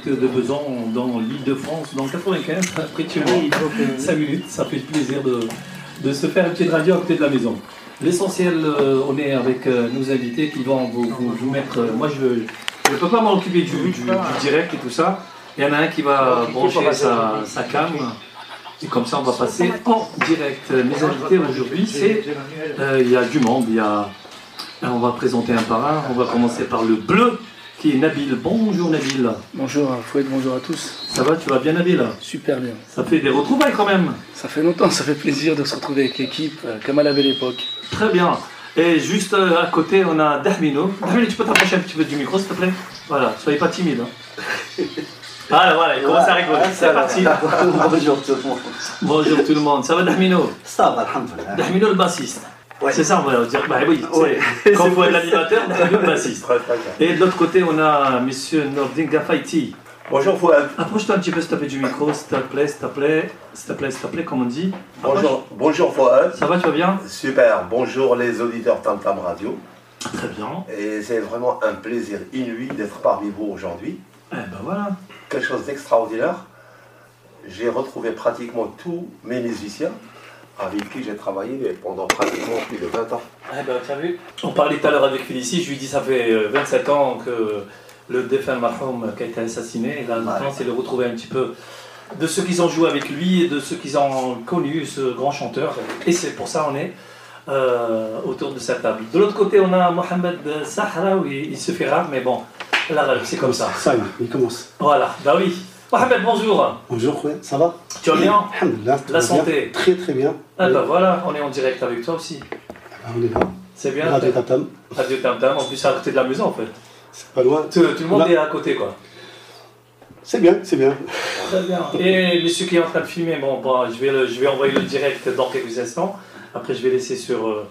de Besançon dans l'Île-de-France, dans le 95, après tu 5 minutes, ça fait plaisir de se faire une petite radio à côté de la maison. L'essentiel, on est avec nos invités qui vont vous mettre... moi, je ne peux pas m'occuper du direct et tout ça. Il y en a un qui va brancher sa cam. Et comme ça, on va passer en direct. Mes invités aujourd'hui, c'est... il y a du monde, on va présenter un par un. On va commencer par le bleu, qui est Nabil. Bonjour Nabil. Bonjour Fouad, bonjour à tous. Ça va, tu vas bien Nabil? Super bien. Ça fait des retrouvailles quand même. Ça fait longtemps, ça fait plaisir de se retrouver avec l'équipe, comme à la belle époque. Très bien. Et juste à côté, on a Dahmino. Dahmino, tu peux t'approcher un petit peu du micro, s'il te plaît? Voilà, soyez pas timide. Hein. Voilà, il commence à rigoler. C'est parti. Bonjour tout le monde. Bonjour tout le monde. Ça va Dahmino? Ça va, alhamdoulilah. Dahmino le bassiste. Ouais. C'est ça, on va dire. Bah oui, quand vous êtes l'animateur, Dahmino le bassiste. Et de l'autre côté, on a monsieur Nordin Gafaiti. Bonjour Fouad. Approche-toi un petit peu s'il te plaît du micro, s'il te plaît, comme on dit. Bonjour Fouad. Ça va, tu vas bien? Super, bonjour les auditeurs Tam Tam Radio. Très bien. Et c'est vraiment un plaisir inouï d'être parmi vous aujourd'hui. Eh ben voilà. Quelque chose d'extraordinaire. J'ai retrouvé pratiquement tous mes musiciens avec qui j'ai travaillé pendant pratiquement plus de 20 ans. Eh ben, tu as vu? On parlait tout à l'heure avec Félicie, je lui dis ça fait 27 ans que le défunt Marhoum qui a été assassiné, et là maintenant c'est de retrouver un petit peu de ceux qui ont joué avec lui et de ceux qui ont connu ce grand chanteur, et c'est pour ça on est autour de cette table. De l'autre côté on a Mohamed Sahra, oui, il se fait rare mais bon, là c'est comme ça. Ça y est, il commence. Voilà, bah oui. Mohamed, bonjour. Bonjour, ouais, ça va? Tu vas bien? Alhamdoulilah, la santé? Bien. Très très bien. Ah bah voilà, on est en direct avec toi aussi. On est là. C'est bien. Radio Tam Tam. Radio Tam Tam, en plus c'est à côté de la maison en fait. C'est pas loin. Tout le monde est à côté quoi. C'est bien, c'est bien. Très bien. Et monsieur qui est en train de filmer, bon je vais envoyer le direct dans quelques instants. Après je vais laisser sur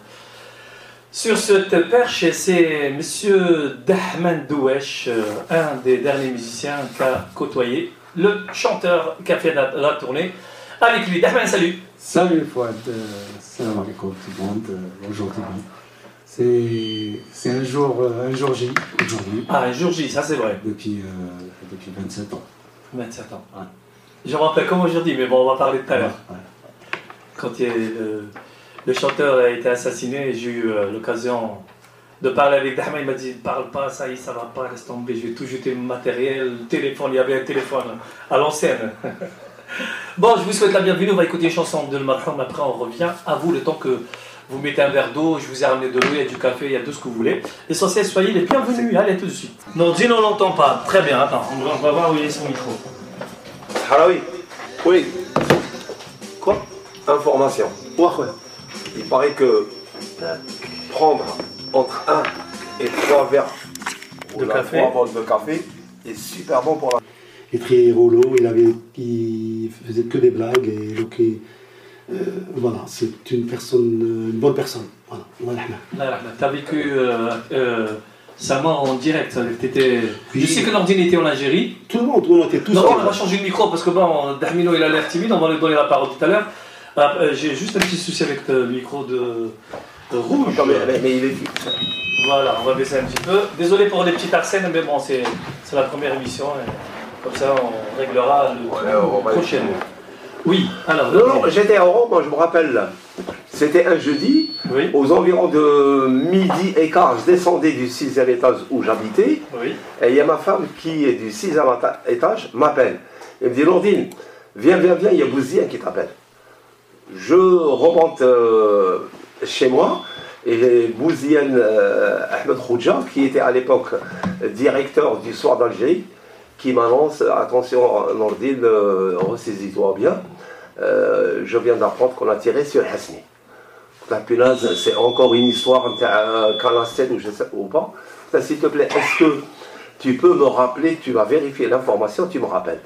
cette perche, et c'est monsieur Dahman Douesh, un des derniers musiciens qu'a côtoyé, le chanteur qui a fait la tournée avec lui. Dahman, salut. Salut Fouad, salam alaikum tout le monde, aujourd'hui. C'est un jour J aujourd'hui. Ah, un jour J, ça c'est vrai. Depuis 27 ans. 27 ans. Ouais. Je me rappelle comme aujourd'hui, mais bon, on va parler tout à l'heure. Ouais. Quand le chanteur a été assassiné, j'ai eu l'occasion de parler avec Dahman. Il m'a dit parle pas, ça y est, ça va pas, reste tomber, je vais tout jeter le matériel, le téléphone, il y avait un téléphone à l'ancienne. Bon, je vous souhaite la bienvenue, on va écouter une chanson de Marhoum, après on revient à vous le temps que vous mettez un verre d'eau, je vous ai ramené de l'eau, il y a du café, il y a tout ce que vous voulez. L'essentiel, soyez les bienvenus, allez tout de suite. Non, Dino on l'entend pas, très bien, attends, on va voir où il est son micro. Harawi. Oui. Quoi? Information. Ouais. Il paraît que prendre entre 1 et 3 verres De café. 3 bols de café est super bon pour la... Il est très rigolo, il faisait que des blagues, et donc voilà, c'est une bonne personne. Voilà. Tu as vécu sa mort en direct. Je sais que Nordine était en Algérie. Tout le monde était tous. Non, on va changer le micro parce que bon, Dahmino il a l'air timide, on va lui donner la parole tout à l'heure. J'ai juste un petit souci avec le micro de rouge. Mais il est... Voilà, on va baisser un petit peu. Désolé pour les petites arsènes, mais bon, c'est la première émission. Comme ça, on réglera le prochainement. Oui, alors... Non, j'étais à Oran, moi je me rappelle, c'était un jeudi, oui. Aux environs de midi et quart, je descendais du 6e étage où j'habitais, oui. Et il y a ma femme qui est du 6e étage, m'appelle. Elle me dit, Nordine, viens, il y a Bouzien qui t'appelle. Je remonte chez moi, et Bouzien Ahmed Khoudja, qui était à l'époque directeur du Soir d'Algérie, qui m'annonce, attention Nordine, ressaisis-toi bien, je viens d'apprendre qu'on a tiré sur Hasni. La punaise, c'est encore une histoire canadienne ou je sais ou pas. S'il te plaît, est-ce que tu peux me rappeler, tu vas vérifier l'information, tu me rappelles.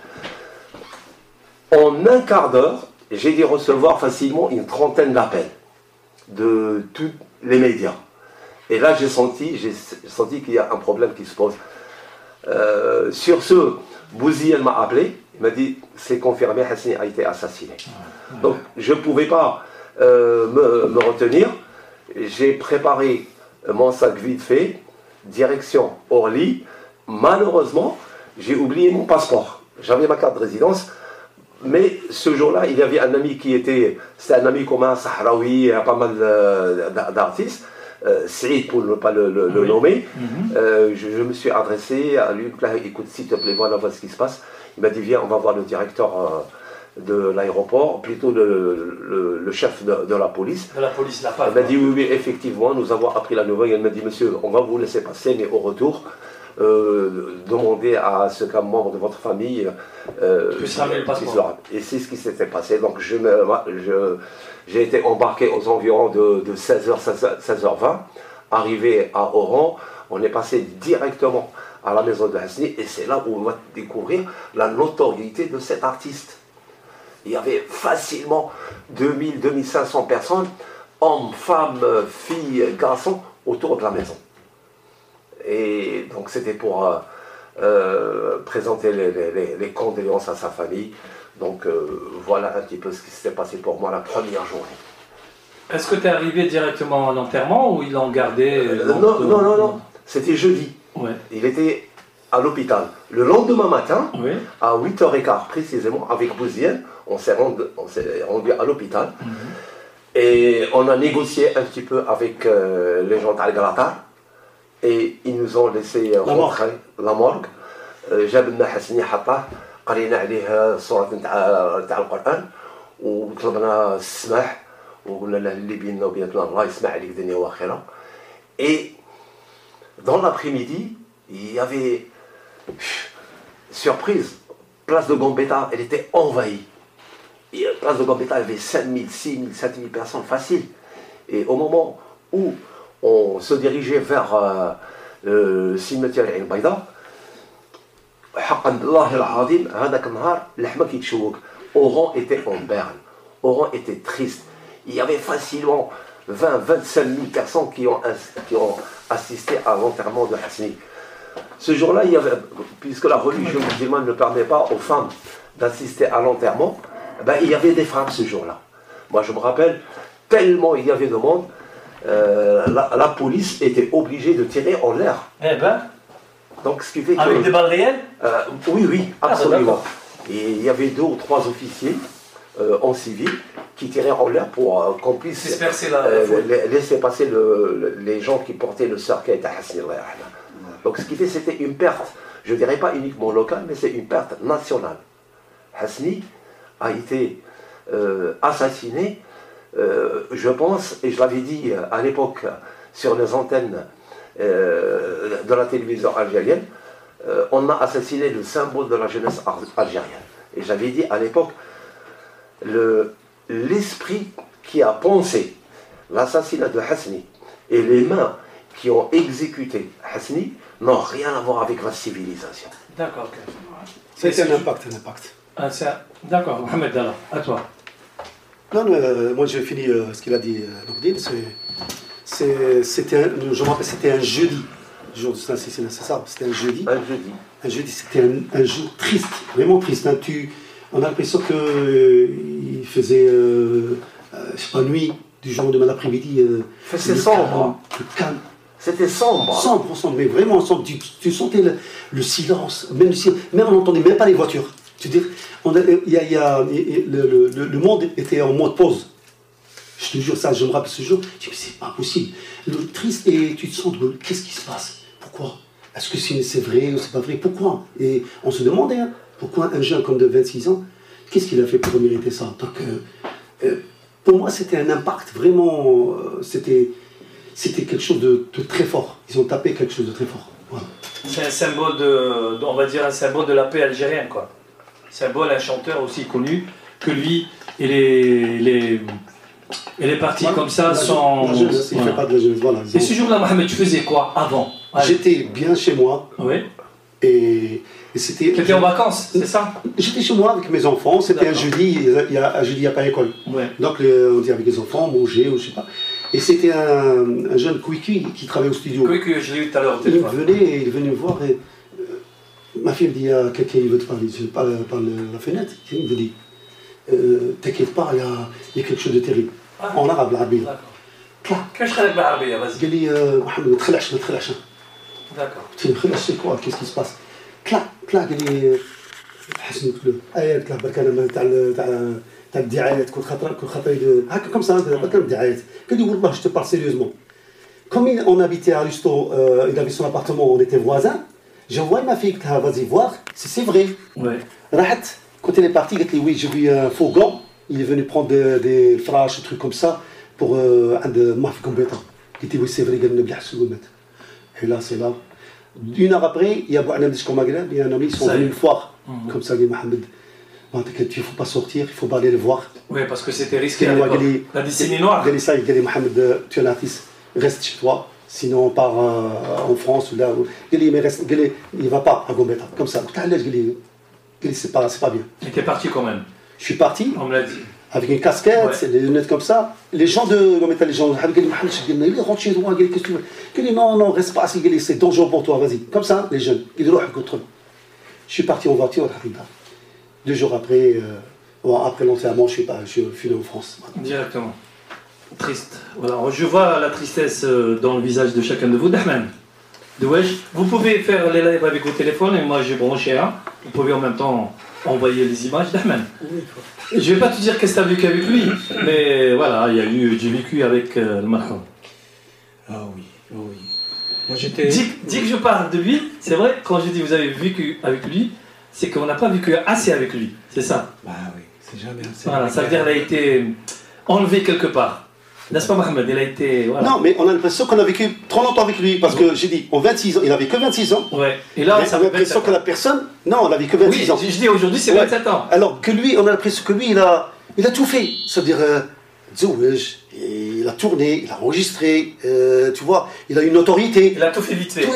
En un quart d'heure, j'ai dû recevoir facilement une trentaine d'appels de tous les médias. Et là, j'ai senti qu'il y a un problème qui se pose. Sur ce, Bouzien m'a appelé, il m'a dit c'est confirmé, Hasni a été assassiné. Donc je ne pouvais pas me retenir. J'ai préparé mon sac vite fait, direction Orly. Malheureusement, j'ai oublié mon passeport. J'avais ma carte de résidence, mais ce jour-là, il y avait un ami c'était un ami commun, sahraoui, pas mal d'artistes, Saïd pour ne pas le nommer. Je me suis adressé à lui, écoute, s'il te plaît, voilà ce qui se passe. Il m'a dit, viens, on va voir le directeur de l'aéroport, plutôt le chef de la police. De la police, la PAF. Il m'a dit, oui, effectivement, nous avons appris la nouvelle. Il m'a dit, monsieur, on va vous laisser passer, mais au retour, demandez à ce qu'un membre de votre famille puisse ramener le passeport. Et c'est ce qui s'était passé. Donc j'ai été embarqué aux environs de 16h, 16h20, arrivé à Oran, on est passé directement à la maison de Hassni, et c'est là où on va découvrir la notoriété de cet artiste. Il y avait facilement 2000, 2500 personnes, hommes, femmes, filles, garçons, autour de la maison. Et donc c'était pour présenter les condoléances à sa famille. Donc voilà un petit peu ce qui s'était passé pour moi la première journée. Est-ce que tu es arrivé directement à l'enterrement ou ils l'ont gardé Non. C'était jeudi. Ouais. Il était à l'hôpital. Le lendemain matin, oui. à 8h15 précisément, avec Bouzienne, on s'est rendu à l'hôpital. Et on a négocié un petit peu avec les gens d'Al-Galatar. Et ils nous ont laissé rentrer la morgue. جابلنا حسني حطاه قرينا عليه صورة تاع القرآن وطلبنا السماح وقلنا له اللي بيننا وبيناتنا الله يسمع عليك دنيا واخرة. Et dans l'après-midi, il y avait surprise, place de Gambetta, elle était envahie. Et place de Gambetta, il y avait 5000, 6000, 7000 personnes faciles. Et au moment où on se dirigeait vers le cimetière El Baïda, حقا بالله العظيم هذاك النهار اللحمه كيتشوك. Oran était en berne, Oran était triste. Il y avait facilement 20-25 000 personnes qui ont assisté à l'enterrement de Hassni. Ce jour-là, puisque la religion musulmane ne permet pas aux femmes d'assister à l'enterrement, il y avait des femmes ce jour-là. Moi je me rappelle, tellement il y avait de monde, la police était obligée de tirer en l'air. Eh ben. Donc, ce qui fait avec des balles réelles? Oui, absolument. Et il y avait 2 ou 3 officiers en civil qui tiraient en l'air pour qu'on puisse disperser laisser passer les gens qui portaient le cercueil de Hassni. Donc ce qui fait c'était une perte, je ne dirais pas uniquement locale, mais c'est une perte nationale. Hassni a été assassiné, je pense, et je l'avais dit à l'époque sur les antennes de la télévision algérienne, on a assassiné le symbole de la jeunesse algérienne. Et j'avais dit à l'époque, l'esprit qui a pensé l'assassinat de Hassni et les mains qui ont exécuté Hassni n'ont rien à voir avec la civilisation. D'accord. C'est un impact. D'accord, Mohamed, alors, à toi. Non, moi j'ai fini ce qu'il a dit, Nourdine. Je me rappelle, c'était un jeudi, le jour de cet assassinat, c'est ça, c'était un jeudi. Un jeudi, c'était un jour triste, vraiment triste. Hein. On a l'impression qu'il faisait, je sais pas, nuit, du jour de l'après-midi. C'était sombre. Calme. C'était sombre. Sombre, mais vraiment sombre. Tu sentais le silence, même on n'entendait même pas les voitures. Tu dis, le monde était en mode pause. Je te jure, ça, je me rappelle ce jour, je dis, mais c'est pas possible. Le triste, et tu te sens, qu'est-ce qui se passe? Pourquoi? Est-ce que c'est vrai ou c'est pas vrai? Pourquoi? Et on se demandait, hein, pourquoi un jeune comme de 26 ans, qu'est-ce qu'il a fait pour mériter ça? Donc, pour moi, c'était un impact, vraiment, c'était quelque chose de très fort. Ils ont tapé quelque chose de très fort. Voilà. C'est un symbole on va dire un symbole de la paix algérienne, quoi. Symbole, un chanteur aussi connu que lui, et les parties comme ça sont... La jeunesse, il ne fait pas de la jeunesse, voilà. Et ce jour-là, Mohamed, tu faisais quoi avant? J'étais bien chez moi. Oui. Et c'était... Tu étais en vacances, c'est ça? J'étais chez moi avec mes enfants, c'était un jeudi, un jeudi il n'y a pas école. Ouais. Donc on dit avec les enfants, manger ou je sais pas. Et c'était un jeune Kouiki qui travaillait au studio. Kouiki, je l'ai eu tout à l'heure au téléphone. Il venait me voir et ma fille me dit, il y a quelqu'un qui veut te parler. Je parle par la fenêtre, il me dit, t'inquiète pas, il y a quelque chose de terrible. En arabe, l'arabe. D'accord. كيفاش خليك بالعربية؟ vas-y. قال لي محمد ما تخلعش. D'accord. قلت له خلع c'est quoi? Qu'est-ce qui se passe? طلع قال لي حسن قلت له قلت له برك انا تاع الدعايات كل خطره هكا كوم سا برك الدعايات قال لي والله جو بار سيريوزمون comme on habitait à Rusto, il avait son appartement, on était voisins. J'ai envoyé ma fille, vas-y voir, c'est vrai. Ouais. Rahat, quand elle est partie, elle a dit oui, j'ai vu un faux gant. Il est venu prendre des fraches, des trucs comme ça, pour un de Mafia compétent. Il dit oui, c'est vrai, il a dit et là, c'est là. Une heure après, il y a un ami comme Maghreb, il y a un ami, ils sont venus une fois, comme ça, il dit Mohamed, t'inquiète, il ne faut pas sortir, il ne faut pas aller le voir. Oui, parce que c'était risqué à l'époque. La décennie noire. Il dit Mohamed, tu es un artiste. Reste chez toi, sinon on part en France ou là. Il dit, mais reste, il ne va pas à Gambetta, comme ça. Il dit, c'est pas bien. Il était parti quand même. Je suis parti, on me l'a dit. Avec une casquette, des lunettes comme ça. Les gens de Gambetta, les gens, il rentre chez toi, qu'est-ce que tu veux? Il dit, non, reste pas assis, c'est dangereux pour toi, vas-y. Comme ça, les jeunes. Il dit, je suis parti en voiture, 2 jours après, après l'enterrement, je suis filé en France. Directement. Triste. Voilà. Je vois la tristesse dans le visage de chacun de vous. Dahman, de Wesh, vous pouvez faire les lives avec vos téléphones et moi j'ai branché un. Vous pouvez en même temps envoyer les images. Dahman, je vais pas te dire qu'est-ce que tu as vécu avec lui, mais voilà, j'ai vécu avec le marhum. Ah oui, oui. Moi j'étais. Dis que je parle de lui, c'est vrai, quand je dis vous avez vécu avec lui, c'est qu'on n'a pas vécu assez avec lui, c'est ça. Bah oui, c'est jamais assez. Voilà, ça veut dire qu'il a été enlevé quelque part. N'est-ce pas Mohamed? Il a été. Voilà. Non, mais on a l'impression qu'on a vécu trop longtemps avec lui, parce que j'ai dit, en 26 ans, il n'avait que 26 ans. Ouais. Et là, on a l'impression que la personne. Non, on n'avait que 26 ans. Je dis aujourd'hui, c'est 27 ans. Alors que lui, on a l'impression que lui, il a tout fait. C'est-à-dire, il a tourné, il a enregistré, tu vois, il a une autorité. Il a tout fait vite fait.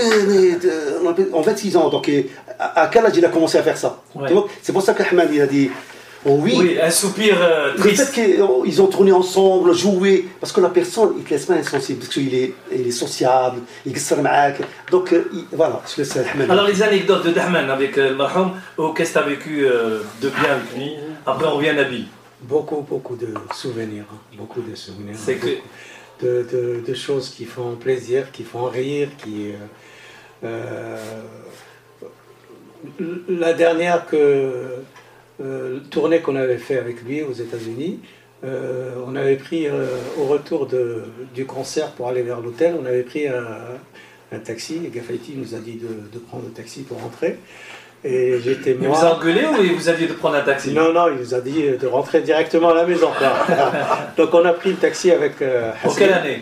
En 26 ans, donc à quel âge il a commencé à faire ça? Ouais. Tu vois, c'est pour ça qu'Ahmed, il a dit. Oh oui, un soupir triste. Le fait qu'ils ont tourné ensemble, joué, parce que la personne, il te laisse pas insensible, parce qu'il est sociable, il est avec. Donc voilà, je laisse Ahmed. Alors les anecdotes de Dahman avec le marhum, qu'est-ce que tu as vécu de bien avec lui? Après on revient à Nabil. Beaucoup de souvenirs, beaucoup de souvenirs. C'est que... de choses qui font plaisir, qui font rire, qui... la dernière tournée qu'on avait fait avec lui aux États-Unis, on avait pris au retour du concert pour aller vers l'hôtel, on avait pris un taxi, et Gafaïti nous a dit de prendre le taxi pour rentrer. Et j'étais moi. Il vous a engueulé ou il vous a dit de prendre un taxi? Non, il nous a dit de rentrer directement à la maison. Donc on a pris le taxi avec En quelle année?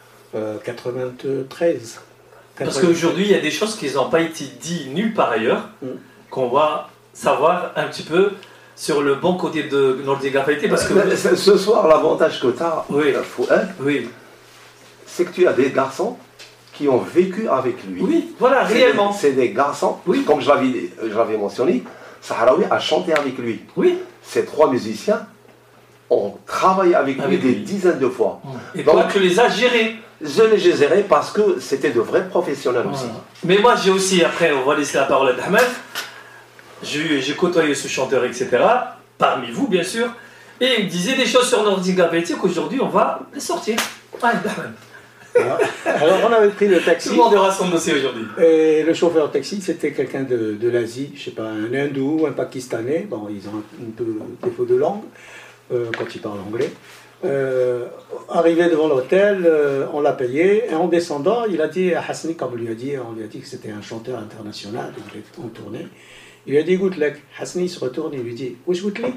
93. Parce qu'aujourd'hui, il y a des choses qui n'ont pas été dites nulle part ailleurs, qu'on va savoir un petit peu sur le bon côté de Nordi Gafaïti. Parce que ce soir, l'avantage que tu as, Fouad, c'est que tu as des garçons qui ont vécu avec lui. Oui, voilà, réellement. C'est des garçons, comme je l'avais mentionné, Sahraoui a chanté avec lui. Oui. Ces 3 musiciens ont travaillé avec lui des dizaines de fois. Et donc, tu les as gérés. Je les gérais parce que c'était de vrais professionnels aussi. Mais moi, j'ai aussi, après, on va laisser la parole à Dahman, j'ai côtoyé ce chanteur, etc., parmi vous, bien sûr, et il me disait des choses sur Nordi Gafaïti qu'aujourd'hui, on va les sortir. Ouais, Dahman. Alors on avait pris le taxi. Tout le monde aura son dossier aujourd'hui. Et le chauffeur de taxi, c'était quelqu'un de l'Asie, je sais pas, un hindou, un pakistanais. Bon, ils ont un peu défaut de langue quand ils parlent anglais. Arrivé devant l'hôtel, on l'a payé et en descendant, il a dit à Hassani, comme on lui a dit que c'était un chanteur international, il était en tournée. Il lui a dit Goutlek. Hassani se retourne et lui dit Wesh Goutli.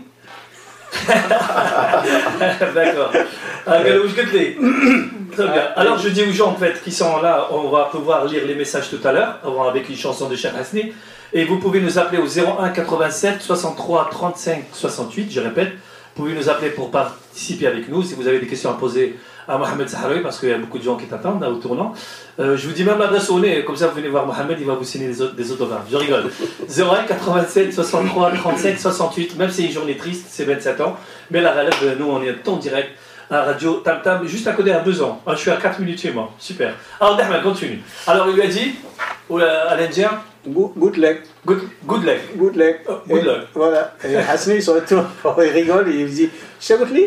D'accord. Très bien. Alors je dis aux gens en fait qui sont là, on va pouvoir lire les messages tout à l'heure avec une chanson de Cheikh Hassani. Et vous pouvez nous appeler au 01 87 63 35 68, je répète. Vous pouvez nous appeler pour participer avec nous si vous avez des questions à poser à Mohamed Sahraoui parce qu'il y a beaucoup de gens qui t'attendent là au tournant. Je vous dis même l'adresse au nez, comme ça vous venez voir Mohamed, il va vous signer des autographes. Je rigole. 01 87 63 35 68, même si c'est une journée triste, c'est 27 ans. Mais la relève, nous on est en direct à Radio Tam Tam, juste à côté à 2 ans. Je suis à 4 minutes chez moi. Super. Alors Dahman, continue. Alors il lui a dit, à l'Indien, Good luck. Good luck. Good luck. Good luck. Voilà. Et Hassani se retourne, il rigole et il dit Chaboutli.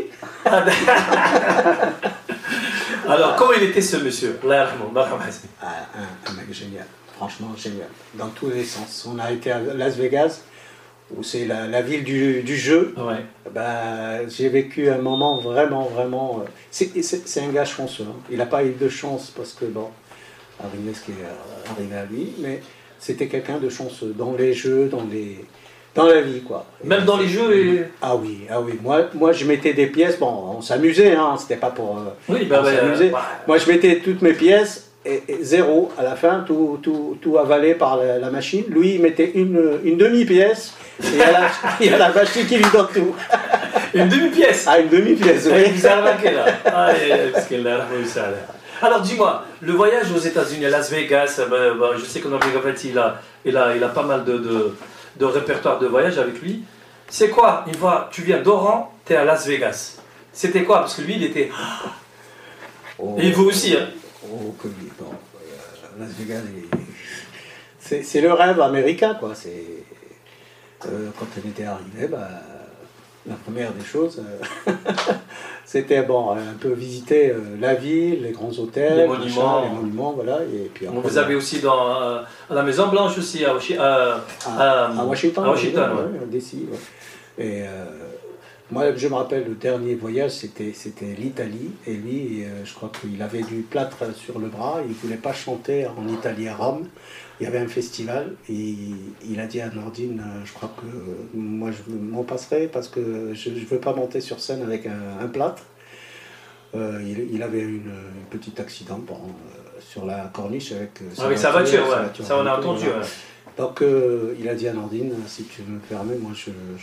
Alors, comment il était ce monsieur? Allah yarhamou, Marham Hassani. Un mec génial. franchement génial, dans tous les sens. On a été à Las Vegas, où c'est la ville du jeu. Ouais. Bah, j'ai vécu un moment vraiment. C'est un gars chanceux. Hein. Il n'a pas eu de chance parce que, bon, arrivé ce qui est arrivé à lui, mais c'était quelqu'un de chanceux dans les jeux, dans la vie, quoi. Même dans les jeux et... Ah oui. Moi, je mettais des pièces. Bon, on s'amusait, hein. C'était pas pour. Oui, bah, on s'amusait. Moi, je mettais toutes mes pièces. Et zéro à la fin, tout avalé par la machine. Lui, il mettait une demi-pièce et il y a la machine qui lui donne tout. Une demi-pièce. Ah, une demi-pièce, Et oui. vous avez marqué là. Ah, parce qu'elle a ça. Alors dis-moi, le voyage aux États-Unis, à Las Vegas, je sais qu'on a il a pas mal de répertoire de voyage avec lui. C'est quoi? Une fois, tu viens d'Oran, tu es à Las Vegas. C'était quoi? Parce que lui, il était... Oh, et vous aussi, hein. Oh, que oui, bon. Las Vegas, c'est le rêve américain, quoi. Quand on était arrivé, la première des choses, c'était bon, un peu visiter la ville, les grands hôtels, Les monuments. les monuments, voilà. Et puis après, Vous avez aussi à la Maison Blanche aussi, à Washington. à Washington. À Washington, ouais, DC, ouais. Et moi, je me rappelle, le dernier voyage, c'était l'Italie. Et lui, je crois qu'il avait du plâtre sur le bras. Il ne voulait pas chanter en Italie à Rome. Il y avait un festival. Et il a dit à Nordine, je crois que moi, je m'en passerai parce que je ne veux pas monter sur scène avec un plâtre. Il avait une petite accident sur la corniche avec sa voiture, ouais. Ça, on a entendu. Voilà. Ouais. Donc il a dit à Nordine, si tu me permets, moi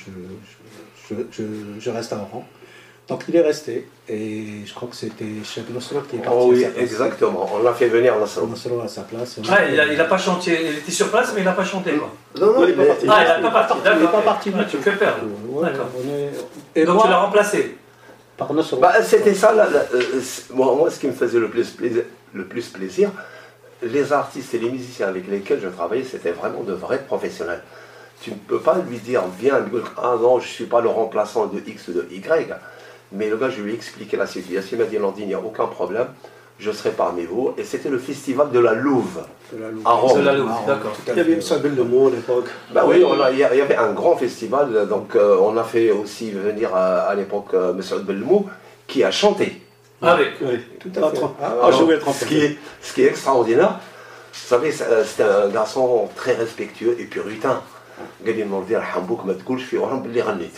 je reste à Oran. Donc il est resté, et je crois que c'était Cheb Nosro qui est parti. Oh oui, à sa place. exactement. On l'a fait venir Nasser. Nosro à sa place. Ouais, il a pas chanté, il était sur place, mais il n'a pas chanté, quoi. Non, il est pas parti. Ah, il n'est pas parti, d'accord. Il n'est pas parti. Ouais, tu me fais perdre. Ouais, D'accord. Et donc moi, tu l'as remplacé. par Nosro. C'était ça, moi, ce qui me faisait le plus plaisir, les artistes et les musiciens avec lesquels je travaillais, c'était vraiment de vrais professionnels. Tu ne peux pas lui dire, viens, ah non, je ne suis pas le remplaçant de X ou de Y. Mais le gars, je lui ai expliqué la situation. Il m'a dit, Landine, il n'y a aucun problème, je serai parmi vous. Et c'était le festival de la Louve, à Rome. De la Louve, d'accord. Il y avait Moussa Bellomo à l'époque. Bah oui, il y avait un grand festival, donc on a fait aussi venir à l'époque M. Belmou, qui a chanté. Avec. Oui, Tout à fait. Ah, joué le Ce qui est extraordinaire, vous savez, c'était un garçon très respectueux et puritain. قال لي نور دير حنبوك ما تقولش في وهم باللي غنيت.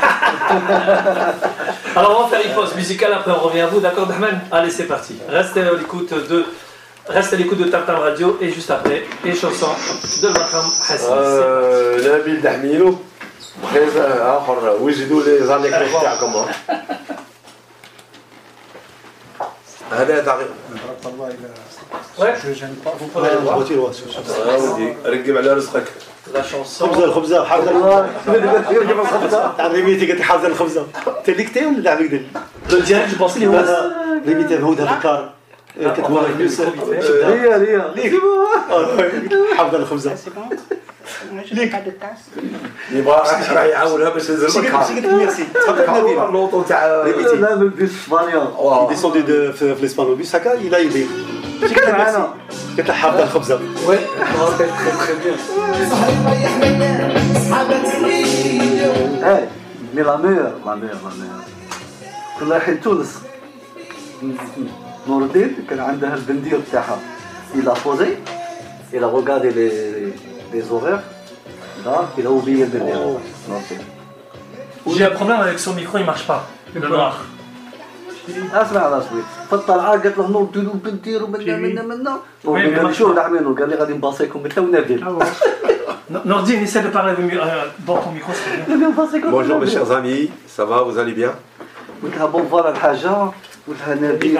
Alors on va faire une pause musicale, après on revient à vous, d'accord Dahman? Allez, c'est parti. Restez à l'écoute de Tam Tam Radio, et juste après, les chansons de Marham Hassan. نبيل دحميلو بغيت اخر وجدوا لي زانيكدوت تاعكم. هذا Ouais, Je gêne pas. vous prenez le droit. voiture, ouais. رقم على رزقك. La chanson. الخبزه حاضر تعرف ميتي قلت حاضر الخبزه انت اللي كتي ولا اللي قلت Le direct, je pensais les لا Roses. لا اللي ميتي هو هذا الكار كتبوا حافظ الخبزه C'est bon? Moi, je n'ai pas de tasse. يبغى راه يعاونها باش شي تلزم قلت ميرسي تفضل نبيل اللوطو تاع لا بالبيس اسبانيول il descendu في الاسبانيول بيس هكا il a aidé شي قلت معنا قلت له حافظ الخبزه Ouais, je me rappelle très bien. ايه مي لا مير كنا رايحين تونس نور الدين كان عندها البندير تاعها il a posé il a regardé les horaires là il a oublié le bendire. J'ai un problème avec son micro, il marche pas. Le noir. اسمع على صويت فالطلعه قالت له نور ديروا بندير ومنا قال لي شو نعملوا قال لي غادي نباصيكم انت ونبيل Nordine, essaie de parler mieux dans ton micro, c'est bien. Bonjour mes chers amis, ça va, vous allez bien? قلت لها بون فوالا الحاجه قلت لها نبيل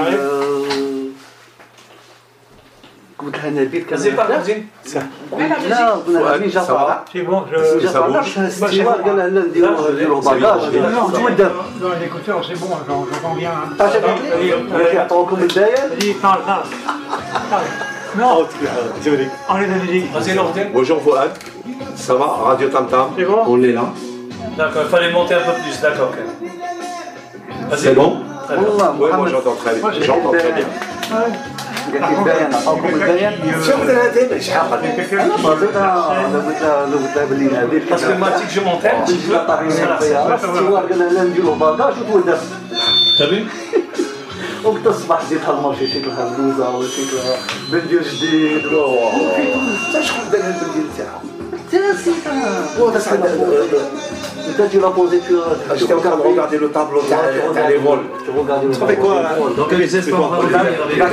كان Vas-y, parle, Nordine. لا قلنا نبيل جا طالع C'est bon, جا طالع باش الاستوار قال لها لا نديروا باكاج تودم dans l'écouteur, c'est bon, j'entends bien. Hein. يعطوكم الداير Vas-y, parle. Non, enlève la musique. Vas-y, Nordine. Bonjour Fouad, ça va? Radio Tam Tam, C'est bon? on est là. D'accord, il fallait monter un peu plus, d'accord. Ok. Vas-y. C'est bon? Très bien. والله Oui, moi محمد j'entends très bien. J'entends très bien. كاين بيان عطاوكم البيان شوف هذا شحال انا بازيت انا قلت لها بلي نادي باسكو ماتيك جو مونتين جيت طاحين فيها السوار قال لها نديرو باكاج وتولد تبي وقت الصباح جيت المارشي شيت لها بلوزه وشيت لها بندير جديد حتى شكون دار هذا البنديل تاعها انت tu l'as posé sur J'étais en train de regarder le tableau تاع les vols. tu regardes Tu fais quoi Donc les espoirs vont venir avec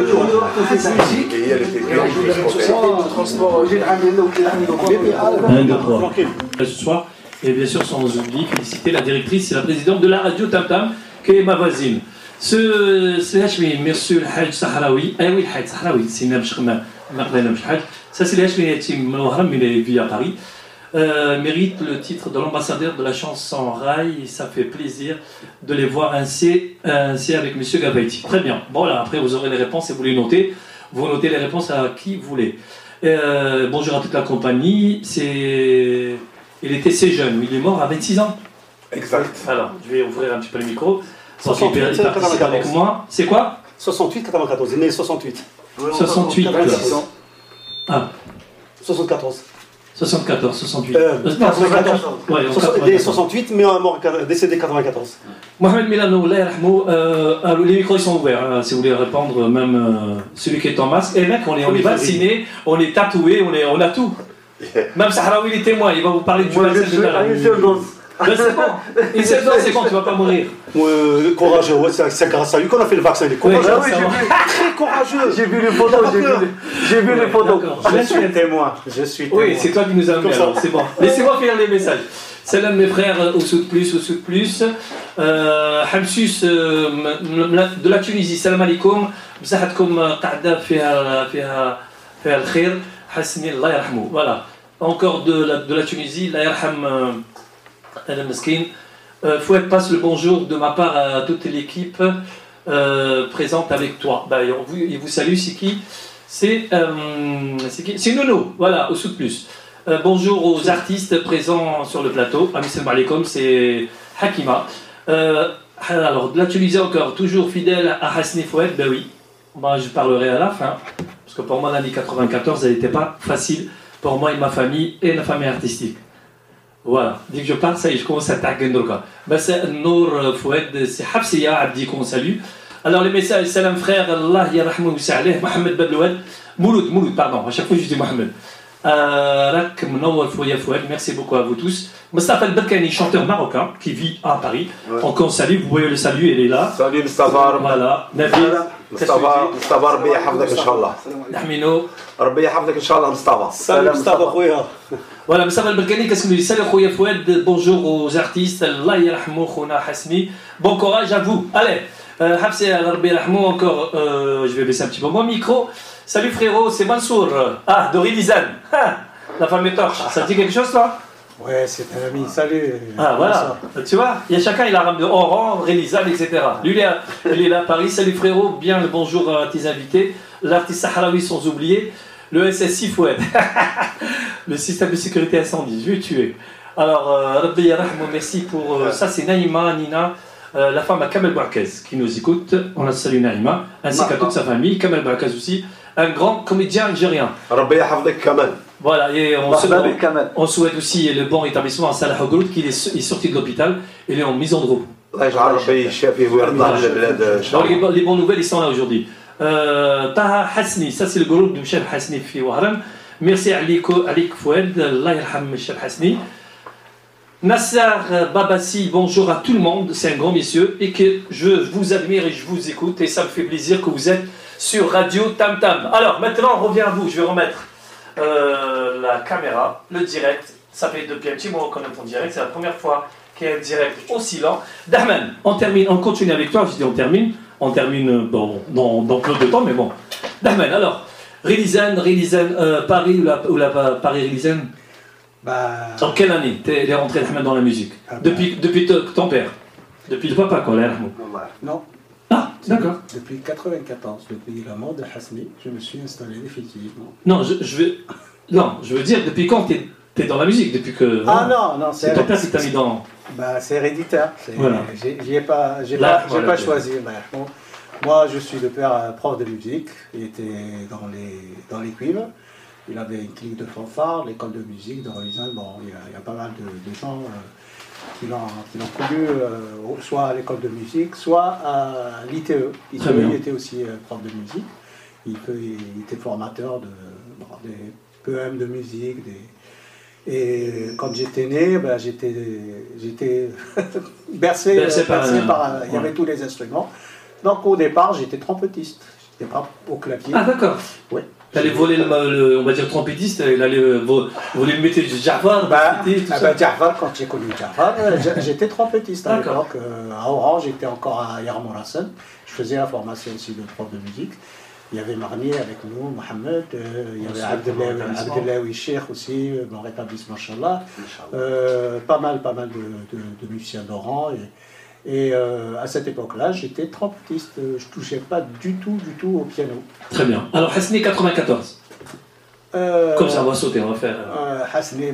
Et elle était Transport. جيت عندي لو كي عندي 1, 2, 3. Ce soir, et bien sûr sans oublier féliciter la directrice et la présidente de la radio Tam Tam, qui est ma voisine. C'est Hachmi, monsieur le Hajj Sahraoui. Ah oui, le Hajj Sahraoui, c'est Nabsh Hajj. Ça c'est le Hachmi Yatim Mouharam, il vit à Paris. Mérite le titre de l'ambassadeur de la chanson rail, et ça fait plaisir de les voir ainsi avec monsieur Gabaiti. Très bien. Bon là, après vous aurez les réponses et vous les notez. Vous notez les réponses à qui vous voulez. Bonjour à toute la compagnie. Il était assez jeune, il est mort à 26 ans. Exact. Alors, je vais ouvrir un petit peu le micro. 68, Il participe avec moi. C'est quoi 68, 94, il est né 68. 68. 26 ans. Ah, 74. 74, 68. Non, 94. Ouais, Il est 68, mais mort, décédé 94. Mohamed Milano, Allah yarhamou, les micros ils sont ouverts, hein, si vous voulez répondre, même celui qui est en masque. Et mec, on est vacciné, on est tatoué, on a tout. Même Sahraoui, il est témoin, il va vous parler du vaccin de la ben c'est bon, une seule dose, c'est bon, tu vas pas mourir. Courageux, ouais, c'est grâce à lui qu'on a fait le vaccin. Il est courageux. Ouais, Très courageux. J'ai vu les photos, j'ai vu les photos. Je suis témoin. Je suis témoin. Oui, c'est toi qui nous as amené, alors c'est bon. Laissez-moi faire les messages. Salam mes frères au Sud Plus. Hamsus de la Tunisie, salam alaikum. Bzahatkoum qa'da fiha al-khir. Hasni Allah yarhamou. Voilà. Encore de la Tunisie, Allah yarham Al-Meskin. Fouad passe le bonjour de ma part à toute l'équipe présente avec toi. Bah, il vous salue, c'est qui? C'est Nono, voilà, au Sud Plus. Bonjour aux artistes présents sur le plateau. Assalamu alaikum, c'est Hakima. Alors, de la Tunisie encore, toujours fidèle à Hasni Fouad, ben oui, moi je parlerai à la fin, parce que pour moi l'année 94, elle n'était pas facile pour moi et ma famille et la famille artistique. Voilà, dès que je parle, ça y est, je commence à taguer Ndorka. Ben c'est Nour Fouad, c'est Hafsiya Abdi qu'on salue. Alors les messages, salam frère, Allah yarhamou wa salih, Mohamed Badlouad, Mouloud, pardon, à chaque fois je dis Mohamed. Rak Mnowar Fouya Fouad, merci beaucoup à vous tous. Mustafa Al-Bakani, chanteur marocain qui vit à Paris. Ouais. Encore salut, vous voyez le salut, il est là. Salut Mustafa. Voilà, Nabil. Mustafa, Rabbi yahfadek Inch'Allah. Nahmino. Rabbi yahfadek Inch'Allah, Mustafa. Salut Mustafa Khouya. Voilà, Mustafa Al-Bakani, qu'est-ce que nous dit? Salut Khouya Fouad, bonjour aux artistes, Allah yarhamou Khouna Hasni. Bon courage à vous. Allez, Hafsi Rabbi yarhamou encore, je vais baisser un petit peu mon micro. Salut frérot, c'est Mansour. Ah, Dori Lizane. La femme est torche. Ça te dit quelque chose toi? Ouais, c'est un ami. Salut. Ah voilà. Tu vois, il y a chacun, il a rame de Oran, Rélisane, etc. Lui, il est là à Paris. Salut frérot, bien le bonjour à tes invités. L'artiste Sahraoui sans oublier. Le SSI Fouad. Le système de sécurité incendie. Je vais tuer. Alors, Rabbi Yarahmou, merci pour ça. C'est Naïma, Nina. La femme à Kamel Bouakez qui nous écoute. On a salué Naïma, ainsi qu'à toute sa famille. Kamel Bouakez aussi. Un grand comédien algérien. Voilà, et on souhaite aussi le bon établissement à Salah Hogrout qui est sorti de l'hôpital. Il est en maison de repos. Donc les bonnes nouvelles, ils sont là aujourd'hui. Taha Hasni, ça c'est le groupe de Chef Hasni fi Wahran. Merci à Alik Fouad, Allah yarham Chef Hasni. Nassar Babassi, bonjour à tout le monde, c'est un grand monsieur et que je vous admire et je vous écoute et ça me fait plaisir que vous êtes sur Radio Tam Tam. Alors maintenant on revient à vous, je vais remettre la caméra, le direct. Ça fait depuis un petit moment qu'on est en direct, c'est la première fois qu'il y a un direct aussi lent. Dahman, on continue avec toi, je dis on termine bon, dans peu de temps, mais bon. Dahman, alors, Rélisane, Paris ou la Paris-Rélisane. Bah... En quelle année t'es rentré dans la musique? Depuis ton père? Depuis le papa, quoi, Non. Ah, d'accord. Depuis 94, depuis la mort de Hasni, je me suis installé définitivement. Non, je veux dire, depuis quand t'es dans la musique? Depuis que... Ah non, c'est ton père qui t'a mis dans... Bah, c'est héréditaire. Voilà. J'ai pas choisi. Moi, je suis le père prof de musique. Il était dans les cuivres. Il avait une clinique de fanfare, l'école de musique de Roisin. Bon, il y a pas mal de gens qui l'ont connu soit à l'école de musique, soit à l'ITE. Il était aussi prof de musique. Il était formateur des poèmes de musique. Et quand j'étais né, ben, j'étais bercé par... Il y avait tous les instruments. Donc au départ, j'étais trompettiste. J'étais pas au clavier. Ah d'accord. Oui. Il allait voler on va dire trompettiste, il allait voler le métier de Jafar. Jafar, quand j'ai connu Jafar, j'étais trompettiste à l'époque. À Orange, j'étais encore à Yarmourassen. Je faisais la formation aussi de prof de musique. Il y avait Marnier avec nous, Mohamed, il y avait Abdellaoui Cheikh aussi, bon rétablissement, Inch'Allah. Pas mal de musiciens d'Oran. Et à cette époque-là, j'étais trompettiste. Je ne touchais pas du tout au piano. Très bien. Alors, Hasni 94. Comme ça, on va sauter, on va faire. Hasni,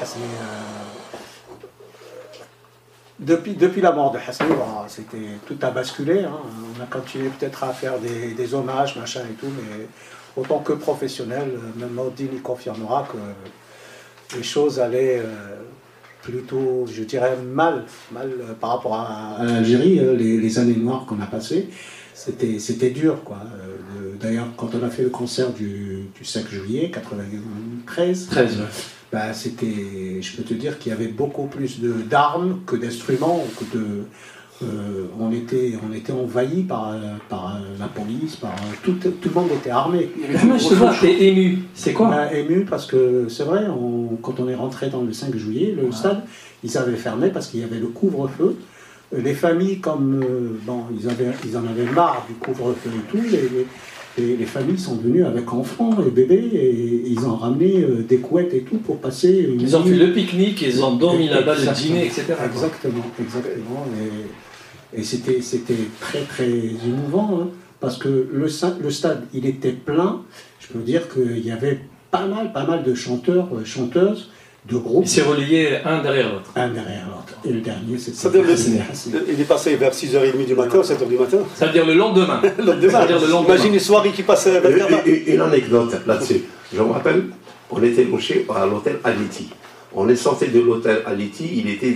depuis la mort de Hasni, c'était tout a basculé. Hein. On a continué peut-être à faire des hommages, machin et tout, mais autant que professionnel, même Maudine il confirmera que les choses allaient plutôt, je dirais, mal par rapport à l'Algérie. Les années noires qu'on a passées, c'était dur, quoi. D'ailleurs, quand on a fait le concert du 5 juillet 93, bah, je peux te dire qu'il y avait beaucoup plus d'armes que d'instruments, on était envahi par la police, tout le monde était armé. Je te vois, t'es ému. C'est quoi? Ému parce que c'est vrai, quand on est rentré dans le 5 juillet, le stade, ils avaient fermé parce qu'il y avait le couvre-feu. Les familles, ils en avaient marre du couvre-feu et tout. Les familles sont venues avec enfants et bébés et ils ont ramené des couettes et tout pour passer. Ils ont fait le pique-nique, ils ont dormi là-bas, le dîner, etc. Exactement. Et c'était très très émouvant, hein, parce que le stade, il était plein. Je peux dire qu'il y avait pas mal de chanteurs, chanteuses, de groupes. Ils s'est reliés un derrière l'autre. Et le dernier, c'était... Il est passé vers 6h30 du matin, 7h du matin. Ça veut dire le lendemain. Imagine les soirées qui passaient. Une anecdote là-dessus. Je me rappelle, on était logé à l'hôtel Aliti. On est sorti de l'hôtel Aliti, il était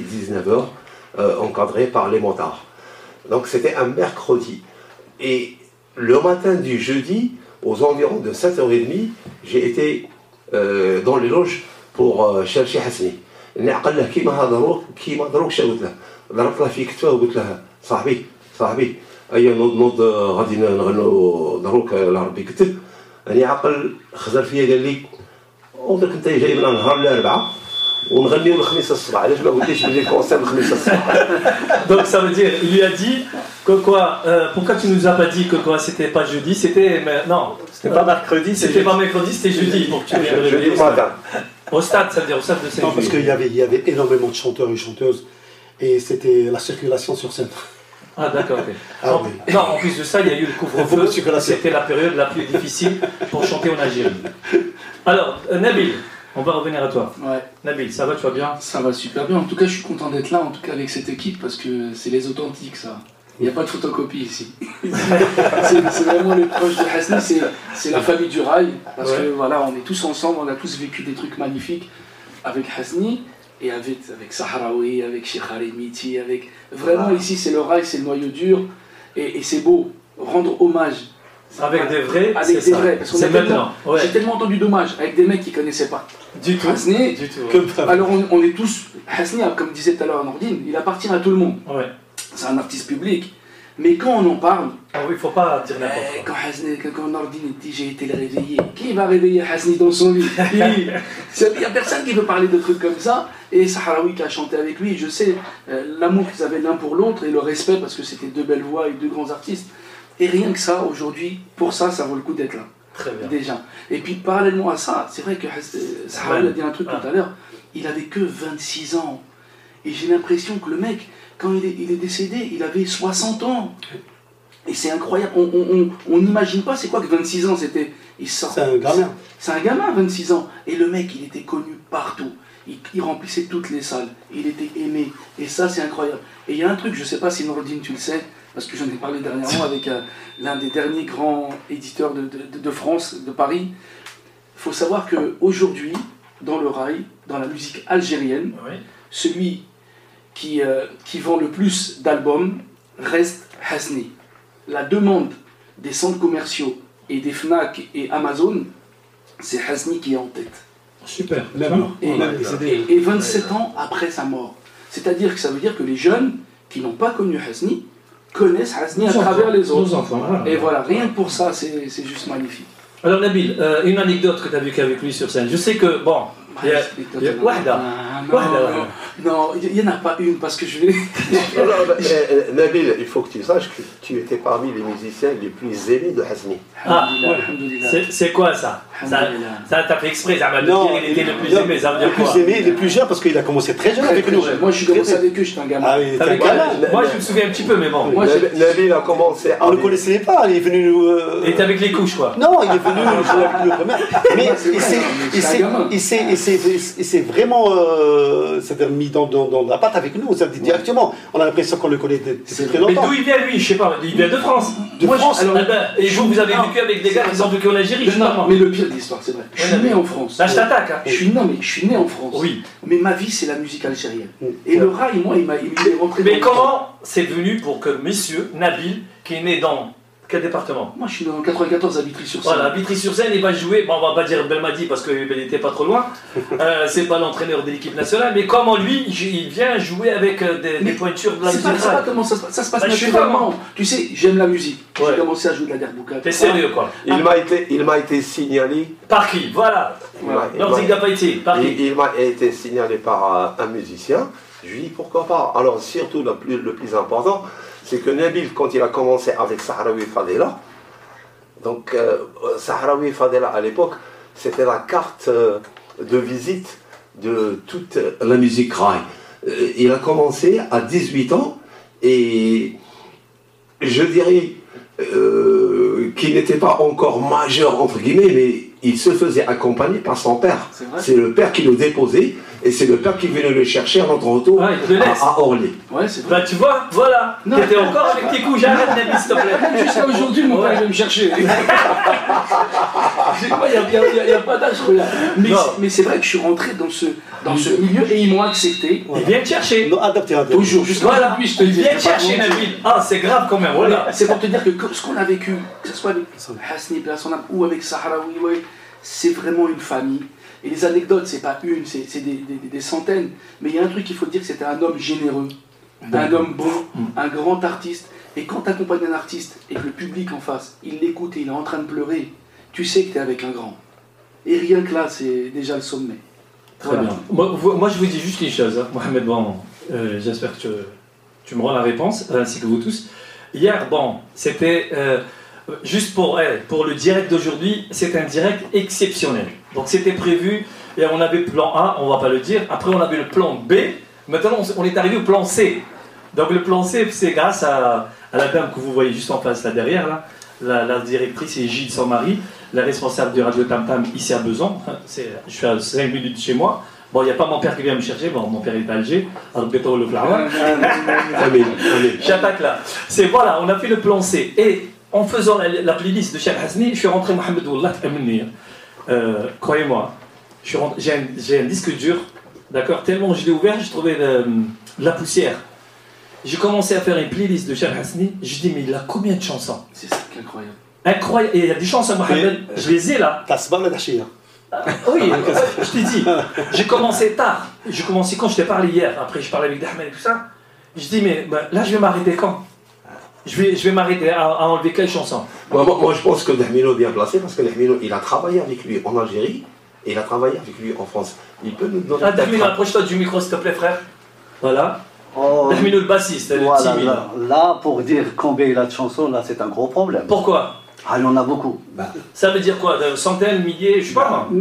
19h, encadré par les motards. Donc c'était un mercredi. Et le matin du jeudi, aux environs de 7h30, j'ai été dans les loges pour chercher Hasni. نعقل له كيما دروك شاوت له ضربت له في كتفه وقلت له صاحبي ايا نوض غادي نغنوا دروك لربي كتب راني عاقل خزر فيا قال لي ودرك انت جاي من نهار الاربعاء ونغنيو الخميس الصباح علاش ما قلتيش بلي الكونسير الخميس الصباح. Donc ça veut dire, il lui a dit que quoi, pourquoi tu nous as pas dit que quoi, c'était pas jeudi, c'était non, c'était pas mercredi, c'était pas mercredi, c'était jeudi pour que tu viennes réveiller au stade, ça veut dire au stade de Saint-Juillet. Non, parce qu'il y avait énormément de chanteurs et chanteuses et c'était la circulation sur scène. Ah d'accord, ok. Non, en plus de ça, il y a eu le couvre-feu, c'était la période la plus difficile pour chanter en Algérie. Alors, Nabil, on va revenir à toi. Ouais. Nabil, ça va, tu vas bien? Ça va super bien. En tout cas, je suis content d'être là, en tout cas avec cette équipe, parce que c'est les authentiques, ça. Il n'y a pas de photocopie ici. c'est vraiment les proches de Hasni, c'est la famille du rail, parce que voilà, on est tous ensemble, on a tous vécu des trucs magnifiques avec Hasni, et avec Sahraoui, avec Cheikh Harimiti, avec... Vraiment ici, c'est le rail, c'est le noyau dur, et c'est beau, rendre hommage. Avec des vrais, avec des vrais, parce qu'on c'est maintenant. J'ai tellement entendu d'hommages avec des mecs qui ne connaissaient pas du tout Hasni. Du tout. Alors on est tous Hasni, comme disait tout à l'heure Nordine, il appartient à tout le monde. Ouais. C'est un artiste public, mais quand on en parle, ah oui, il ne faut pas dire n'importe quoi. Quand Nordine dit j'ai été le réveiller, qui va réveiller Hasni dans son lit? Il n'y a personne qui veut parler de trucs comme ça. Et Sahraoui qui a chanté avec lui, je sais l'amour qu'ils avaient l'un pour l'autre et le respect, parce que c'était deux belles voix et deux grands artistes. Et rien que ça, aujourd'hui, pour ça, ça vaut le coup d'être là. Très bien. Déjà. Et puis, parallèlement à ça, c'est vrai que Sahraoui a dit un truc tout à l'heure, il avait que 26 ans. Et j'ai l'impression que le mec, quand il est décédé, il avait 60 ans. Et c'est incroyable. On n'imagine pas c'est quoi que 26 ans, c'était... C'est un gamin. C'est un gamin, 26 ans. Et le mec, il était connu partout. il remplissait toutes les salles, il était aimé, et ça c'est incroyable. Et il y a un truc, je ne sais pas si Noureddin tu le sais, parce que j'en ai parlé dernièrement avec l'un des derniers grands éditeurs de France, de Paris. Il faut savoir qu'aujourd'hui, dans le rail, dans la musique algérienne, celui qui vend le plus d'albums reste Hasni. La demande des centres commerciaux et des FNAC et Amazon, c'est Hasni qui est en tête. Super. Et 27 ans après sa mort. C'est-à-dire que ça veut dire que les jeunes qui n'ont pas connu Hasni connaissent Hasni à travers les autres. Et voilà, rien que pour ça, c'est juste magnifique. Alors Nabil, une anecdote que tu as vécue avec lui sur scène. Je sais que, bon, non, il n'y en a pas une parce que je vais. Nabil, il faut que tu saches que tu étais parmi les musiciens les plus aimés de Hasni. Ah, c'est quoi ça? Ça t'a fait exprès, ça va dire il était le plus aimé, ça veut dire quoi? Le plus aimé, le plus jeune, parce qu'il a commencé très jeune avec nous. Moi je suis commencé avec eux, j'étais un gamin. Ah, il était un gamin. Moi je me souviens un petit peu, mais bon. Nabil a commencé. On ne le connaissait pas, il est venu nous. Il était avec les couches, quoi. Non, il est venu nous jouer avec nous première. Mais il s'est vraiment mis dans la patte avec nous, directement. On a l'impression qu'on le connaît depuis très longtemps. Mais d'où il vient lui? Je sais pas, il vient de France. De France. Alors, et vous avez vécu avec des gars qui ont vécu en Algérie, justement. Mais le pire de l'histoire, c'est vrai. Je suis né en France. Là, je t'attaque. Hein. Je suis né en France. Oui. Mais ma vie, c'est la musique algérienne. Et le rail, moi, il est rentré. Mais comment c'est venu pour que monsieur Nabil, qui est né dans quel département? Moi, je suis dans 94 à Vitry-sur-Seine. Voilà, Vitry-sur-Seine, il va jouer. Bon, on va pas dire Belmadi parce qu'il n'était pas trop loin. C'est pas l'entraîneur de l'équipe nationale. Mais comment lui, il vient jouer avec des pointures de la musique? Je sais pas comment ça se passe. Ça se passe naturellement. Tu sais, j'aime la musique. J'ai commencé à jouer de la derbouka. T'es sérieux, quoi? Il m'a été signalé. Par qui? Voilà. Lorsqu'il n'a pas été. Par qui? Il m'a été signalé par un musicien. Je lui dis pourquoi pas. Alors, surtout le plus important, c'est que Nabil, quand il a commencé avec Sahraoui Fadela, donc Sahraoui Fadela à l'époque, c'était la carte de visite de toute la musique rail. Il a commencé à 18 ans et je dirais qu'il n'était pas encore majeur entre guillemets, mais il se faisait accompagner par son père. C'est le père qui le déposait et c'est le père qui venait le chercher à notre retour à Orly. Ouais, c'est vrai. Bah tu vois, voilà. T'étais encore avec tes coups, j'arrête Nabil, s'il te plaît. Jusqu'à aujourd'hui, mon père vient me chercher. Il n'y a pas d'âge là. Mais c'est vrai que je suis rentré dans ce milieu et ils m'ont accepté. Ils viennent chercher. Toujours, jusqu'à aujourd'hui, je te dis. Ils viennent chercher Nabil. Ah, c'est grave quand même, voilà. C'est pour te dire que ce qu'on a vécu, que ce soit avec Hasni ou avec Sahraoui, c'est vraiment une famille. Et les anecdotes, c'est pas une, c'est des centaines. Mais il y a un truc qu'il faut dire, que c'était un homme généreux, un homme bon, un grand artiste. Et quand tu accompagnes un artiste et que le public en face, il l'écoute et il est en train de pleurer, tu sais que tu es avec un grand. Et rien que là, c'est déjà le sommet. Très bien. Moi, je vous dis juste une chose, hein. Mohamed, bon, j'espère que tu me rends la réponse, ainsi que vous tous. Hier, bon, c'était... juste pour le direct d'aujourd'hui, c'est un direct exceptionnel. Donc c'était prévu, et on avait le plan A, on va pas le dire, après on avait le plan B, maintenant on est arrivé au plan C. Donc le plan C, c'est grâce à la dame que vous voyez juste en face là derrière, là, la directrice c'est Gilles Sans-Marie, la responsable du Radio Tam Tam ici à Besançon. Je suis à 5 minutes de chez moi. Bon, il n'y a pas mon père qui vient me chercher, bon, mon père est à Alger, alors béton le flower. J'attaque là. C'est voilà, on a fait le plan C. Et en faisant la playlist de Cheikh Hasni, je suis rentré Mohamed Wallah Amni. Croyez-moi, j'ai un disque dur, d'accord, tellement je l'ai ouvert, j'ai trouvé de la poussière. J'ai commencé à faire une playlist de Cheikh Hasni, je dis mais il a combien de chansons? C'est ça qui est incroyable. Incroyable, et il y a des chansons Mohamed, je les ai là. Oui, je t'ai dit, j'ai commencé tard, j'ai commencé quand je t'ai parlé hier, après je parlais avec Dahmed et tout ça, je dis mais là je vais m'arrêter quand? Je vais m'arrêter à enlever quelle chanson? Moi je pense que Dahmino est bien placé parce que Dahmino il a travaillé avec lui en Algérie et il a travaillé avec lui en France. Il peut nous donner. Dahmino, approche-toi du micro s'il te plaît frère. Voilà. Dahmino le bassiste, le timide. Là, pour dire combien il a de chansons, là c'est un gros problème. Pourquoi? Ah, il y en a beaucoup. Ça veut dire quoi? De centaines, milliers, je sais pas moi.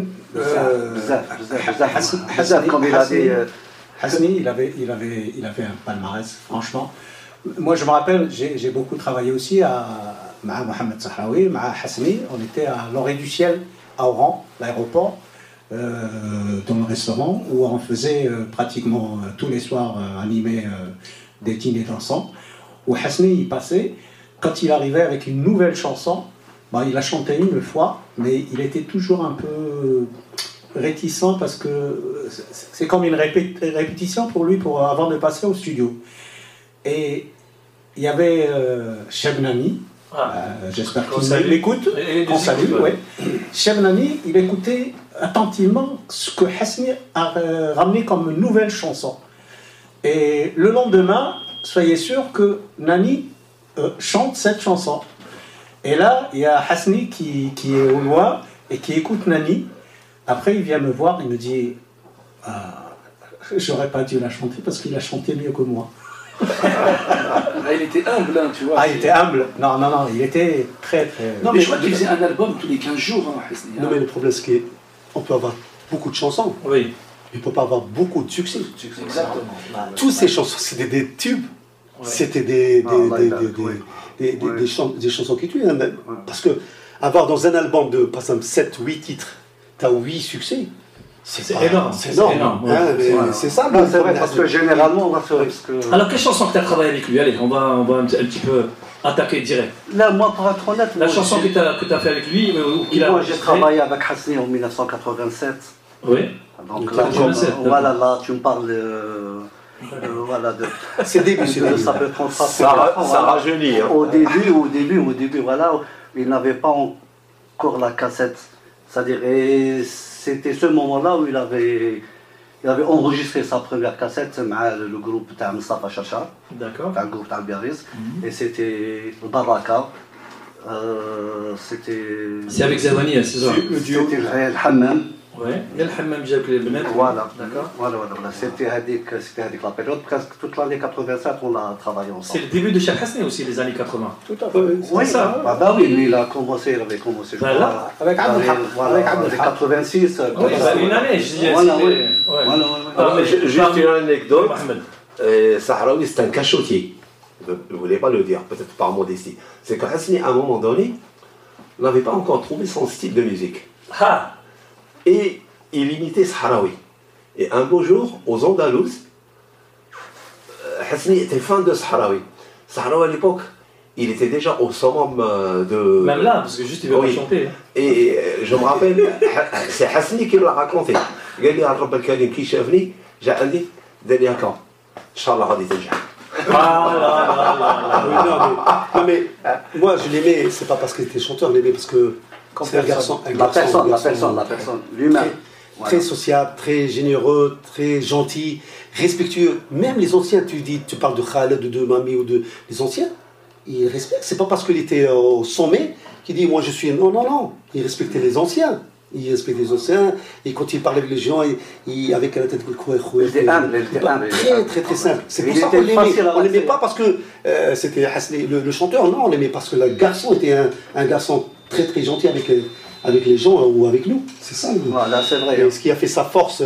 Comme il a dit. Hasni, il avait un palmarès, franchement. Moi, je me rappelle, j'ai beaucoup travaillé aussi avec Mohamed Sahraoui, avec Hasni. On était à l'Orée du Ciel, à Oran, l'aéroport. dans le restaurant où on faisait pratiquement tous les soirs animer des dîners dansants, où Hasni il passait, quand il arrivait avec une nouvelle chanson, bah, il la chantait une fois, mais il était toujours un peu réticent parce que c'est comme une répétition pour lui avant de passer au studio. Et il y avait Chebnani, j'espère qu'il l'écoute, qu'on salue, ouais. Chebnani, il écoutait attentivement ce que Hasni a ramené comme une nouvelle chanson. Et le lendemain, soyez sûr que Nani chante cette chanson. Et là, il y a Hasni qui est au loin et qui écoute Nani. Après, il vient me voir, il me dit j'aurais pas dû la chanter parce qu'il a chanté mieux que moi. Il était humble, hein, tu vois. Ah, il était humble. Non, il était très. Non, mais je crois qu'il faisait un album tous les 15 jours, hein, Hasni. Non, mais le problème, c'est qu'on peut avoir beaucoup de chansons. Oui. Il ne peut pas avoir beaucoup de succès. Exactement. Toutes ces chansons, c'était des tubes. Ouais. C'était des chansons qui tuent. Hein, parce que avoir dans un album de, par exemple, 7-8 titres, tu as 8 succès. C'est énorme. C'est énorme. C'est ça. C'est vrai, parce que généralement, on va faire... Alors, quelle chanson que tu as travaillé avec lui? Allez, on va un petit peu attaquer direct. Là, moi, pour être honnête... La chanson que tu as fait avec lui, moi, j'ai travaillé avec Hasni en 1987. Oui. Donc là, voilà, là, tu me parles voilà, de... C'est début, ça peut être ça rajeunit. Hein. Au début, voilà, il n'avait pas encore la cassette. C'est-à-dire, c'était ce moment-là où il avait enregistré sa première cassette avec le groupe de Mustafa Chacha. D'accord. Le groupe d'Albiariz. Et c'était Baraka. C'est avec Zawani, c'est ça? C'était le Hammam. Oui, il y a le Hammam Jacques le Benet. Voilà, d'accord. Voilà. C'était la période, presque toute l'année 87, on a travaillé ensemble. C'est le début de Cheikh Hasni aussi, les années 80. Tout à fait. Oui, ça. Oui, lui, il avait commencé, je crois. Avec Avec 86. Oui, une année, je disais. Voilà. Juste une anecdote. Sahraoui, c'est un cachotier. Je ne voulais pas le dire, peut-être par modestie. C'est que Hasni, à un moment donné, n'avait pas encore trouvé son style de musique. Ah. Et il imitait Sahraoui. Et un beau jour, aux Andalouses, Hasni était fan de Sahraoui. Sahraoui à l'époque, il était déjà au summum de... Même là, parce que juste il veut pas chanter. Et je me rappelle, c'est Hasni qui l'a raconté. Il dit à Rabb al-Karim qui شافني جاء عندي قال لي هكا إن شاء الله غادي تنجح. Non mais moi je l'aimais, c'est pas parce qu'il était chanteur, je l'aimais parce que c'est un garçon. La personne, lui-même. Très sociable, très généreux, très gentil, respectueux. Même les anciens, tu parles de Khaled, de Mami ou des anciens, ils respectent. C'est pas parce qu'il était au sommet qu'il dit moi je suis. Non. Il respectait les anciens. Il respectait les anciens. Et quand il parlait avec les gens, avec la tête de très simple. C'est pour ça qu'on l'aimait. On l'aimait pas parce que c'était Hasni, le chanteur. Non, on l'aimait parce que le garçon était un garçon très très gentil avec les gens ou avec nous. C'est ça. Voilà, c'est vrai. Et ce qui a fait sa force,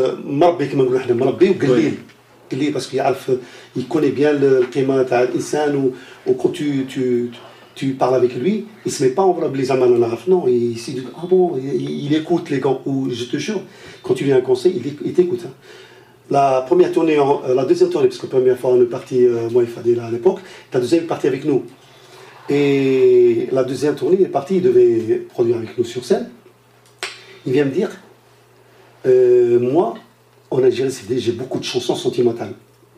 parce qu'il connaît bien le climat de l'insan ou quand tu parles avec lui, il ne se met pas en les amans en arabe, non, il écoute les gars, ou je te jure, quand tu lui as un conseil, il t'écoute. Hein. La première tournée, la deuxième tournée, parce que la première fois on est parti, moi et Fadila à l'époque, la deuxième est partie avec nous. Et la deuxième tournée, il est parti, il devait produire avec nous sur scène. Il vient me dire, moi, en Algérie, j'ai beaucoup de chansons sentimentales.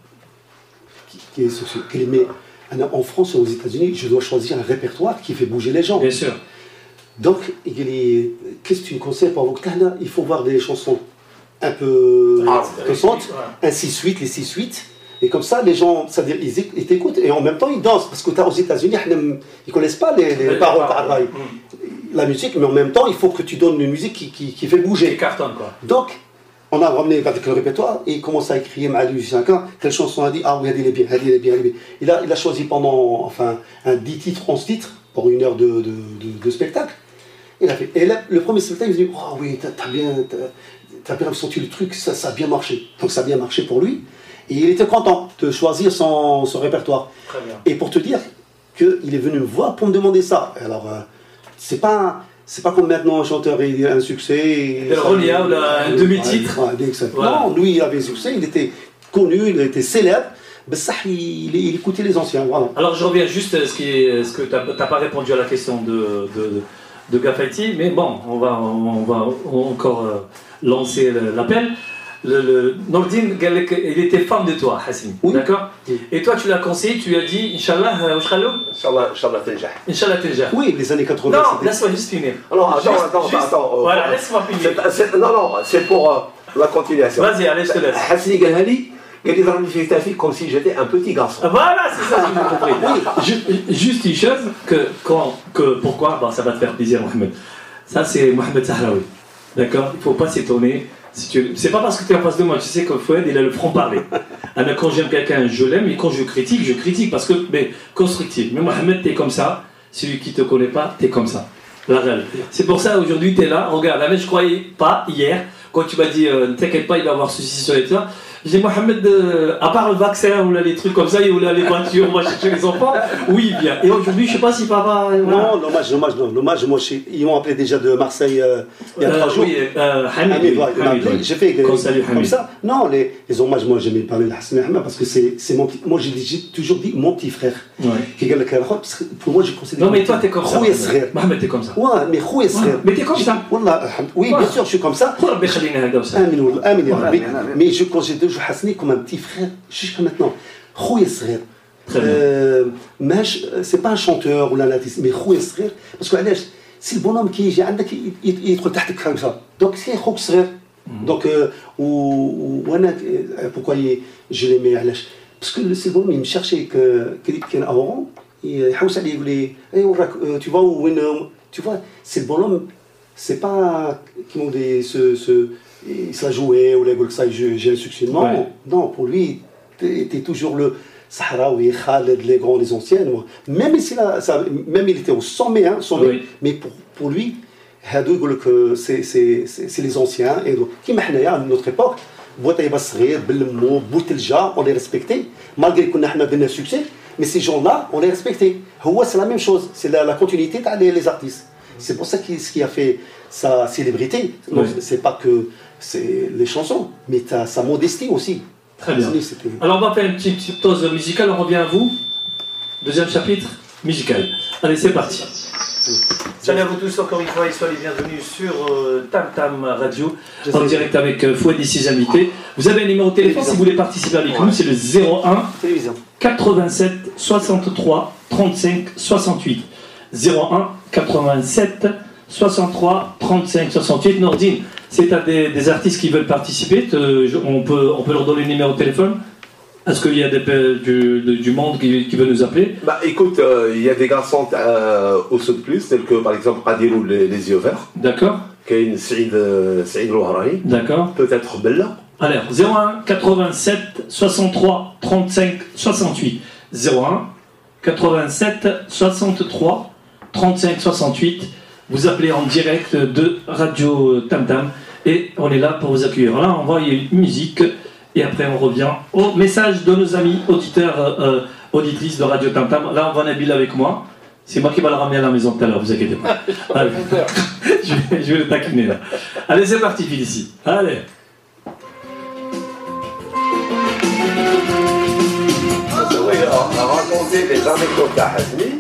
Mais en France et aux États-Unis, je dois choisir un répertoire qui fait bouger les gens. Bien sûr. Donc, il dit, qu'est-ce que tu me conseilles pour vous? Il faut voir des chansons un peu pesantes, un 6-8, les 6-8. Et comme ça, les gens, c'est-à-dire, ils t'écoutent et en même temps, ils dansent. Parce que aux États-Unis, ils ne connaissent pas les paroles d'Araï. La musique, mais en même temps, il faut que tu donnes une musique qui fait bouger. Qui cartonne, quoi. Donc, on a ramené avec le répertoire et il commence à écrire à lui 5 ans. Quelle chanson a dit? Ah oui, elle est bien. Il a choisi pendant, 10 titres, 11 titres, pour 1 heure de spectacle. Il a fait. Et là, le premier spectacle, il dit, oh oui, t'as bien ressenti le truc, ça a bien marché. Donc ça a bien marché pour lui. Et il était content de choisir son répertoire. Très bien. Et pour te dire qu'il est venu me voir pour me demander ça. Alors, c'est pas C'est pas comme maintenant un chanteur il a un succès. Le Ronia ou un demi-titre. Exactement. Non, lui il avait un succès, il était connu, il était célèbre. Mais ça, il écoutait les anciens. Voilà. Alors je reviens juste à ce que tu n'as pas répondu à la question de Gafaiti, mais bon, on va encore lancer l'appel. Nordine, il était fan de toi, Hassim. Oui. D'accord. Et toi, tu l'as conseillé, tu lui as dit, Inch'Allah, Inch'Allah, Tenjah. Inch'Allah, Tenjah. Oui, les années 80. Non, laisse-moi juste finir. Alors, attends. Voilà, laisse-moi finir. Non, c'est pour la continuation. Vas-y, allez, je te laisse. Hassim Galhali, il est dans ta fille comme si j'étais un petit garçon. Voilà, c'est ça, j'ai compris. Juste une chose, pourquoi, ça va te faire plaisir, Mohamed. Ça, c'est Mohamed Sahraoui. D'accord. Il ne faut pas s'étonner. C'est pas parce que tu es en face de moi, tu sais que Fouad il a le franc-parler. Quand j'aime quelqu'un, je l'aime, et quand je critique parce que, mais constructif. Mais Mohamed, t'es comme ça, celui qui te connaît pas, t'es comme ça. La réalité. C'est pour ça aujourd'hui t'es là, regarde, la même je croyais pas hier, quand tu m'as dit ne t'inquiète pas, il va avoir ceci, sur et ça. J'ai Mohamed, à part le vaccin ou là, les trucs comme ça, ou là les voitures, on va chercher les enfants, oui, bien. Et aujourd'hui, je sais pas si papa. Non, dommage. Moi, ils m'ont appelé déjà de Marseille il y a 3 jours. Oui, Hamid. J'ai fait comme ça. Non, les hommages, moi, j'aimais parler de Hassan Ahmed parce que c'est mon petit. Moi, j'ai toujours dit mon petit frère. Qui est parce que pour moi, je considère. Non, mais toi, t'es comme ça. Mohamed, t'es comme ça. Ouais, mais mais t'es comme ça. Oui, bien sûr, je suis comme ça. Mais je considère Hassan comme un petit frère jusqu'à maintenant. Khouya Sghir. C'est pas un chanteur ou l'artiste, mais Khouya Sghir. Parce que c'est le bonhomme qui يجي عندك يدخل تحتك comme ça. Donc c'est خوك صغير. Donc وانا pourquoi je l'aimais علاش؟ Parce que c'est le bonhomme il me cherchait كان avant يحوس عليه يقول لي اي وراك tu vois وين tu vois c'est le bonhomme c'est pas qui m'ont dit il se la jouait ou les ça j'ai un succès. Non, pour lui, était toujours le Sahraoui, Khaled, les grands, les anciens. Même il était au sommet, mais pour lui, c'est les anciens. Et donc, qui à notre époque, on les respectait, malgré qu'on a donné un succès, mais ces gens-là, on les respectait. C'est la même chose, c'est la continuité des artistes. C'est pour ça qu'il a fait sa célébrité. C'est pas que c'est les chansons, mais sa modestie aussi. Très bien. Alors on va faire une petite pause musicale, on revient à vous. Deuxième chapitre, musical. Allez, c'est parti. Salut à vous tous, encore une fois, et soyez les bienvenus sur Tam Tam Radio, en direct avec Fouad et ses invités. Vous avez un numéro de téléphone si vous voulez participer avec nous, c'est le 01 87 63 35 68. 01 87 63 35 68. Nordine, c'est à des artistes qui veulent participer, on peut leur donner le numéro de téléphone. Est-ce qu'il y a du monde qui veut nous appeler? Écoute, il y a des garçons au Sud Plus, tels que par exemple Qadirou les yeux verts. D'accord. Qui est une Saïd Louharani. D'accord. Peut-être Bella. Alors, 01 87 63 35 68. 01 87 63 35 68. Vous appelez en direct de Radio Tam Tam et on est là pour vous accueillir. Là, on va y une musique et après on revient au message de nos amis auditeurs, auditrices de Radio Tam Tam. Là, on va Nabil avec moi. C'est moi qui va le ramener à la maison tout à l'heure, vous inquiétez pas. Allez. je vais le taquiner là. Allez, c'est parti, Félicie. Allez. On a raconté les anecdotes à Hasmi.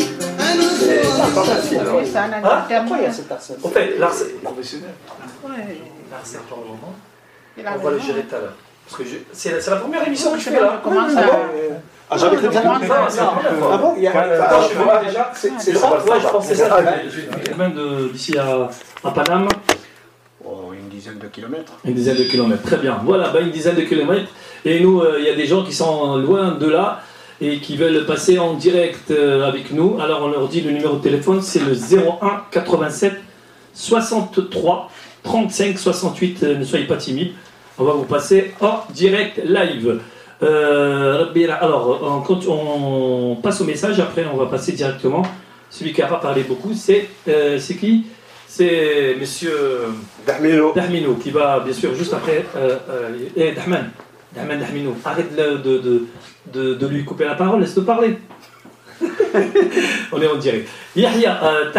Pourquoi il y a cette personne? En fait, là, c'est professionnel. Là, pour le moment. On va le gérer tout à l'heure. Parce que c'est la première émission que je fais là. J'avais très bien. Ah bon? Je suis venu déjà. C'est ça? Ouais, je pense que c'est ça. Je viens d'ici à Paname. Une dizaine de kilomètres. Une dizaine de kilomètres, très bien. Voilà, une dizaine de kilomètres. Et nous, il y a des gens qui sont loin de là et qui veulent passer en direct avec nous. Alors on leur dit le numéro de téléphone, c'est le 01 87 63 35 68. Ne soyez pas timides, on va vous passer en direct live. Alors quand on passe au message, après on va passer directement. Celui qui n'a pas parlé beaucoup, c'est qui? C'est monsieur Dahmino qui va bien sûr juste après. Dahman Dahmino, arrête de lui couper la parole, laisse-le parler. On est en direct. Yahya,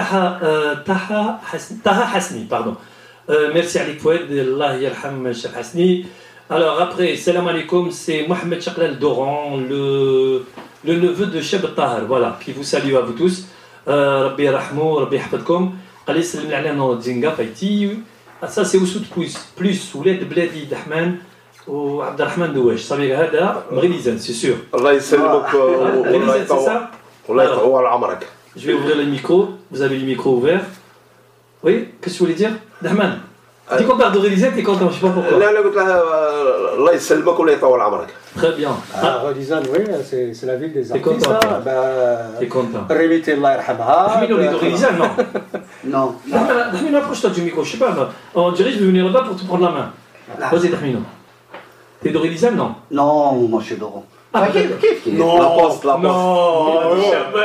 Taha Hasni, pardon. Merci Ali Foued, Allah yarham Cheikh Hasni. Alors après, salam alaikum, c'est Mohamed Chaklal Doran, le neveu de Cheb Tahar, voilà, qui vous salue à vous tous. Rabbi Rahmou, Rabbi Hafadkom. قال يسلم لي على نور زنقا فايتي ça c'est Ousoud plus ولاد بلادي دحمان وعبد الرحمن دواش صافي هذا مغليزان سي سور الله يسلمك والله يطول عمرك. Je vais ouvrir le micro, vous avez le micro ouvert. Oui, qu'est-ce que tu voulais dire Dahman, dis qu'on parle de Rélisette, t'es content, je sais pas pourquoi. لا قلت لها الله يسلمك ولا يطول عمرك. Très bien. Relizane, oui, c'est la ville des T'es artistes. content, Là. T'es content. Révité, Allah yarhamha. Dahmino, on est de Rélisane, non Non. Dahmino, approche-toi du micro, je sais pas. On dirait que je vais venir là-bas pour te prendre la main. Vas-y, Dahmino. T'es de Rélisane, non Non, moi je suis Doron. Ah, كيف Non, la poste. Non,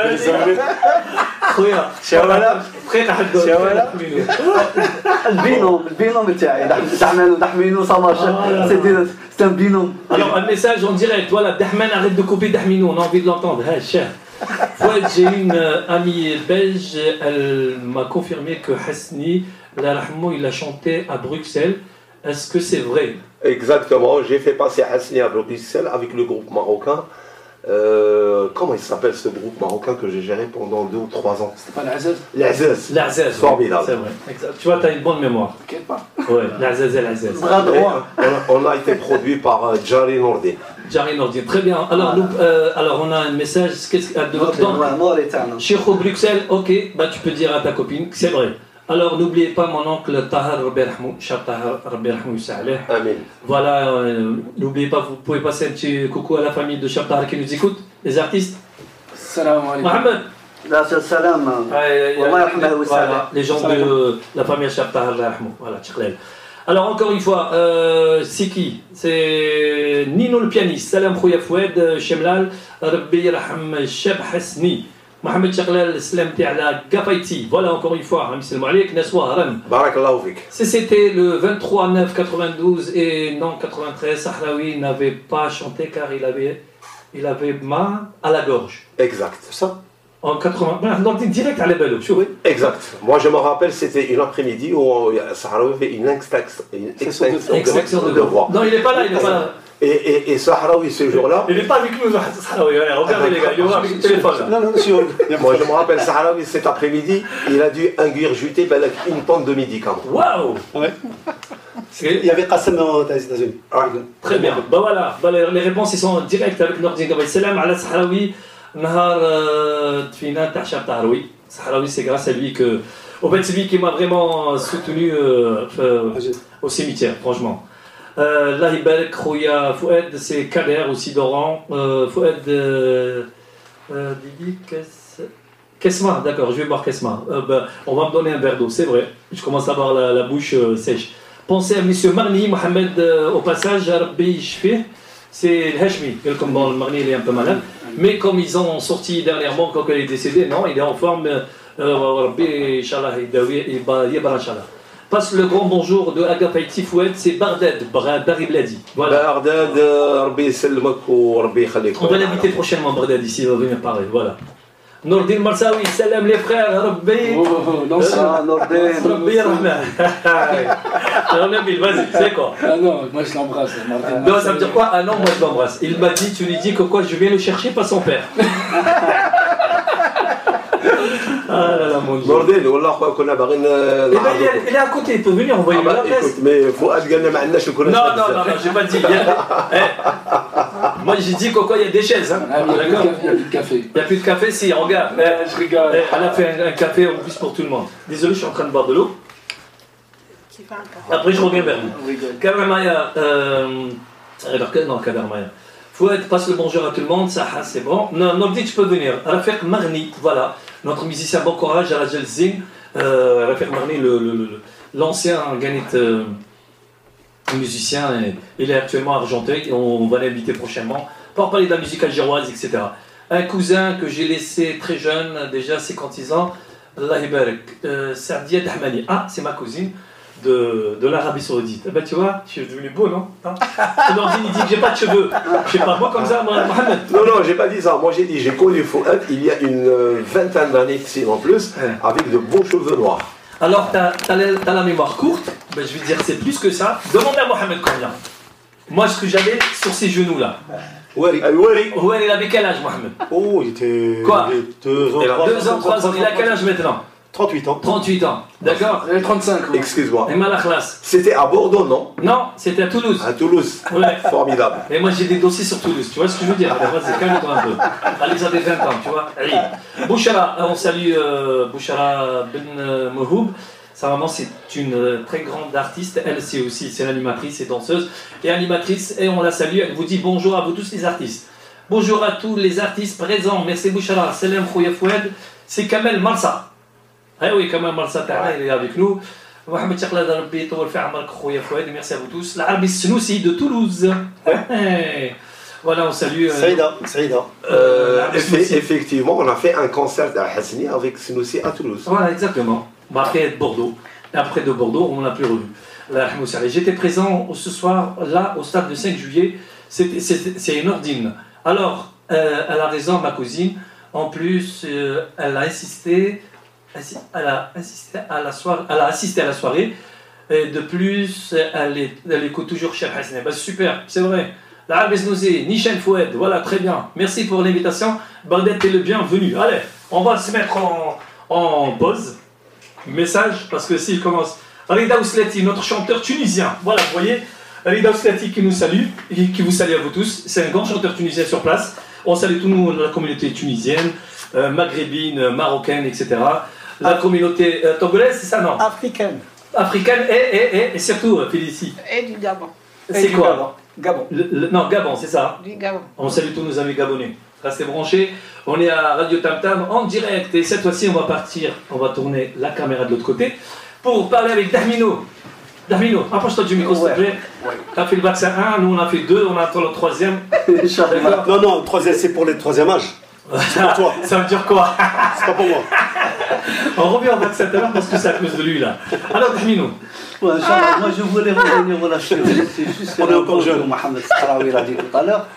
خويا شوالا دقيقة حد البينوم تاعي دحمان ودحمينو صاماش سي ان بينوم. Alors un message en direct, voilà, Dahman arrête de couper Dahmino, on a envie de l'entendre. Hey, cher. Fouad, j'ai une amie belge, elle m'a confirmé que Hasni, la Rahmou, il a chanté à Bruxelles. Est-ce que c'est vrai? Exactement, j'ai fait passer Hasni à Bruxelles avec le groupe marocain. Comment il s'appelle ce groupe marocain que j'ai géré pendant 2 ou 3 ans? C'était pas l'Azaz? L'Azaz. L'Azaz. Formidable. C'est vrai. Exact. Tu vois, tu as une bonne mémoire. T'inquiète pas. Ouais, l'Azaz et l'Azaz. Bras droit. On a été produit par Jari Nourdin. Jari Nourdin, très bien. Alors, alors on a un message. Chez Bruxelles, ok, bah, tu peux dire à ta copine que c'est vrai. Alors n'oubliez pas mon oncle Tahar Rabbi Rahmou, Cheikh Tahar Rabbi Rahmou Saleh. Amen. Voilà, n'oubliez pas, vous pouvez passer un petit coucou à la famille de Cheikh Tahar qui nous écoute, les artistes. Salam alaikum. Mohamed. Là, c'est salam. Voilà, les gens de la famille Cheikh Tahar Rabbi Rahmou. Voilà, Tchiklel. Alors encore une fois, c'est qui? C'est Nino le pianiste, Salam Khouya Foued, Chemlal, Rabbi Raham Cheb Hasni. Mohamed Chaklal, Slamti ala Gafaiti. Voilà encore une fois, Salam Alik, Naswa Haram. Barakallahu fik. C'était le 23/9/92 et non 93. Sahraoui n'avait pas chanté car il avait mal à la gorge. Exact. Ça en 80. Non, direct à la belle. Exact. Moi je me rappelle, c'était une après-midi où Sahraoui fait une extraction de voix. Non, il n'est pas là, il n'est pas là. Et Sahraoui ce jour-là. Il n'est pas avec nous, Sahraoui. Regardez les gars, il est avec le téléphone. Non, non, monsieur. Moi je me rappelle, Sahraoui cet après-midi, il a dû ingurgiter une tonne de médicaments. Waouh! Ouais. Il y avait Qassem aux États-Unis. Très bien. Bah voilà, les réponses ils sont directes avec Nourdin Gabaï. Salam ala Sahraoui, Nahar Tfina Tachab Tahraoui. Sahraoui, c'est grâce à lui que. En fait, c'est lui qui m'a vraiment soutenu au cimetière, franchement. Là, Ibarek, Khouya, Foued, c'est Kader aussi d'Oran. Foued, Didi, Kesma, d'accord, je vais boire Kesma. On va me donner un verre d'eau, c'est vrai. Je commence à avoir la bouche sèche. Pensez à M. Marni, Mohamed, au passage, Rabbi Shfih, c'est le Hashmi. Comme bon, le Marni, il est un peu malade. Mais comme ils ont sorti dernièrement, quand il est décédé, non, il est en forme. Rabbi, Inch'Allah, Yebara, Inch'Allah. Passe le grand bonjour de Agafaïti Foued, c'est Bardad, Dari Bladi. Voilà. Bardad, Rabbi Selmak ou Rabbi Khalik. On va l'inviter prochainement, Bardad, ici, il va venir parler. Voilà. Nourdin Marsaoui, salam les frères, Rabbi. Rabbi Rahman. Alors Nabil, vas-y, c'est quoi? Ah non, moi je l'embrasse. Non, ça veut dire quoi? Ah non, moi je l'embrasse. Il m'a dit, tu lui dis que quoi, je viens le chercher, pas son père. Ah là là, mon Dieu. Nourdin, Wallah, qu'on a barré. Il est à côté, il peut venir, envoyer la presse. Écoute, mais Fouad Gana Ma'anna, je connais. Non, j'ai pas dit. Moi j'ai dit quoi, il y a des chaises. Hein. Ah, il n'y a plus de café. Il n'y a plus de café, si, regarde. Je rigole. Elle a fait un café en plus pour tout le monde. Désolé, je suis en train de boire de l'eau. Après, je reviens vers vous. Kadermaya. Non, Kadermaya. Fouad, passe le bonjour à tout le monde, ça c'est bon. Non, Nourdin, tu peux venir. Rafik Marni, voilà. Notre musicien, bon courage à la Jelzing. Rafik Marni, l'ancien Ganit musicien, il est actuellement argenté. Et on va l'inviter prochainement pour parler de la musique algéroise, etc. Un cousin que j'ai laissé très jeune, déjà 56 ans, Allah Ibarak, Sadia Dahmani. Ah, c'est ma cousine. de l'Arabie Saoudite. Eh ben, tu vois, je suis devenu beau, non? Nordine, il dit que j'ai pas de cheveux. Je sais pas, moi comme ça, moi, Mohamed. Non, j'ai pas dit ça. Moi, j'ai dit, j'ai connu Fouad il y a une vingtaine d'années, en plus, avec de beaux cheveux noirs. Alors, t'as la mémoire courte, ben, je vais te dire, c'est plus que ça. Demande à Mohamed combien. Moi, ce que j'avais sur ces genoux-là. Ouais, Ouais, il avait quel âge, Mohamed? oh, il était. Quoi? 2 ans, 2 ans, 3 ans. Il a quel âge maintenant? 38 ans. 38 ans. D'accord? Elle est 35. Ouais. Excuse-moi. Et mal à classe. C'était à Bordeaux, non? Non, c'était à Toulouse. À Toulouse. Ouais. Formidable. Et moi j'ai des dossiers sur Toulouse, tu vois ce que je veux dire? Vas-y, calme-toi un peu. Allez, vous avez 20 ans, tu vois. Allez. Bouchara, on salue Bouchara Ben Mohoub. Sa maman, c'est une très grande artiste. Elle, c'est aussi, c'est l'animatrice et danseuse. Et animatrice, et on la salue. Elle vous dit bonjour à vous tous les artistes. Bonjour à tous les artistes présents. Merci Bouchara. Salam Khouya Fouad. C'est Kamel Marsa. Eh oui, Kamel Marsa, il est avec nous. Mohamed Chakla Darbi, Tawal Fa'amal Khouya Fouad. Merci à vous tous. L'Arabie Snoussi de Toulouse. Voilà, on salue. Saïda. Effectivement, on a fait un concert à Hassani avec Snoussi à Toulouse. Voilà, exactement. Bah, après Bordeaux. Et après de Bordeaux, on ne l'a plus revu. J'étais présent ce soir, là, au stade de 5 juillet. C'est une ordine. Alors, elle a raison, ma cousine. En plus, elle a assisté à la soirée. Et de plus, elle écoute toujours Cheikh Hassan. Bah, super, c'est vrai. L'Arabie Snoussi, Nishan Fouad, voilà, très bien. Merci pour l'invitation. Bagdad, t'es le bienvenu. Allez, on va se mettre en pause. Message, parce que s'il commence. Rida Ouslati, notre chanteur tunisien. Voilà, vous voyez, Rida Ouslati qui nous salue, et qui vous salue à vous tous. C'est un grand chanteur tunisien sur place. On salue toute la communauté tunisienne, maghrébine, marocaine, etc. La communauté togolaise, c'est ça, non? Africaine. Africaine et surtout, Félicie. Et du Gabon. C'est quoi? Gabon. Non, Gabon, c'est ça. Du Gabon. On salue tous nos amis gabonais. Restez branchés. On est à Radio Tam Tam en direct. Et cette fois-ci, on va partir. On va tourner la caméra de l'autre côté pour parler avec Dahmino. Dahmino, approche-toi du micro, s'il te plaît. Tu as fait le vaccin 1, nous on a fait 2, on attend le 3e. Non, le troisième, c'est pour les 3e âge. C'est pour toi. Ça veut dire quoi? C'est pas pour moi. On revient au vaccin tout à l'heure parce que c'est à cause de lui là. Alors Dahmino. Ouais, moi je voulais revenir, voilà, c'est juste On est encore jeune. Mohamed Sahraoui l'a dit tout à l'heure.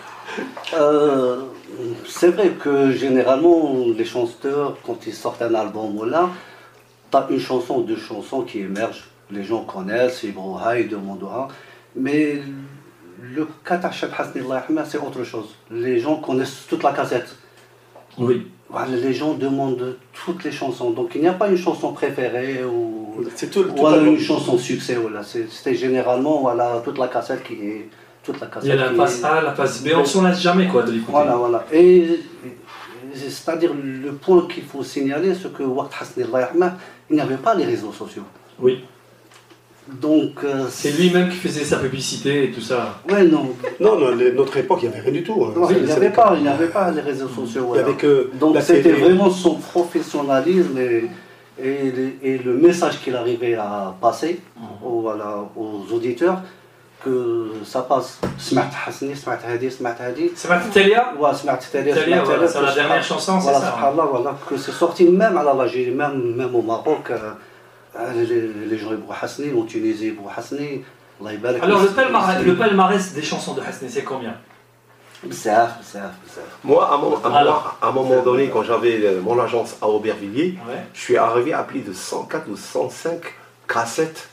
C'est vrai que généralement, les chanteurs, quand ils sortent un album ou là, tu as une chanson ou deux chansons qui émergent. Les gens connaissent, ils vont ils demandent. Mais le cas de Cheikh Hasni, c'est autre chose. Les gens connaissent toute la cassette. Oui. Voilà, les gens demandent toutes les chansons. Donc il n'y a pas une chanson préférée ou C'est tout voilà, une chanson succès. Voilà. C'était généralement voilà, toute la cassette qui est. Toute la cassette Il y a la face A, la face B, on s'en lasse jamais quoi de l'écouter. Voilà. Et c'est-à-dire le point qu'il faut signaler, c'est que Waqt Hasni, il n'y avait pas les réseaux sociaux. Oui. Donc c'est lui-même qui faisait sa publicité et tout ça. Ouais, non. Non, notre époque, il n'y avait rien du tout. Non, il n'y avait pas les réseaux sociaux. Il y avait que donc la c'était télé. vraiment son professionnalisme et le message qu'il arrivait à passer aux auditeurs, que ça passe. سمعت حسني سمعت هذه سمعت هذه. سمعت Talia? Ouais, سمعت Talia. C'est la dernière chanson, c'est voilà, ça. Voilà, que c'est sorti même à l'Algérie, même au Maroc. Les gens ils Hasni, en Tunisie ils Hasni. Alors le palmarès des chansons de Hasni, c'est combien? بزاف. Moi, à un moment donné, quand j'avais mon agence à Aubervilliers, je suis arrivé à plus de 104 ou 105 cassettes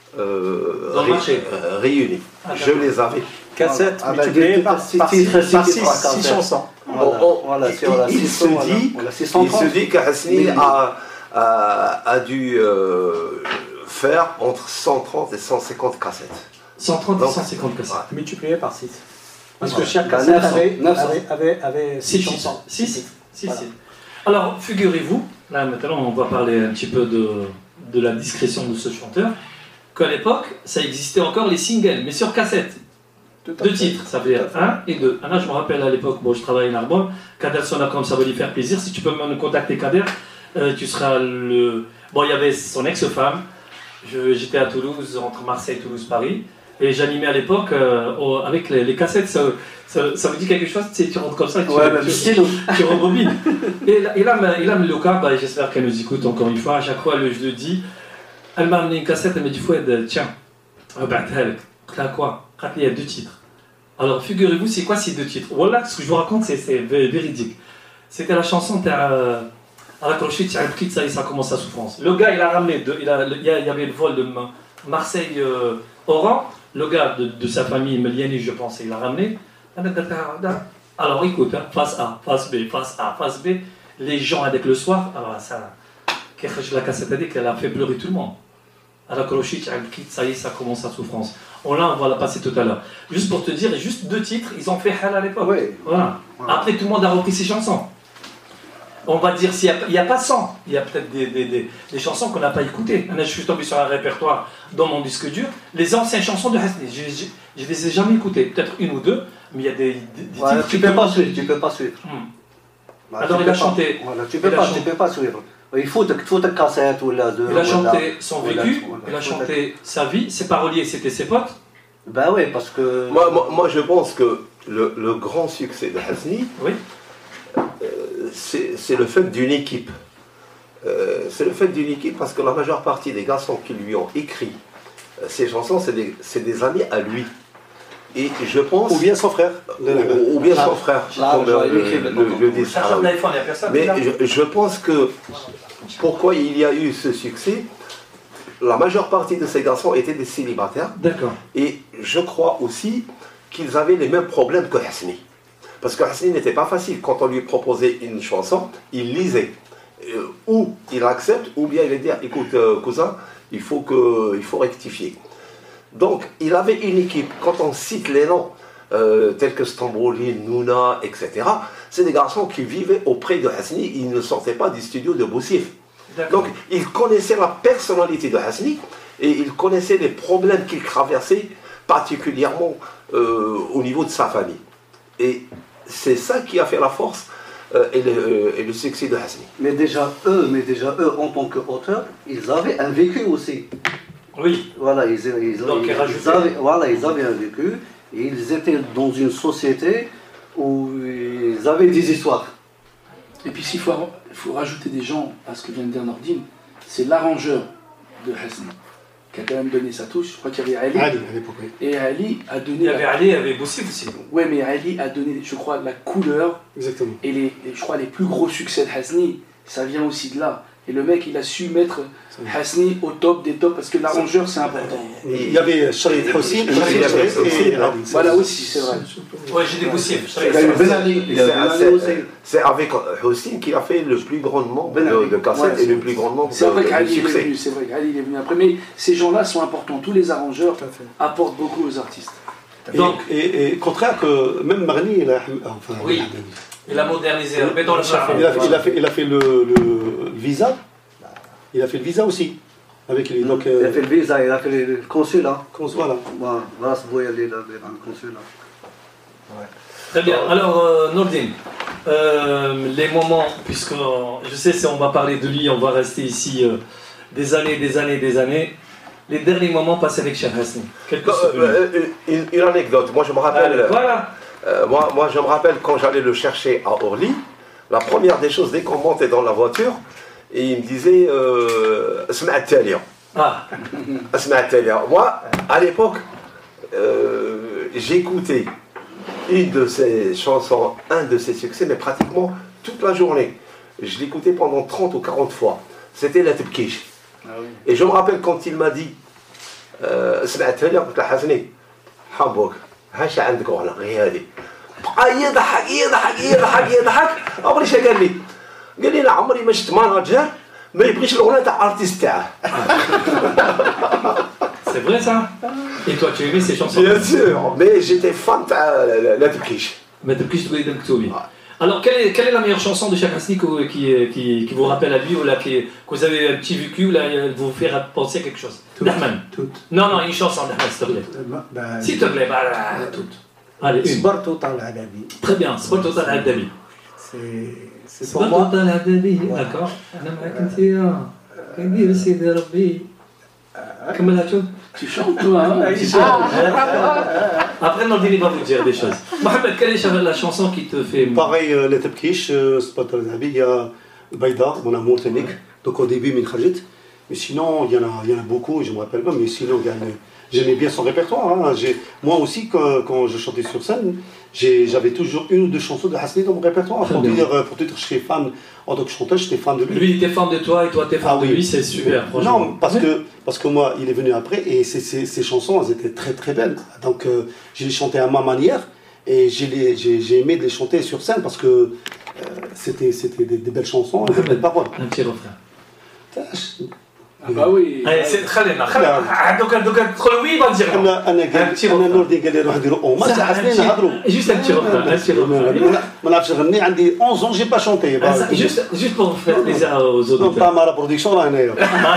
réunies. Je les avais. Cassette multipliée par 6 chansons. Il se dit qu'Hasni a dû faire entre 130 et 150 cassettes. 130 et 150 cassettes. Multiplié par 6. Parce que chaque cassette avait 6 chansons. 6. Alors, figurez-vous, là maintenant on va parler un petit peu de la discrétion de ce chanteur, qu'à l'époque, ça existait encore les singles, mais sur cassette. 2 titres, ça veut dire 1 et 2. Là, je me rappelle à l'époque, bon, je travaillais à Narbonne, Kader Sonacom, ça va lui faire plaisir. Si tu peux me contacter, Kader, tu seras le. Bon, il y avait son ex-femme. J'étais à Toulouse, entre Marseille, Toulouse, Paris. Et j'animais à l'époque avec les cassettes. Ça vous dit quelque chose? Tu rentres comme ça, tu rebobines. Et là, le cas, j'espère qu'elle nous écoute encore une fois. À chaque fois, je le dis. Elle m'a amené une cassette, elle m'a dit Fouad, tiens, quoi? Il y a 2 titres. Alors figurez-vous, c'est quoi ces 2 titres? Voilà, ce que je vous raconte, c'est véridique. C'était la chanson à la clochette, ça commence sa souffrance. Le gars, il a ramené, il y avait le vol de Marseille-Oran. Le gars de sa famille, Meliani, je pense, il l'a ramené. Alors écoute, hein, face A, face B, face A, face B. Les gens avec le soir, alors ça, la cassette a dit qu'elle a fait pleurer tout le monde. À la clochette, ça y est, ça commence sa souffrance. On va la passer tout à l'heure. Juste pour te dire, juste 2 titres, ils ont fait hal à l'époque. Oui. Voilà. Après, tout le monde a repris ses chansons. On va dire s'il n'y a pas 100, il y a peut-être des chansons qu'on n'a pas écoutées. Je suis tombé sur un répertoire dans mon disque dur. Les anciennes chansons de Hasni, je ne les ai jamais écoutées. Peut-être 1 ou 2, mais il y a des titres. Tu ne peux pas suivre, tu peux pas suivre. Alors il a chanté. Voilà, tu ne peux pas suivre. Il faut une cassette ou la 2. Il a chanté son vécu, il a chanté sa vie, ses paroliers, c'était ses potes. Ben oui, parce que... Moi je pense que le grand succès de Hasni, oui. C'est le fait d'une équipe. C'est le fait d'une équipe parce que la majeure partie des garçons qui lui ont écrit ces chansons, c'est des amis à lui. Et je pense... Ou bien son frère. Ou bien son frère, comme le disent. Mais je pense que pourquoi il y a eu ce succès, la majeure partie de ces garçons étaient des célibataires. D'accord. Et je crois aussi qu'ils avaient les mêmes problèmes que Hasni. Parce que Hasni n'était pas facile. Quand on lui proposait une chanson, il lisait. Ou il accepte, ou bien il va dire, écoute cousin, il faut rectifier. Donc il avait une équipe. Quand on cite les noms, tels que Stambouli, Nouna, etc., c'est des garçons qui vivaient auprès de Hasni. Ils ne sortaient pas du studio de Boussif. Donc ils connaissaient la personnalité de Hasni et ils connaissaient les problèmes qu'il traversait, particulièrement au niveau de sa famille. Et c'est ça qui a fait la force et le succès de Hasni. Mais déjà eux, en tant qu'auteurs, ils avaient un vécu aussi. Oui. Voilà, ils avaient un vécu. Et ils étaient dans une société où ils avaient des histoires. Et puis s'il faut rajouter des gens à ce que vient de dire Nordine, c'est l'arrangeur de Hasni qui a quand même donné sa touche. Je crois qu'il y avait Ali. Ali à l'époque, oui. Et Ali a donné... Il y avait Ali, il y avait Boussif aussi. Oui, mais Ali a donné, je crois, la couleur. Exactement. Et je crois les plus gros succès de Hasni, ça vient aussi de là. Et le mec, il a su mettre Hasni au top des tops parce que l'arrangeur, c'est important. Il y avait Sharid Hossein et voilà aussi, c'est vrai. Ouais, j'ai des Boussif. C'est avec Hossein qu'il a fait le plus grand nombre de cassettes et le plus grand nombre de succès. C'est vrai qu'Ali est venu, c'est vrai qu'Ali est venu après. Mais ces gens-là sont importants. Tous les arrangeurs apportent beaucoup aux artistes. Donc, et contraire que même Marni, il a... Enfin, oui. Il a modernisé, mais dans le charme. Il a fait le visa. Il a fait le visa aussi. Avec les, donc, il a fait le visa, il a fait le consulat. Voilà. Voilà, c'est beau y aller dans le consulat. Ouais. Très bien. Alors, Nordine, les moments, puisque je sais si on va parler de lui, on va rester ici des années. Les derniers moments passés avec Cheikh Hasni. Une anecdote. Moi, je me rappelle. Voilà. Moi, je me rappelle quand j'allais le chercher à Orly, la première des choses, dès qu'on montait dans la voiture, et il me disait Asma Talia. Asma Talia. Moi, à l'époque, j'écoutais une de ses chansons, un de ses succès, mais pratiquement toute la journée. Je l'écoutais pendant 30 ou 40 fois. C'était La Tebkish. Et je me rappelle quand il m'a dit Asma Talia, قلت له حسني حبك هاش عندك ولا غير هذه بقى يضحك عمري شا قال لي لا عمري ما شفت ماناجر ما يبغيش الاغنيه تاع ارتيست تاعه. C'est vrai ça? Et toi tu aimais ces chansons? Bien sûr, mais j'étais fan de La Tebkish. Mais Tebkish tu l'as écouté. Alors quelle est la meilleure chanson de Cheikh Hasni qui vous rappelle à lui ou là que vous avez un petit vécu ou là vous fait penser à quelque chose? Dahman. Non, une chanson Dahman s'il te plaît. S'il te plaît, toute. Allez, une. Sbarto Al-Adabi. Très bien, Sbarto Al-Adabi. C'est pour moi. Sbarto Al-Adabi, d'accord. أنا معك أنت كندير سيدي ربي. كملها شوف. Tu chantes toi, hein? Après Nordine va vous dire des choses. Mohamed, quelle est la chanson qui te fait... Pareil, les Tebkish, Sbarto Al-Adabi, il y a Baïda, mon amour technique. Donc au début, من خرجت. Mais sinon, il y en a beaucoup, je ne me rappelle pas, mais sinon, j'aimais bien son répertoire. Hein. Moi aussi, quand je chantais sur scène, j'avais toujours une ou deux chansons de Hasni dans mon répertoire. Pour te dire, j'étais fan, en tant que chanteur, j'étais fan de lui. Lui, il était fan de toi et toi, t'es fan de lui, c'est super, franchement. Non, parce que moi, il est venu après et ces chansons, elles étaient très très belles. Donc, je les chantais à ma manière et j'ai aimé de les chanter sur scène parce que c'était des belles chansons et des belles paroles. Un petit refrain. Ah bah oui. Allez, c'est très bien. Donc, oui, il va dire. Un petit refrain. Juste un petit refrain. ما نعرفش نغني عندي 11 ans j'ai pas chanté. Juste pour faire plaisir aux Donc auditeurs. Tamara Production راه هنايا.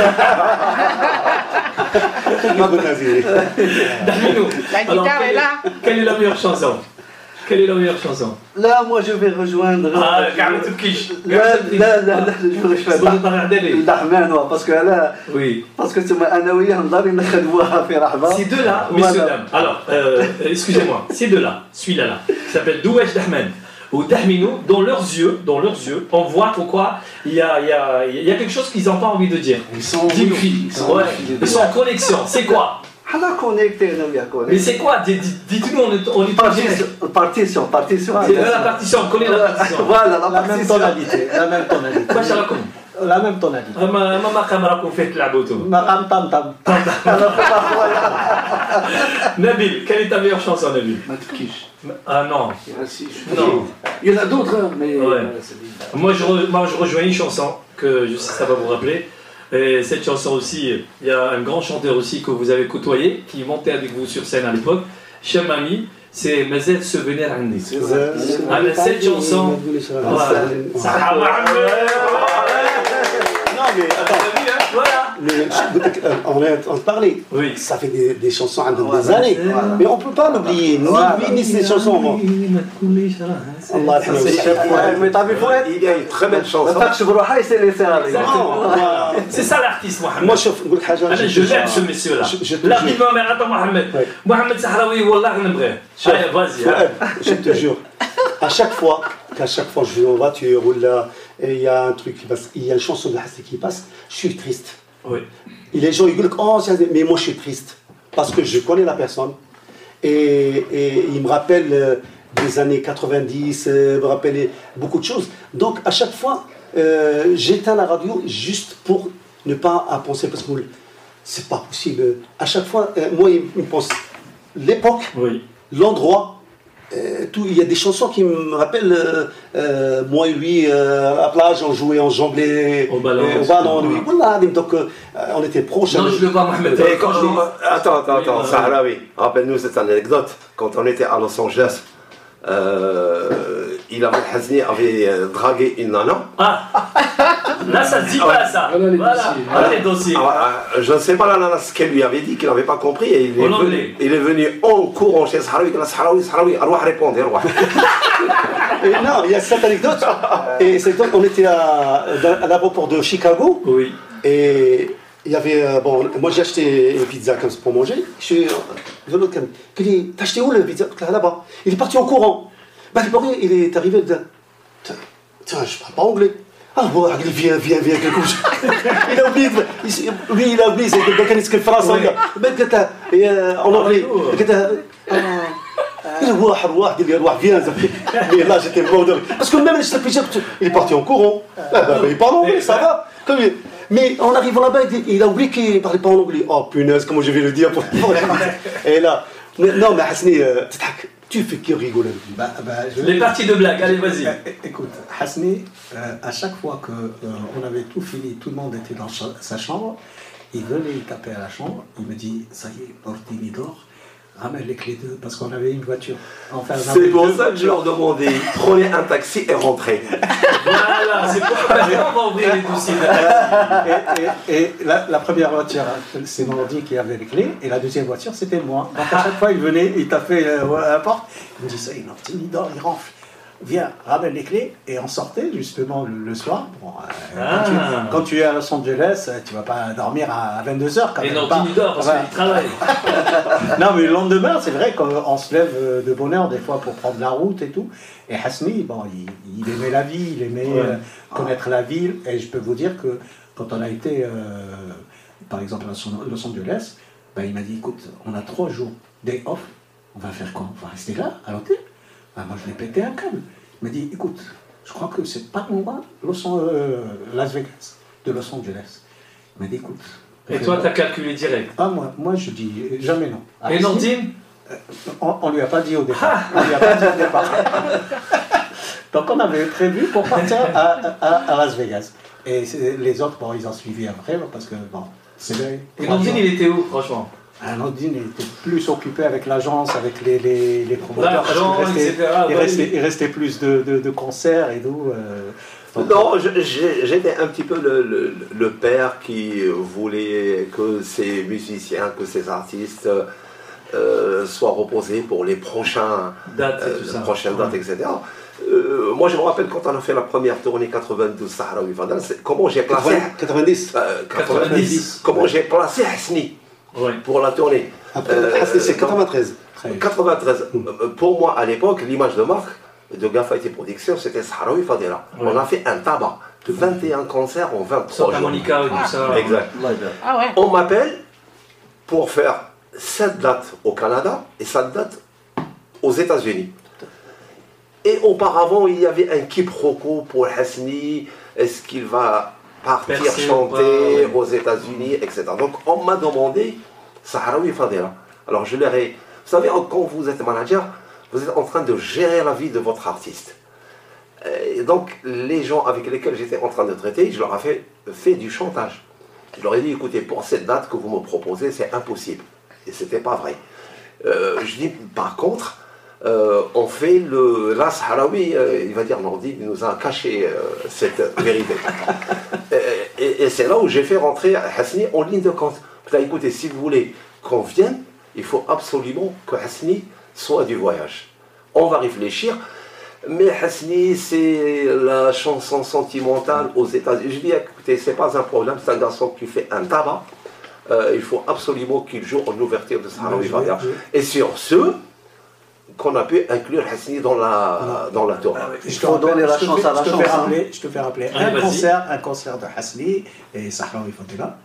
Dahminou. La guitare est là. Quelle est la meilleure chanson? Quelle est la meilleure chanson? Là, moi, je vais rejoindre. قاعد تبكيش. لا je vais rejoindre Dahman, parce que là, Oui. parce que c'est أنا وياه نضل نخدموها في رحبة. Ces deux-là, messieurs, dames. Alors, excusez-moi, ces deux-là, celui-là, qui s'appelle Douesh Dahman ou Dahminou, dans leurs yeux, on voit pourquoi il y a quelque chose qu'ils n'ont pas envie de dire. Ils sont Dis-nous. wifi. Ils sont en connexion. C'est quoi? حنا connecté أنا وياه Mais connecté. c'est quoi? Dites-nous, on est pas Partition. C'est la partition, on connaît la partition. Voilà, la La même partition. tonalité. La même tonalité. Quoi, Chalakoum? La même tonalité. Maman Kamarakoum fait la boto. Maqam tam tam. Nabil, quelle est ta meilleure chanson, Nabil? Ma tkish. Ah non. Non. Il y en a d'autres, hein, mais. Ouais. Moi, je rejoins une chanson que je sais que ça va vous rappeler. Et cette chanson aussi, il y a un grand chanteur aussi que vous avez côtoyé, qui montait avec vous sur scène à l'époque, Chamami, c'est Mazet Souvenir Andi. Avec cette chanson, voilà. Non mais attends, Voilà. on est en train de parler. Oui. Ça fait des chansons pendant des années. Mais on ne peut pas l'oublier, ni lui ni ses chansons. Bon. Allah yarhamou. Mais t'as vu Fouet? Il y a une très belle chanson. ما تكشف روحها يسير يسير. C'est ça l'artiste, Mohamed. Moi, شوف نقول لك حاجة. Je l'aime ce monsieur-là. Je Là, dis-moi, mais attends, Mohamed. Mohamed Sahraoui, Wallah, je l'aime. Allez, vas-y. Je te jure, à chaque fois je vais en voiture ou là, et il y a un truc qui passe, il y a une chanson de Hasni qui passe, je suis triste. Oui. Et les gens ils disent oh mais moi je suis triste parce que je connais la personne et il me rappelle des années 90, me rappelle beaucoup de choses. Donc à chaque fois j'éteins la radio juste pour ne pas à penser parce que c'est pas possible. À chaque fois moi il me pense l'époque, Oui. l'endroit. Tout, il y a des chansons qui me rappellent moi et lui à la plage, on jouait, on jonglait Au ballon. Oui. Voilà, donc on était proches. Non, je le vois, Mohamed. Et quand attends, Sahraoui, rappelle-nous cette anecdote. Quand on était à Los Angeles, Hasni avait dragué une nana. Ah, là ça se dit pas ça. Voilà les dossiers. Je ne sais pas la nana ce qu'elle lui avait dit, qu'il n'avait pas compris. Et il est venu en courant chez Sahraoui. Il a dit Sahraoui, Arwah répondre. Et non, il y a cette anecdote. Et c'est donc on était à l'aéroport de Chicago. Oui. Et il y avait moi j'ai acheté une pizza comme ça pour manger. Je suis l'autre qui me dit t'as acheté où la pizza? Là-bas. Il est parti en courant. Il est arrivé dedans. Tiens, je parle pas anglais. Ah bon, viens quelque chose. Il a oublié, lui il a oublié, c'est le français. En anglais. Il viens. Mais là j'étais mort de rire. Parce que même il est parti en courant. Il parle anglais, ça va. Mais en arrivant là-bas, il a oublié qu'il ne parlait pas en anglais. Oh punaise, comment je vais le dire pour Et là, non mais Hasni, tu fais que rigoler. Les parties de blagues, allez, vas-y. Écoute, Hasni, à chaque fois qu'on avait tout fini, tout le monde était dans sa chambre, il venait, il tapait à la chambre, il me dit, ça y est, Portini dort, ramène les clés d'eux, parce qu'on avait une voiture. Enfin, c'est pour ça que je leur demandais, prenez un taxi et rentrez. Voilà, c'est pour ça qu'on va ouvrir les dossiers. Et la première voiture, c'est Mordi qui avait les clés, et la deuxième voiture, c'était moi. Donc à chaque fois, il venait, il tapait à la porte, il me dit, ça y est, Portini dort, il ronfle. Viens, ramène les clés, et on sortait justement le soir. Bon, quand tu es à Los Angeles, tu vas pas dormir à 22h quand même. Et non, tu dors parce qu'il travaille. Non, mais le lendemain, c'est vrai qu'on se lève de bonne heure des fois pour prendre la route et tout. Et Hasni, bon, il aimait la vie, il aimait connaître la ville, et je peux vous dire que quand on a été, par exemple, à Los Angeles, ben, il m'a dit, écoute, on a 3 jours day off, on va faire quoi? On va rester là, à l'hôtel? Ben, moi, je l'ai pété un câble. Il m'a dit, écoute, je crois que c'est pas loin Las Vegas, de Los Angeles. Il m'a dit, écoute... Et toi, tu as calculé direct? Ah, moi, je dis jamais non. Et Nordine? On lui a pas dit au départ. On lui a pas dit au départ. Donc on avait prévu pour partir à Las Vegas. Et les autres, bon, ils ont suivi après, parce que bon, c'est vrai. Et Nordine, il était où, franchement? Nordine était plus occupé avec l'agence, avec les promoteurs, parce qu'il restait plus de concerts et tout. Non, j'étais un petit peu le père qui voulait que ces musiciens, que ces artistes soient reposés pour les prochaines dates, etc. Moi, je me rappelle quand on a fait la première tournée 92 Sahraoui Fadel, comment j'ai placé 90. Comment j'ai placé Hasni pour la tournée. Hasni, c'est 93. 93. Pour moi, à l'époque, l'image de marque de Gafaïti Production, c'était Sahraoui Fadela. Ouais. On a fait un tabac de 21 concerts en 23 jours. Monica et tout ça. Exact. Ah ouais. On m'appelle pour faire 7 dates au Canada et 7 dates aux États-Unis. Et auparavant, il y avait un quiproquo pour Hasni. Est-ce qu'il va partir chanter aux États-Unis, etc. Donc on m'a demandé Sahraoui Fadela. Alors je leur ai... Vous savez, quand vous êtes manager, vous êtes en train de gérer la vie de votre artiste. Et donc, les gens avec lesquels j'étais en train de traiter, je leur ai fait du chantage. Je leur ai dit, écoutez, pour cette date que vous me proposez, c'est impossible. Et ce n'était pas vrai. Je dis, par contre, on fait la Sahraoui, il va dire, Nordine, il nous a caché cette vérité. Et c'est là où j'ai fait rentrer Hasni en ligne de compte. Écoutez, si vous voulez qu'on vienne, il faut absolument que Hasni soit du voyage. On va réfléchir, mais Hasni, c'est la chanson sentimentale aux États-Unis. Je dis, écoutez, c'est pas un problème, c'est un garçon qui fait un tabac. Il faut absolument qu'il joue en ouverture de Sahraoui Fadela. Et sur ce, qu'on a pu inclure Hasni dans la tournée. Il faut donner la chance à la chance. Je te fais rappeler un concert de Hasni et Sahraoui Fadela.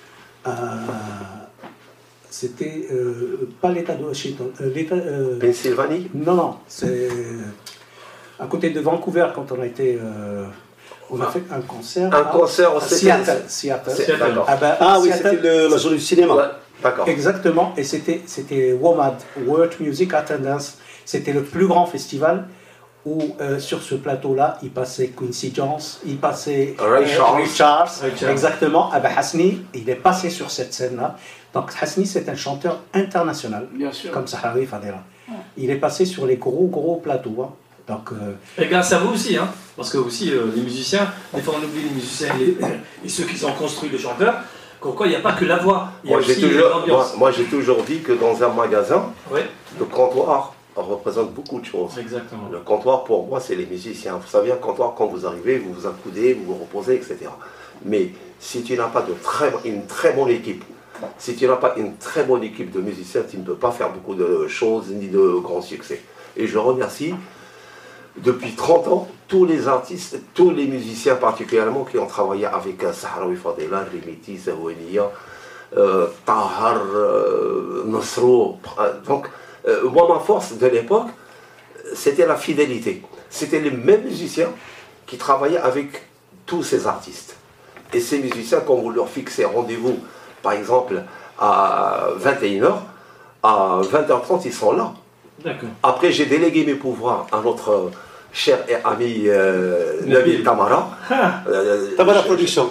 C'était pas l'État de Washington. Pennsylvanie? Non, c'est à côté de Vancouver quand on a été. On a fait un concert. Un concert au Seattle. Oui, c'était la journée du cinéma. Ouais, d'accord. Exactement, et c'était WOMAD, World Music Attendance. C'était le plus grand festival où sur ce plateau-là, il passait Quincy Jones, il passait Ray Charles. Exactement. Hasni, il est passé sur cette scène-là. Donc Hasni, c'est un chanteur international, bien sûr, comme Sahraoui Fadela. Il est passé sur les gros plateaux. Hein. Donc, et grâce à vous aussi, hein, parce que aussi les musiciens, des fois on oublie les musiciens et ceux qui ont construit les chanteurs, pourquoi il n'y a pas que la voix, il y a aussi l'ambiance. Moi j'ai toujours dit que dans un magasin, le comptoir représente beaucoup de choses. Exactement. Le comptoir pour moi c'est les musiciens. Vous savez, un comptoir, quand vous arrivez, vous vous accoudez, vous vous reposez, etc. Mais si tu n'as pas une très bonne équipe, si tu n'as pas une très bonne équipe de musiciens, tu ne peux pas faire beaucoup de choses ni de grands succès. Et je remercie depuis 30 ans tous les artistes, tous les musiciens particulièrement qui ont travaillé avec Sahraoui Fadela, Rimiti, Zahouania, Tahar, Nasro. Donc, moi, ma force de l'époque, c'était la fidélité. C'était les mêmes musiciens qui travaillaient avec tous ces artistes. Et ces musiciens, quand vous leur fixez rendez-vous, par exemple, à 21h, à 20h30, ils sont là. Après, j'ai délégué mes pouvoirs à notre cher et ami Nabil Tamara. Tamara Production.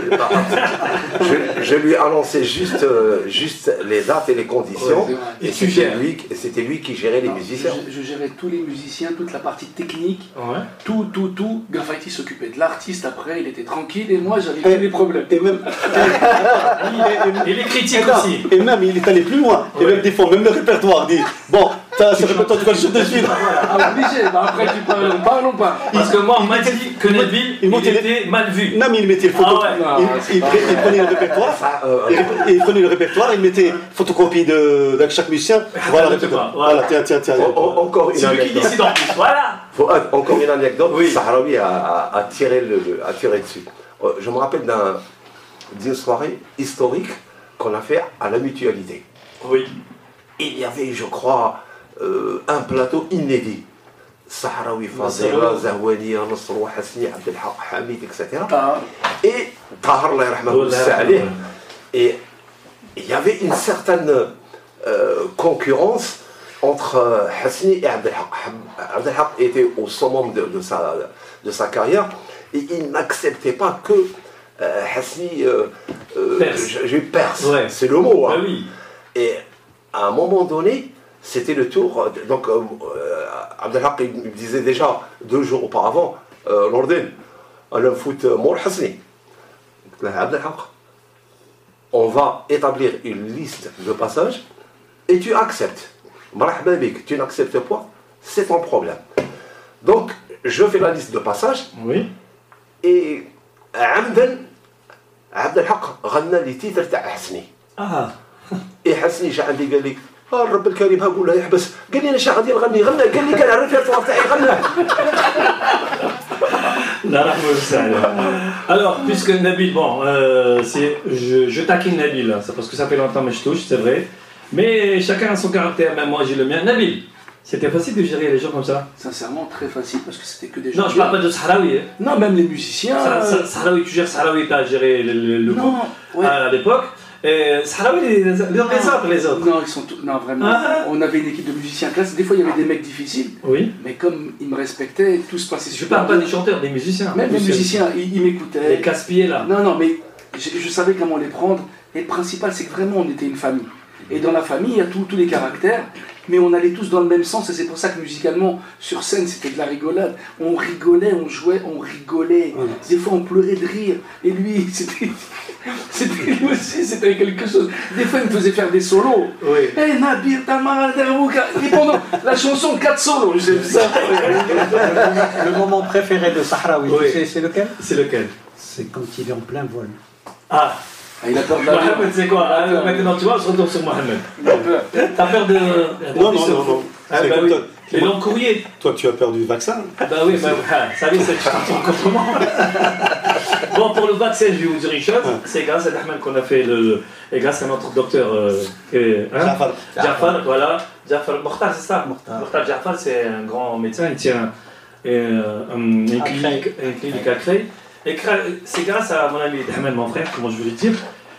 Je lui ai annoncé juste les dates et les conditions. Et c'était lui qui gérait les musiciens. Je gérais tous les musiciens, toute la partie technique, tout. Gafaïti s'occupait de l'artiste après, il était tranquille et moi j'avais tous les problèmes. Et même. Et les critiques aussi. Et même, il est allé plus loin. Et même des fois, même le répertoire dit bon, ça, ce répertoire, tu vas le jouer de suite. Obligé, après tu parles ou pas. Parce que moi, on m'a dit que Nabil, il était mal vu. Non, mais il mettait le photo. Il prenait le répertoire. Il prenait le répertoire, il mettait photocopie de chaque musicien. Voilà le répertoire. Voilà, tiens. Encore une anecdote. Encore une anecdote. Sahraoui a tiré dessus. Je me rappelle d'un d'une soirée historique qu'on a fait à la Mutualité. Oui. Il y avait, je crois, un plateau inédit. Sahraoui, Fadela, Zahwani, Nasrou, Hassani, Abdelhaq, Hamid, etc. Et Tahar, Allah yarhamah, et il y avait une certaine concurrence entre Hassani et Abdelhaq. Abdelhaq était au summum de sa carrière et il n'acceptait pas que Hassani perce. Ouais. C'est le mot. Hein. Ah oui. Et à un moment donné, c'était le tour. Donc, Abdelhaq il disait déjà 2 jours auparavant, Nordin, on fout Mour Hassani. Abdelhaq, on va établir une liste de passages et tu acceptes. Marhaba bik, tu n'acceptes pas, c'est ton problème. Donc, je fais la liste de passages. Oui. Et Amdan, Abdelhaq, غنى les titres تاع حسني. Ah. Et حسني جا عندي قال لي الرب الكريم ها قول يحبس قال لي انا شا غادي نغني غنى قال لي كان على الريفيرتوار تاعي غنى. Alors, puisque Nabil, bon, je taquine Nabil, c'est parce que ça fait longtemps que je touche, c'est vrai. Mais chacun a son caractère, même moi j'ai le mien. Nabil, c'était facile de gérer les gens comme ça? Sincèrement, très facile parce que c'était que des gens. Non, je parle pas de Sahraoui. Hein. Non, même les musiciens. Sahraoui, tu gères Sahraoui, tu as géré le Non, groupe ouais. à l'époque. Sahraoui, les autres. Non, ils sont tous. Non, vraiment. Ah. On avait une équipe de musiciens classe. Des fois, il y avait des mecs difficiles. Oui. Mais comme ils me respectaient, tout se passait Je super parle pas bien. des chanteurs, des musiciens. Même les musiciens, ils m'écoutaient. Les casse-pieds là. Non, non, mais je savais comment les prendre. Et le principal, c'est que vraiment, on était une famille. Et dans la famille, il y a tous les caractères, mais on allait tous dans le même sens. Et c'est pour ça que musicalement, sur scène, c'était de la rigolade. On rigolait, on jouait, on rigolait. Des fois, on pleurait de rire. Et lui, lui aussi, c'était quelque chose. Des fois, il me faisait faire des solos. Oui. Hey, Nabil, ta marade, et pendant la chanson, 4 solos. J'aime ça. Le moment préféré de Sahraoui, Oui. tu sais, c'est lequel? C'est lequel? C'est quand il est en plein vol. Ah. Il a peur de la vie. Mohamed, c'est quoi? Maintenant, tu vois, je retourne sur Mohamed. Il a peur. T'as peur de. Non. Ah, C'est bah comme oui. toi. Les longs courriers. Toi, tu as peur du vaccin. Bah oui, bah, ça y est, c'est comment. Bon, pour le vaccin, je vais vous dire une chose. C'est grâce à Ahmed qu'on a fait et grâce à notre docteur Jafar, voilà. Jafar Mokhtar, c'est ça? Mokhtar Jafar, c'est un grand médecin. Il tient une clinique à Créy. Et c'est grâce à mon ami Ahmed, mon frère, comment je veux le dire.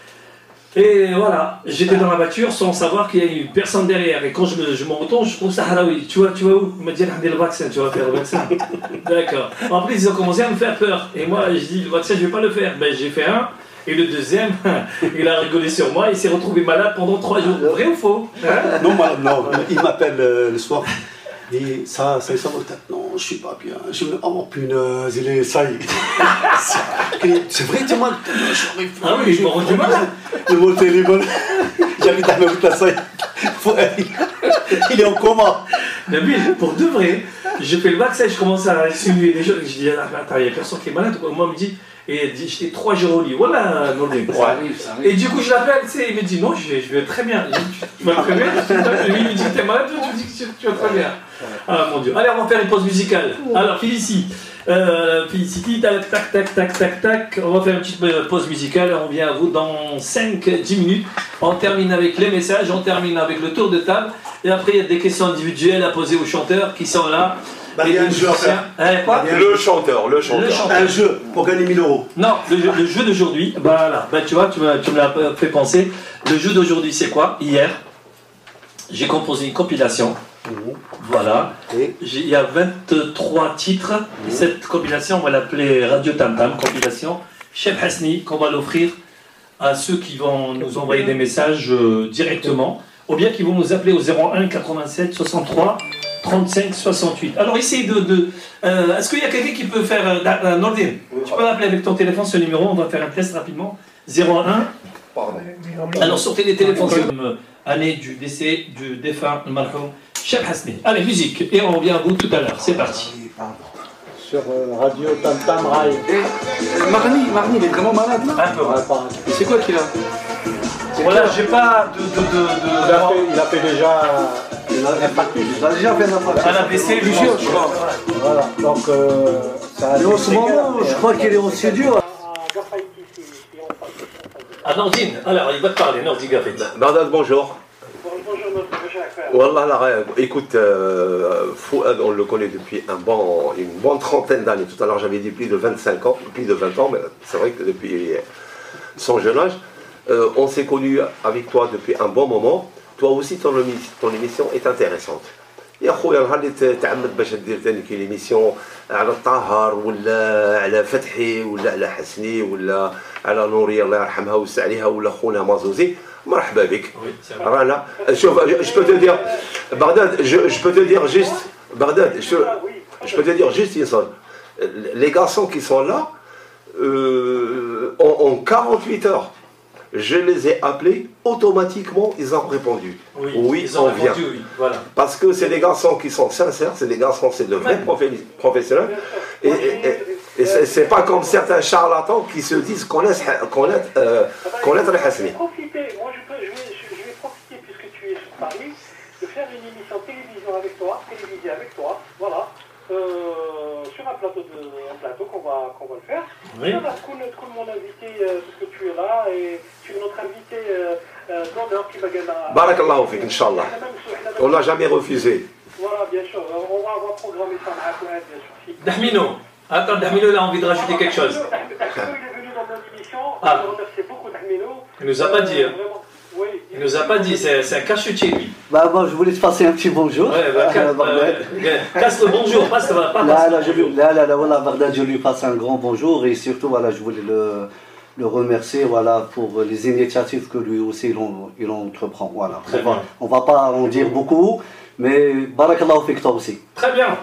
Et voilà, j'étais dans la voiture sans savoir qu'il y a une personne derrière. Et quand je me retourne, je trouve Sahraoui. Tu vas où? Il m'a dit, le vaccin, tu vas faire le vaccin. D'accord. Après, ils ont commencé à me faire peur. Et moi, je dis, le vaccin, je ne vais pas le faire. Ben, j'ai fait un. Et le deuxième, il a rigolé sur moi. Il s'est retrouvé malade pendant 3 jours. Vrai ou faux? Hein? Non, il m'appelle le soir. Et ça va, non, je suis pas bien. Oh punaise, ça y est. C'est vrai, tu m'as. Ah oui, je m'en rends du mal. Le mot téléphone. J'habite à la ça y est. Il est en coma. Nabil, pour de vrai, j'ai fait le vaccin, je commence à insinuer des choses. Je dis, attends, il n'y a personne qui est malade. Moi, il me dit, et j'étais 3 jours au lit. Voilà, Nordin. Ça arrive. Et du coup, je l'appelle, tu sais, il me dit, non, je vais très bien. Tu vas très bien. Lui, il me dit que t'es malade, toi, tu me dis que tu vas très bien. Ah mon Dieu. Allez, on va faire une pause musicale. Alors, Félicie, tac. On va faire une petite pause musicale. On vient à vous dans 5-10 minutes. On termine avec les messages, on termine avec le tour de table. Et après, il y a des questions individuelles à poser aux chanteurs qui sont là. Bah, il y a un jeu à faire. Quoi? Le chanteur. Un jeu pour gagner 1000 €. Non, le jeu d'aujourd'hui, voilà. Ben, tu vois, tu me l'as fait penser. Le jeu d'aujourd'hui, c'est quoi? Hier, j'ai composé une compilation. Voilà. Il y a 23 titres. Et cette compilation, on va l'appeler Radio Tam Tam, compilation Cheb Hasni, qu'on va l'offrir à ceux qui vont nous envoyer des messages directement, ou bien qui vont nous appeler au 01 87 63 35 68. Alors essayez est-ce qu'il y a quelqu'un qui peut faire Nordin, tu peux appeler avec ton téléphone ce numéro, on va faire un test rapidement. 01. Alors sortez les téléphones. Année du décès du défunt marhoum Cheb Hasni. Allez, musique, et on revient à vous tout à l'heure. C'est parti. Sur Radio Tam Tam Rai. Marni, il est vraiment malade là. Un peu. C'est quoi qu'il a? Voilà, j'ai pas Il a fait déjà Il a déjà fait un AVC, je crois. Voilà, donc ça a Et en ce moment, je crois qu'il est aussi dur. Ah, Nordine, alors il va te parler, Nordine Gafet. Bardad, bonjour. Bonjour, notre Wallah, là, écoute, Fouad, on le connaît depuis une bonne trentaine d'années. Tout à l'heure, j'avais dit plus de 25 ans, plus de 20 ans, mais c'est vrai que depuis son jeune âge, on s'est connus avec toi depuis un bon moment. Toi aussi, ton émission est intéressante. يا خويا نهار اللي تعمد باش دير ثاني كي ليميسيون على الطاهر ولا على فتحي ولا على حسني ولا على نوري الله يرحمها ويوسع عليها ولا خونا مازوزي مرحبا بك رانا شوف je peux te dire Bagdad je peux te dire juste Bagdad je peux te dire juste une chose les garçons qui sont là en 48 heures je les ai appelés, automatiquement ils ont répondu. Oui, ils ont vient. répondu, oui, voilà. Parce que c'est des garçons qui sont sincères, c'est des garçons, c'est de vrais professionnels. Et c'est pas comme certains charlatans qui se disent connaître les Hassani. Moi je vais profiter puisque tu es sur Paris, de faire une émission télévisée avec toi, voilà. Sur un plateau qu'on va le faire. Oui. Tout mon invité, parce que tu es là, et tu es notre invité d'honneur qui va gagner. Barakallahu fik, Inch'Allah. On l'a jamais refusé. Voilà, bien sûr, on va programmer ça avec bien sûr. Dahmino, attends, Dahmino, il a envie de rajouter quelque chose. Dahmino, il est venu dans notre émission, Ah. je remercie beaucoup Dahmino. Il nous a pas dit. Hein. Oui, Il nous a pas dit, c'est un cachetier lui. Bah, moi, je voulais te passer un petit bonjour. Ouais, casse le bonjour, pas ça va pas. Voilà, Bagdad, je lui passe un grand bonjour et surtout, voilà, je voulais le remercier, voilà, pour les initiatives que lui aussi il entreprend. Voilà. On va pas en dire beaucoup, mais barakallahu fik toi aussi. Très bien.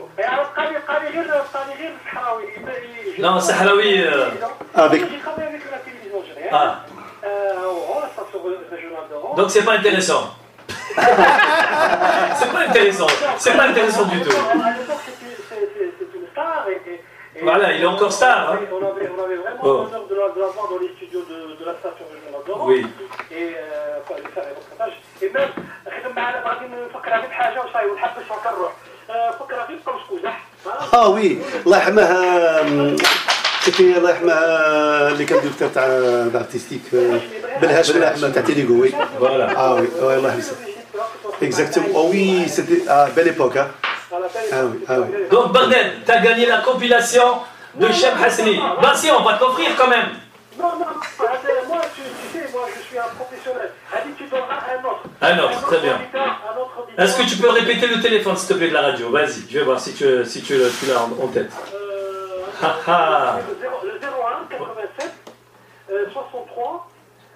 Non, Sahraoui. Avec. J'ai travaillé avec la télévision algérienne. Ah. La station régionale d'Oran. Donc c'est pas intéressant. C'est pas intéressant. C'est pas intéressant du tout. À l'époque, c'est une star. Et Voilà, il est encore star. Hein. On avait vraiment l'honneur de la voir dans les studios de la station régionale d'Oran. Oui. Et de faire les reportages. Et même, غادي نفكرها غير بحاجه وصاي ونحبس ونكرر. فكرها غير بقوس قزح. اه وي الله يرحمها كي الله يرحمها اللي كان دكتور تاع الارتستيك بالهاشم احمد تاع تيليغو وي Voilà. اه وي الله يحفظه اكزاكتومون وي سيتي بيل ايبوك اه وي Donc Bardel, t'as gagné la compilation de Cheb Hassani. Bah si, on va t'offrir quand même. Non, moi, tu sais, moi, je suis un professionnel. Allez, tu donneras un autre. Un autre, très bien. Un autre auditeur. Est-ce que tu peux répéter le téléphone s'il te plaît de la radio? Vas-y, je vais voir si tu l'as en tête. Le 01 87 63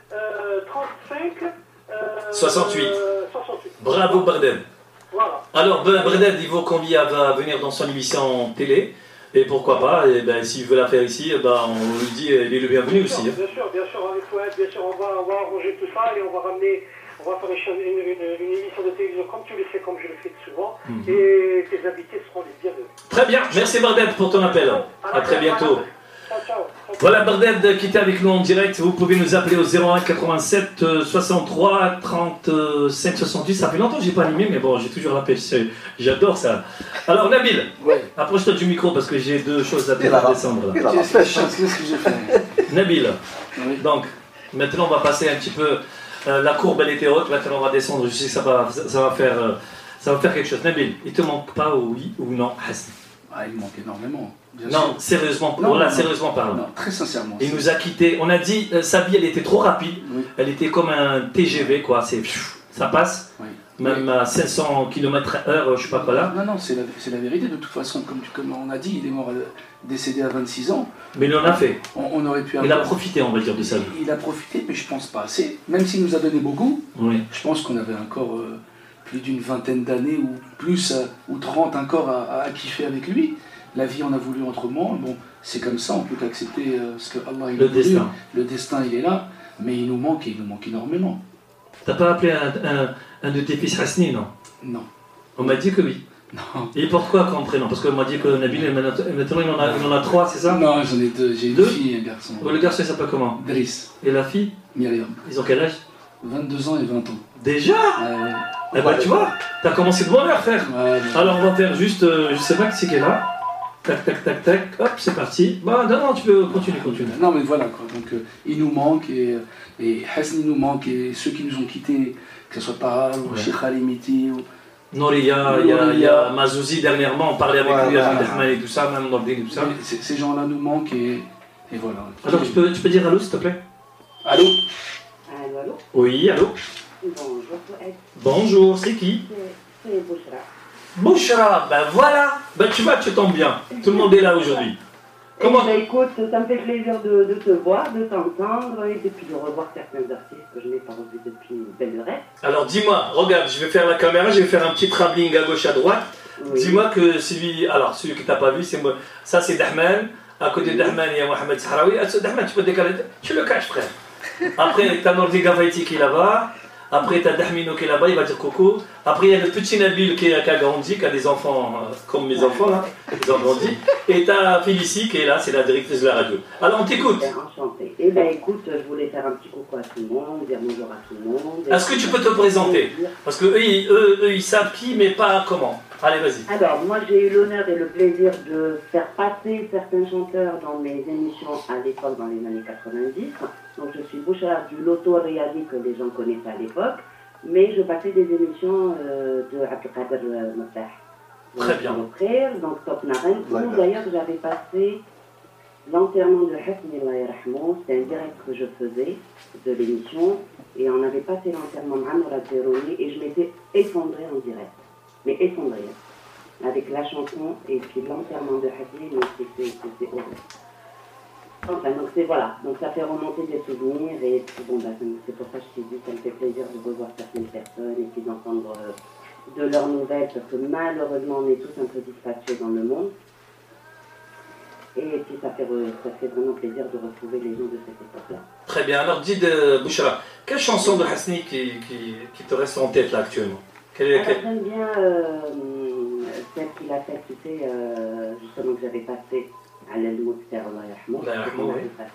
35 68. 68. Bravo Bardel. Voilà. Alors Bardel, il faut qu'on lui va venir dans son émission télé. Et pourquoi pas, et ben, s'il veut la faire ici, ben, on lui dit il est le bienvenu aussi. Hein. Bien sûr, avec Fouad, bien sûr, on va arranger tout ça et on va faire une émission de télévision comme tu le fais, comme je le fais souvent. Et tes invités seront les bienvenus. Très bien, merci Bardel pour ton appel. À très bientôt. Ciao. Voilà Bardel qui était avec nous en direct. Vous pouvez nous appeler au 01 87 63 35 68. Ça fait longtemps que je n'ai pas animé, mais bon, j'ai toujours la pêche. J'adore ça. Alors Nabil, approche-toi du micro parce que j'ai deux choses à te faire descendre. Là. Qu'est-ce que j'ai fait? Nabil, donc maintenant on va passer un petit peu. La courbe elle était haute, maintenant on va descendre. Je sais que ça va faire quelque chose. Nabil, il te manque pas oui ou non Hassan? Ah, il manque énormément. Non, sérieusement, sérieusement parlant. Non, très sincèrement. Il nous a quittés. On a dit, sa vie, elle était trop rapide. Oui. Elle était comme un TGV, quoi. Ça passe. Oui. Même à 500 km/h, je sais pas quoi là. Non, c'est la vérité. De toute façon, comme on a dit, il est mort décédé à 26 ans. Mais il en a fait. On aurait pu. Il a profité, on va dire, de ça. Il a profité, mais je pense pas assez. Même s'il nous a donné beaucoup, oui. Je pense qu'on avait encore plus d'une vingtaine d'années ou plus, ou 30 encore à kiffer avec lui. La vie en a voulu autrement, bon, c'est comme ça, on peut qu'accepter ce que Allah il a voulu. Le destin il est là, mais il nous manque énormément. T'as pas appelé un de tes fils Hasni, non? Non. On m'a dit que oui. Non. Et pourquoi comme prénom? Parce qu'on m'a dit que Nabil, maintenant il en a trois, c'est ça? Non, j'en ai deux, j'ai une fille et un garçon. Le garçon il s'appelle comment? Driss. Et la fille? Myriam. Ils ont quel âge? 22 ans et 20 ans. Déjà? Eh ben tu vois, t'as commencé de bonne heure, frère. Ouais, alors on va faire juste, je sais pas qui c'est qui est là. Tac, tac, tac, tac. Hop, c'est parti. Bah, non, tu peux continuer. Non, mais voilà quoi. Donc, il nous manque et Hasni nous manque et ceux qui nous ont quittés, que ce soit Para ou Cheikh Halimiti ou. Noria, il y a Mazouzi dernièrement, on parlait avec lui, avec Ahmed et tout ça, même Nordin et tout ça. Ces gens-là nous manquent et voilà. Alors, tu peux dire allô, s'il te plaît? Allô? Allô? Oui, allô? Bonjour, Bonjour, c'est qui? c'est Bouchra. Bouchra, ben voilà. Ben tu vois, tu tombes bien. Tout le monde est là aujourd'hui. Comment? Écoute, ça me fait plaisir de te voir, de t'entendre et puis de revoir certains artistes que je n'ai pas revus depuis une belle lurette. Alors dis-moi, regarde, je vais faire la caméra, je vais faire un petit travelling à gauche, à droite. Oui. Dis-moi que celui que t'as pas vu, c'est moi. Ça c'est Dahman. À côté de Dahman, il y a Mohamed Sahraoui. Dahman, tu peux décaler, tu le caches, frère. Après, t'as Nordi Gavaiti qui est là-bas. Après, t'as Dahmino qui est là-bas, il va dire coucou. Après, il y a le petit Nabil qui a grandi, qui a des enfants comme mes enfants, là. Ils ont grandi. Et t'as Félicie qui est là, c'est la directrice de la radio. Alors, on t'écoute. Enchantée. Eh bien, écoute, je voulais faire un petit coucou à tout le monde, dire bonjour à tout le monde. Est-ce que tu peux te présenter? Parce que eux, ils savent qui, mais pas comment. Allez, vas-y. Alors, moi, j'ai eu l'honneur et le plaisir de faire passer certains chanteurs dans mes émissions à l'époque, dans les années 90. Donc, je suis Bouchra du Loto Réali que les gens connaissaient à l'époque. Mais je passais des émissions de Abdelkader Moftah. Très bien. Donc, Top Naren, où d'ailleurs j'avais passé l'enterrement de Hasni Allah Yarhamou. C'était un direct que je faisais de l'émission. Et on avait passé l'enterrement de Amra Terouni et je m'étais effondrée en direct. Mais effondrée. Avec la chanson et puis l'enterrement de Hasni, donc c'était horrible. Enfin, donc c'est voilà, donc ça fait remonter des souvenirs et puis bon, bah, c'est pour ça que je t'ai dit, ça me fait plaisir de revoir certaines personnes et puis d'entendre de leurs nouvelles parce que malheureusement on est tous un peu dispatchés dans le monde. Et puis ça fait vraiment plaisir de retrouver les gens de cette époque-là. Très bien, alors dis de Bouchra, quelle chanson de Hasni qui te reste en tête là actuellement? Alors j'aime bien celle qu'il a faite, tu sais, justement que j'avais passée. على المكتر الله يرحمه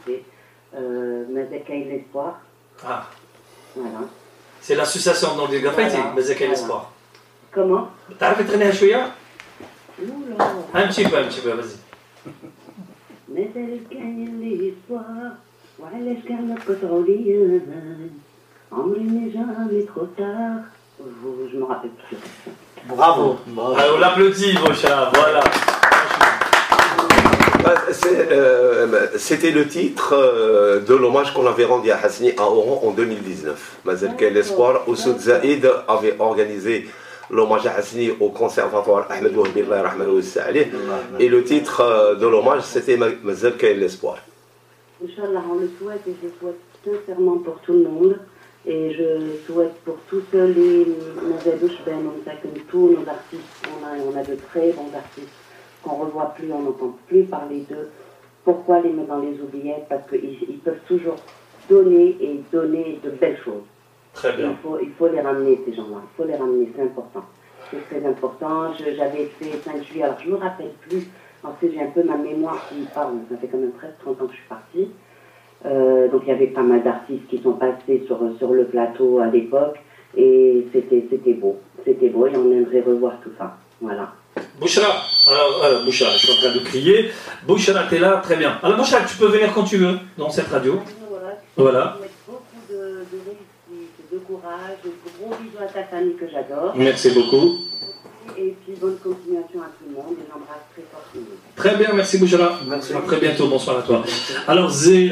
ماذا كاين l'espoir. Ah. Voilà. C'est l'association dans les Gafaiti, ماذا كاين l'espoir. Comment? تعرفي تغنيها شوية؟ Oula. Un petit peu, vas-y. ماذا كاين l'espoir وعلاش كان قطعوا لي عمري ما جاني trop tard. Je me rappelle plus. Bravo. On l'applaudit, Bouchra, voilà. C'était le titre de l'hommage qu'on avait rendu à Hasni à Oran en 2019. Mazel Kay l'espoir. Oussoud Zaïd avait organisé l'hommage à Hasni au conservatoire Ahmed Wahbi Allah Rahmanou Sa'alih. Et le titre de l'hommage c'était Mazel Kay l'espoir. Inch'Allah, on le souhaite et je souhaite sincèrement pour tout le monde. Et je souhaite pour tous les Nazadouch Ben, comme tous nos artistes, on a de très bons artistes qu'on ne revoit plus, on n'entend plus parler d'eux. Pourquoi les mettre dans les oubliettes? Parce qu'ils peuvent toujours donner et donner de belles choses. Très bien. Il faut les ramener, ces gens-là. Il faut les ramener, c'est important. C'est très important. J'avais fait 5 juillet, alors je ne me rappelle plus. Ensuite, j'ai un peu ma mémoire qui parle. Ça fait quand même presque 30 ans que je suis partie. Donc il y avait pas mal d'artistes qui sont passés sur le plateau à l'époque. Et c'était beau. C'était beau et on aimerait revoir tout ça. Voilà. Bouchra, alors Bouchra, je suis en train de crier. Bouchra, t'es là, très bien. Alors Bouchra, tu peux venir quand tu veux dans cette radio. Voilà. Beaucoup de réussite, de courage, de gros bisous à ta famille que j'adore. Merci beaucoup. Et puis bonne continuation à tout le monde et j'embrasse très fort tout le monde. Très bien, merci Bouchra. Merci. À très bientôt, bonsoir à toi. Alors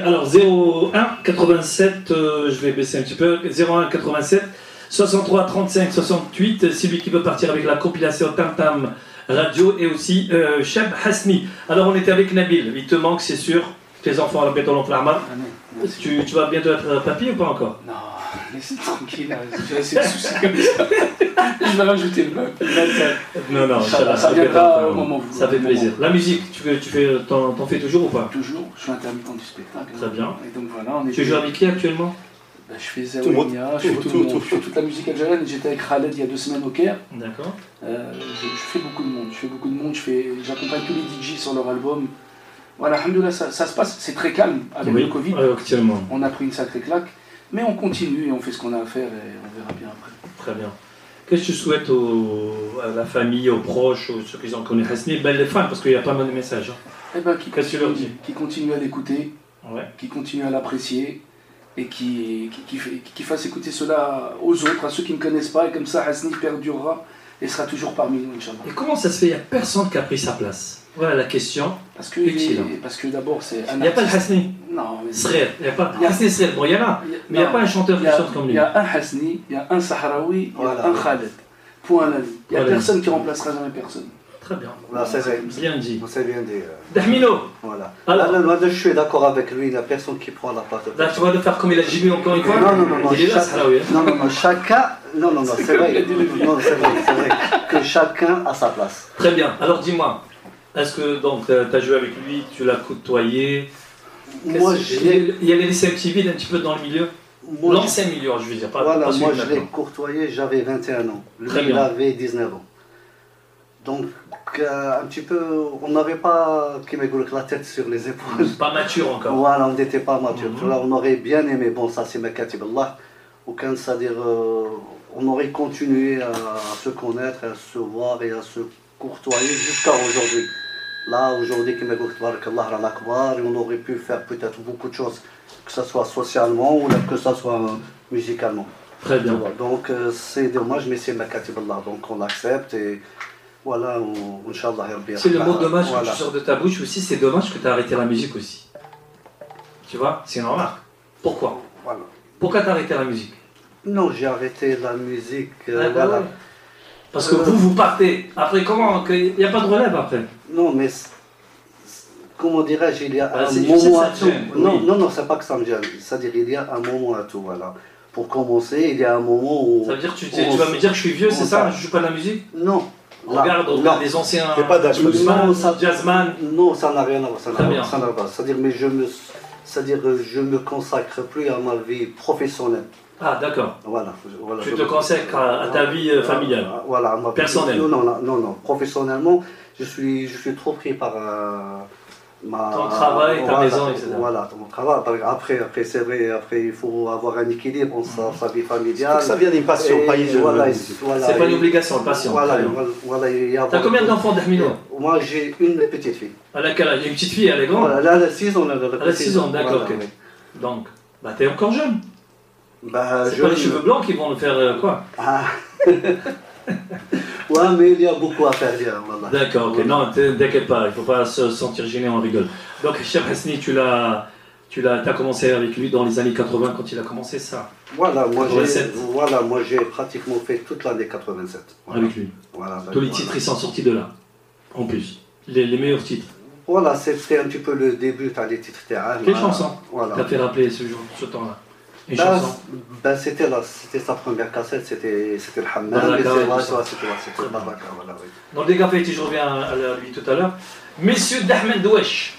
01 87, je vais baisser un petit peu. 01 87 63 35 68, c'est lui qui veut partir avec la compilation Tam Tam Radio et aussi Cheb Hasni. Alors on était avec Nabil, il te manque c'est sûr, tes enfants à la béton Flamar. Tu vas bientôt être papy ou pas encore? Non, laissez tranquille, j'ai assez de soucis comme ça. Je vais rajouter le papy. Non, ça viendra au moment où. Ça fait plaisir. La musique, t'en fais toujours ou pas? Toujours, je suis intermittent du spectacle. Très bien. Et donc voilà, Tu joues avec qui actuellement? Je fais Zawiya, je fais tout le monde, je fais toute la musique algérienne. J'étais avec Khaled il y a 2 semaines au Caire. D'accord. Je fais beaucoup de monde, j'accompagne tous les DJ sur leur album. Voilà, alhamdoulilah, ça se passe, c'est très calme avec le Covid. Actuellement. On a pris une sacrée claque, mais on continue et on fait ce qu'on a à faire et on verra bien après. Très bien. Qu'est-ce que tu souhaites à la famille, aux proches, aux ceux qui en connaissent Hasni, ben les fans, parce qu'il y a pas mal de messages. Hein. Eh ben, Qu'est-ce que tu leur dis? Qui continue à l'écouter, Ouais. qui continue à l'apprécier et qui fasse écouter cela aux autres, à ceux qui ne connaissent pas, et comme ça Hasni perdurera et sera toujours parmi nous, Inch'Allah. Et comment ça se fait? Il n'y a personne qui a pris sa place. Voilà la question. Parce utile. que d'abord c'est un Il n'y a pas de Hasni. Non, mais Srer. Il n'y a pas Hasni Srer. Bon, il y en a. Mais il n'y a pas un chanteur qui chante comme lui. Il y a un Hasni, il y a un Sahraoui, il y a un Khaled. Point à la ligne. Il n'y a Voilà. personne qui remplacera jamais personne. Très bien. Voilà, c'est Bien dit. bien dit. Dahmino. Voilà. Alors. Moi, je suis d'accord avec lui, il n'y a personne qui prend la place. Là, tu vas le faire comme il a dit lui encore une fois. Non. Il est là, Sahraoui. Non, chacun. Non, c'est vrai. Non, c'est vrai que chacun a sa place. Très bien. Alors dis-moi, est-ce que donc tu as joué avec lui, tu l'as côtoyé? Moi, Il y a les lycées activités un petit peu dans le milieu. Moi, L'ancien milieu, je veux dire. Pas, voilà, pas moi celui je l'ai maintenant. courtoyé, j'avais 21 ans. Lui, Très il bien. avait 19 ans. Donc, un petit peu, on n'avait pas, qui m'égoule la tête sur les épaules. Pas mature encore. Voilà, on n'était pas mature. Mhm. Là, on aurait bien aimé, bon, ça c'est Makatib Allah, aucun, c'est-à-dire, on aurait continué à se connaître, à se voir et à se courtoyer jusqu'à aujourd'hui. Là, aujourd'hui, qui m'égoule Tabarakallah al Akbar, et on aurait pu faire peut-être beaucoup de choses, que ce soit socialement ou que ce soit musicalement. Très bien. Donc c'est dommage, mais c'est Makatib Allah, donc on l'accepte et voilà, Inch'Allah. C'est le mot dommage voilà. que tu sors de ta bouche aussi, c'est dommage que tu as arrêté la musique aussi. Tu vois, c'est une remarque. Pourquoi? Voilà. Pourquoi tu as arrêté la musique? Non, j'ai arrêté la musique. Ah, bah voilà. ouais. Parce que vous partez. Après, comment? Il n'y a pas de relève après. Non, mais comment dirais-je, il y a Bah, un c'est difficile, moment ça à te tout. gêne, Non, oui. non, c'est pas que ça me gêne. C'est-à-dire, il y a un moment à tout, voilà. Pour commencer, il y a un moment où. Ça veut dire que tu vas me dire que je suis vieux, c'est ça? Je joue pas de la musique? Non. Là, Regarde, on là. regarde les anciens. Il n'y a pas d'âge. Bluesman, Non, ça- jazzman. Non, ça n'a rien à voir. Ça n'a Très rien bien. à voir. C'est-à-dire, mais c'est-à-dire, je me consacre plus à ma vie professionnelle. Ah, d'accord. Voilà. Tu te consacres à ta vie familiale. Voilà, à ma vie- Personnelle. Non. Professionnellement, je suis trop pris par Ton travail, ta maison, etc. Voilà, mon travail. Après, c'est vrai, après, il faut avoir un équilibre entre sa vie familiale. Ça vient d'une passion, Et pas une voilà, C'est pas une obligation, le patient. Voilà, Très bien. voilà, il y a T'as combien d'enfants, Dahmino? Moi, j'ai une petite fille. Elle a quel âge? Il y a une petite fille, elle est grande. Voilà, là, elle a 6 ans. Elle a 6 ans, d'accord. Voilà, Ok. oui. Donc, bah t'es encore jeune. Bah, C'est pas les cheveux blancs qui vont le faire quoi? Ah. Ouais, mais il y a beaucoup à faire dire. Voilà. D'accord, ok. Non, t'inquiète pas, il faut pas se sentir gêné, on rigole. Donc, Cheikh Hasni, t'as commencé avec lui dans les années 80 quand il a commencé ça, Voilà, moi 87. j'ai pratiquement fait toute l'année 87. Voilà. avec lui. Voilà, Tous les voilà. titres, ils sont sortis de là, en plus. Les meilleurs titres. Voilà, c'était un petit peu le début, t'as les titres théâtre. Quelle chanson Voilà. t'as fait rappeler ce temps-là? Une Ben, chanson. ben, c'était sa première cassette, c'était le Hammam. Baraka, et c'est- ouais, ouais, tout ça. c'était Baraka, voilà, oui. Dans des cafés, je reviens à lui tout à l'heure. Messieurs d'Ahmed Douesh.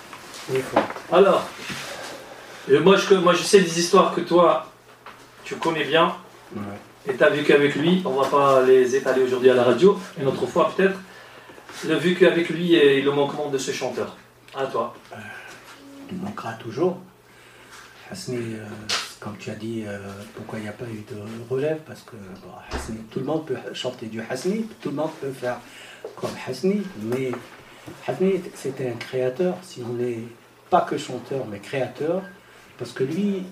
Alors, moi je sais des histoires que toi, tu connais bien. Et tu as vécu avec lui. On va pas les étaler aujourd'hui à la radio. Une autre fois peut-être. Le vécu avec lui et le manquement de ce chanteur. À toi. Il manquera toujours. Hasni, comme tu as dit, pourquoi il n'y a pas eu de relève? Parce que bon, Hasni, tout le monde peut chanter du Hasni, tout le monde peut faire comme Hasni, mais Hasni c'était un créateur, si on n'est pas que chanteur, mais créateur, parce que lui,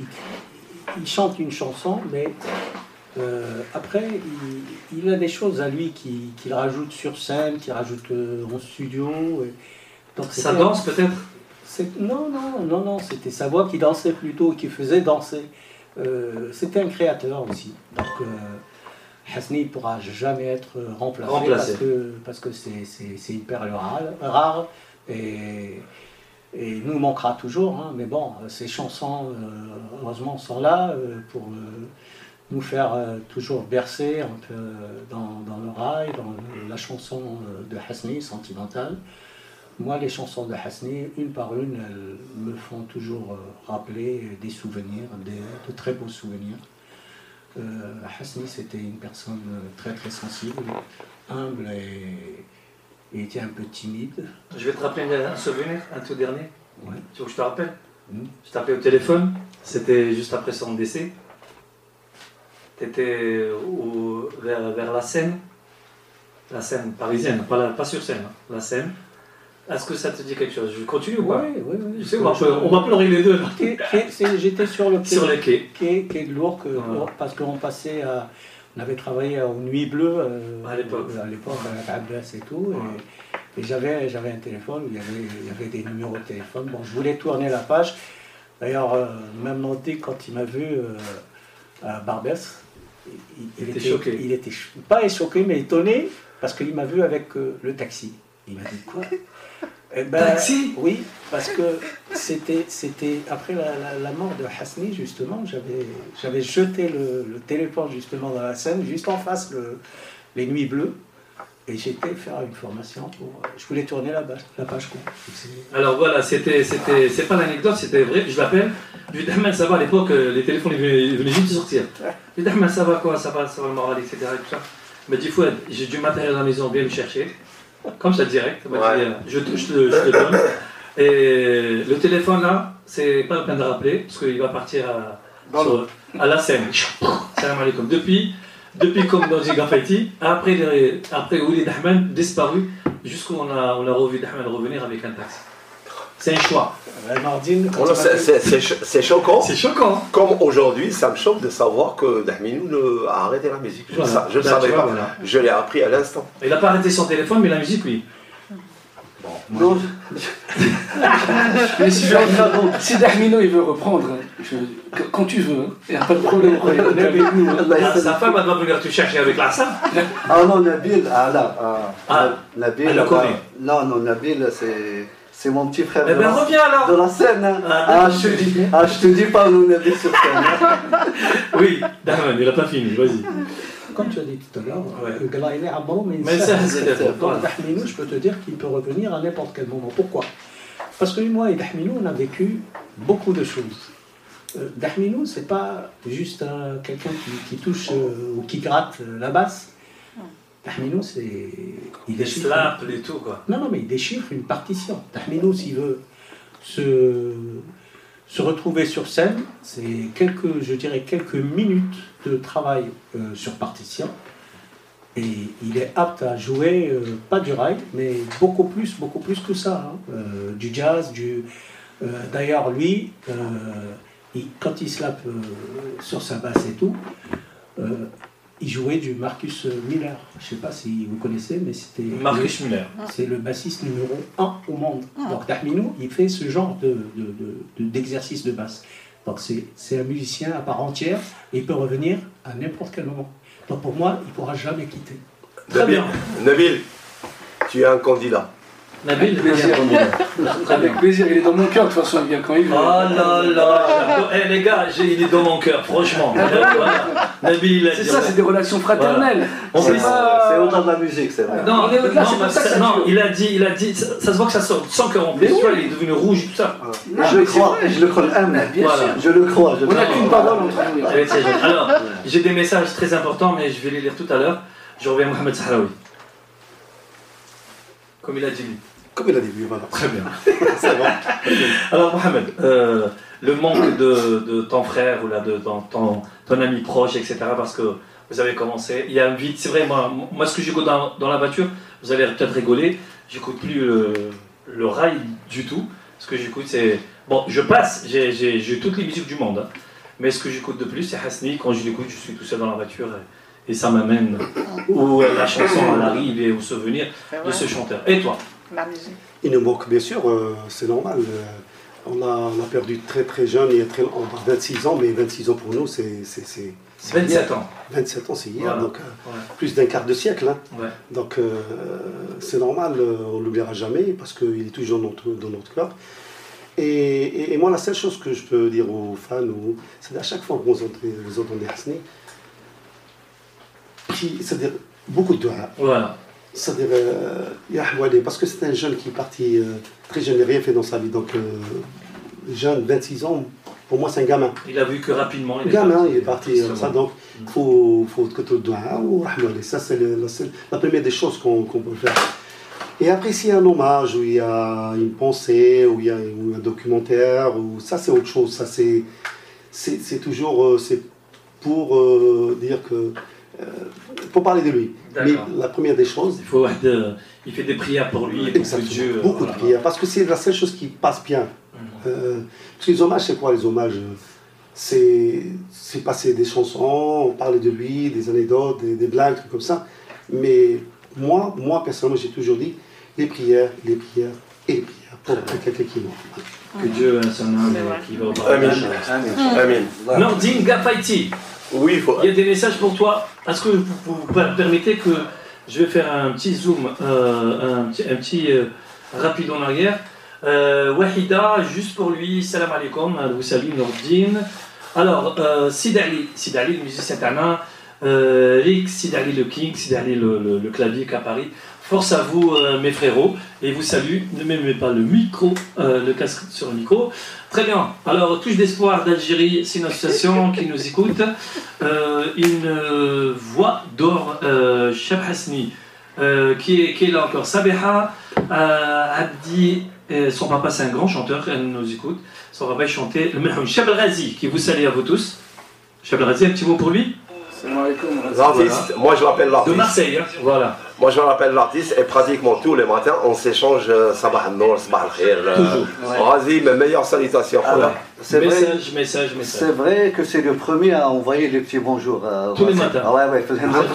il chante une chanson, mais après, il a des choses à lui qu'il rajoute sur scène, qu'il rajoute en studio. Donc, Ça danse peut-être? Non, c'était sa voix qui dansait plutôt, qui faisait danser. C'était un créateur aussi. Donc, Hasni ne pourra jamais être remplacé. Parce que c'est une perle rare et nous manquera toujours. Hein, mais bon, ces chansons, heureusement, sont là pour nous faire toujours bercer un peu dans le rail, dans la chanson de Hasni, sentimentale. Moi, les chansons de Hasni, une par une, elles me font toujours rappeler des souvenirs, de très beaux souvenirs. Hasni, c'était une personne très très sensible, humble et était un peu timide. Je vais te rappeler un souvenir, un tout dernier. Ouais. Tu veux que je te rappelle? Je t'ai appelé au téléphone, c'était juste après son décès. tu étais vers la Seine parisienne, pas sur Seine, hein, la Seine. Est-ce que ça te dit quelque chose? Je continue ou pas? Oui. Tu sais, on va pleurer les deux. J'étais sur le quai, Sur le quai. Quai de Lourdes, parce qu'on passait à... On avait travaillé aux Nuits Bleues à l'époque, avec Abbas et tout. Et j'avais un téléphone où il y avait des numéros de téléphone. Bon, je voulais tourner la page. D'ailleurs, même Nanti, quand il m'a vu à Barbès, il était choqué. Il était pas choqué, mais étonné, parce qu'il m'a vu avec le taxi. Il m'a dit quoi? Eh ben, taxi? Oui, parce que c'était après la mort de Hasni, justement, j'avais jeté le téléphone justement dans la Seine, juste en face les Nuits Bleues, et j'étais faire une formation je voulais tourner la page quoi. Alors voilà, c'est pas l'anecdote, c'était vrai, je l'appelle. Je lui dis Ahmed, ça va, à l'époque, les téléphones ils venaient juste de sortir. Je lui dis Ahmed, ça va quoi, ça va le moral, etc. Et tout ça. Il m'a dit Fouad, j'ai du matériel à la maison, viens le chercher. Comme ça direct, il m'a dit, je te le donne. Et le téléphone là, c'est pas la peine de rappeler, parce qu'il va partir à la Seine. Salam alaikum. Depuis comme dans Ziga Faiti, après Oulid Ahmed disparu, jusqu'où on a revu Ahmed revenir avec un taxi. C'est un choix. C'est choquant. C'est choquant. Comme aujourd'hui, ça me choque de savoir que Dahminou a arrêté la musique. Je ne le savais pas. Voilà. Je l'ai appris à l'instant. Il n'a pas arrêté son téléphone, mais la musique, oui. Bon. Non. Mais si Dahminou il veut reprendre, quand tu veux, il n'y a pas de problème. Sa femme va venir te chercher avec la salle. Ah non, Nabil, Nabil, elle le connaît. Non, Nabil, c'est mon petit frère de la Seine. Hein. Je te dis pas où Nabil sur scène. Oui, Dahman, il n'a pas fini, vas-y. Comme tu as dit tout à l'heure, il est à bon, mais ça, Dahminou, je peux te dire qu'il peut revenir à n'importe quel moment. Pourquoi? Parce que moi et Dahminou, on a vécu beaucoup de choses. Dahminou, c'est pas juste quelqu'un qui touche ou qui gratte la basse. Dahminou, il déchiffre. Et tout, quoi. Non, mais il déchiffre une partition. Dahminou, s'il veut se retrouver sur scène, c'est quelques minutes de travail sur partition. Et il est apte à jouer, pas du rail, mais beaucoup plus que ça. Hein. Du jazz, d'ailleurs, lui, quand il slappe sur sa basse et tout, il jouait du Marcus Miller. Je ne sais pas si vous connaissez, mais c'était... Marcus Miller. C'est le bassiste numéro 1 au monde. Donc Dahminou, il fait ce genre d'exercice de basse. Donc c'est un musicien à part entière et il peut revenir à n'importe quel moment. Donc pour moi, il ne pourra jamais quitter. Très bien. Nabil, tu es un candidat. Nabil, avec plaisir, il est dans mon cœur de toute façon, il vient quand il veut. Oh là là, les gars, il est dans mon cœur, franchement. Nabil, c'est ça, c'est des relations fraternelles. Voilà. C'est au-delà de la musique, c'est vrai. Non, il a dit, ça se voit que ça sort sans cœur en plus, tu vois, il est devenu rouge et tout ça. Je le crois, je le crois, bien sûr. Je le crois. On n'a qu'une parole entre nous. Alors, j'ai des messages très importants, mais je vais les lire tout à l'heure. Je reviens à Mohamed Sahraoui. Comme il a dit lui. Comme il a dit lui, voilà. Très bien. C'est bon. Alors Mohamed, le manque de ton frère ou là, de ton ami proche, etc. Parce que vous avez commencé, il y a un vide. C'est vrai, moi ce que j'écoute dans la voiture, vous allez peut-être rigoler, j'écoute plus le rail du tout. Ce que j'écoute c'est... Bon, je passe, j'ai toutes les musiques du monde. Hein, mais ce que j'écoute de plus c'est Hasni. Quand je l'écoute, je suis tout seul dans la voiture et ça m'amène où la chanson elle arrive et au souvenir de ce chanteur. Et toi? La musique. Il nous manque, bien sûr, c'est normal. On a perdu très très jeune, on a 26 ans, mais 26 ans pour nous, c'est 27 ans. 27 ans, c'est hier, voilà. Donc plus d'un quart de siècle. Hein. Ouais. Donc c'est normal, on ne l'oubliera jamais, parce qu'il est toujours dans notre cœur. Et moi, la seule chose que je peux dire aux fans, c'est à chaque fois que vous entendez Hasni, c'est-à-dire beaucoup de doigts. Voilà. C'est-à-dire, parce que c'est un jeune qui est parti très jeune, il n'a rien fait dans sa vie. Donc, jeune, 26 ans, pour moi, c'est un gamin. Il a vu que rapidement. Il est parti comme ça. Donc, il faut que tu le dois. Ça, c'est la première des choses qu'on peut faire. Et après, s'il y a un hommage, ou il y a une pensée, ou il y a un documentaire, ça, c'est autre chose. Ça, c'est toujours. pour dire que. Pour parler de lui. Mais la première des choses. Il fait des prières pour lui et pour Dieu. Beaucoup de prières, parce que c'est la seule chose qui passe bien. Parce que les hommages, c'est quoi les hommages? C'est passer des chansons, parler de lui, des anecdotes, des blagues, trucs comme ça. Mais moi personnellement, j'ai toujours dit les prières et les prières pour quelqu'un qui est mort. Que Dieu ait son âme qui va au paradis. Amen. Nordine Gafaiti. Oui, il y a des messages pour toi. Est-ce que vous permettez que je vais faire un petit zoom, un petit rapide en arrière. Wahida, juste pour lui, salam alaikum, vous salue Nordine. Alors, Sid Ali, le musicien tana, Rick, Sid Ali le King, Sid Ali le clavier qu'à Paris. Force à vous, mes frérots, et vous salue. Ne m'aimez pas le micro, le casque sur le micro. Très bien. Alors, Touche d'espoir d'Algérie, c'est une association qui nous écoute. Une voix d'or, Cheb Hasni, qui est là encore. Sabeha, Abdi, son papa c'est un grand chanteur, elle nous écoute. Son papa chantait le Melhoun Cheb Razi, qui vous salue à vous tous. Cheb Razi, un petit mot pour lui. L'artiste, moi je l'appelle l'artiste. De Marseille, hein, voilà. Moi je l'appelle l'artiste et pratiquement tous les matins on s'échange Sabah al-Nour, Sabah al-Khir. Razi, mes meilleures salutations. Message. C'est vrai que c'est le premier à envoyer les petits bonjours. Tous les matins. Ouais,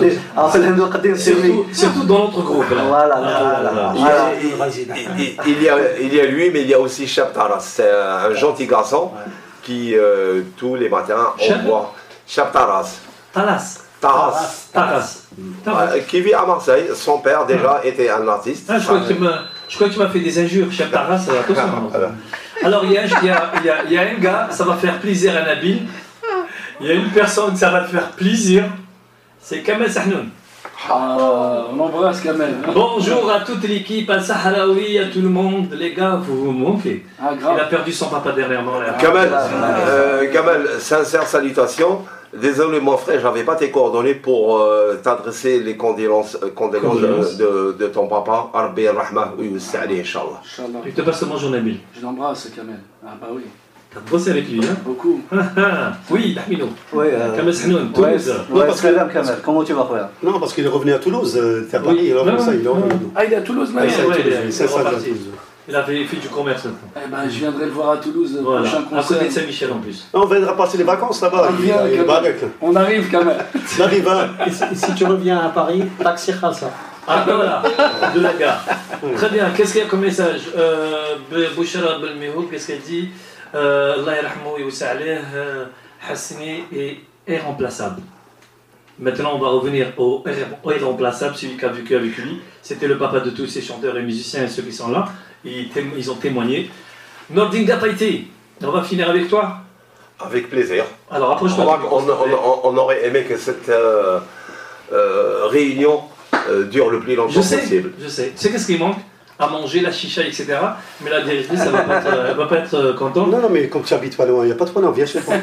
surtout dans notre groupe. Là. Voilà. Il y a lui, mais il y a aussi Cheb Taras. C'est un gentil garçon qui tous les matins envoie Cheb Taras. Taras. Qui vit à Marseille. Son père déjà était un artiste. Je crois que tu m'as fait des injures, Cheb Taras. Attention. Alors il y a un gars, ça va faire plaisir à Nabil. Il y a une personne que ça va te faire plaisir. C'est Kamel Sahnoun. On embrasse Kamel. Bonjour à toute l'équipe, à Sahraoui, à tout le monde. Les gars, vous manquez. Il a perdu son papa dernièrement. Kamel, sincère salutation. Désolé mon frère, j'avais pas tes coordonnées pour t'adresser les condoléances de ton papa. Rabbi Rahma, oui, Inch'Allah. Je te passe le bonjour Nabil. Je l'embrasse Kamel. Ah bah oui. T'as bossé avec lui, hein? Beaucoup. Oui, Dahmino. Oui, Kamel Sahnoun, Toulouse. Kamel, comment tu vas frère? Non, parce qu'il est revenu à Toulouse. T'es à Paris, alors comme ça, il est revenu. Ah, il est à Toulouse maintenant. Il avait fait du commerce. Eh ben, je viendrai le voir à Toulouse, prochain concert. À côté de Saint-Michel en plus. On viendra passer les vacances là-bas. On arrive quand même. On arrive. Et si tu reviens à Paris, taxi Khalsa. Ah ben voilà, de la gare. Très bien, qu'est-ce qu'il y a comme message? Bouchara Belmehou, qu'est-ce qu'elle dit? Allah yarhamou youssa alayh, Hasni est irremplaçable. Maintenant, on va revenir au irremplaçable, celui qui a vécu avec lui. C'était le papa de tous ces chanteurs et musiciens et ceux qui sont là. Ils ont témoigné. Nordine Gapaiti, on va finir avec toi. Avec plaisir. Alors, approche-toi. On aurait aimé que cette réunion dure le plus longtemps possible. Je sais. Tu sais qu'est-ce qui manque? À manger, la chicha, etc. Mais la directrice, elle ne va pas être contente. Non, mais comme tu habites pas loin, il n'y a pas de problème, on vient chez toi.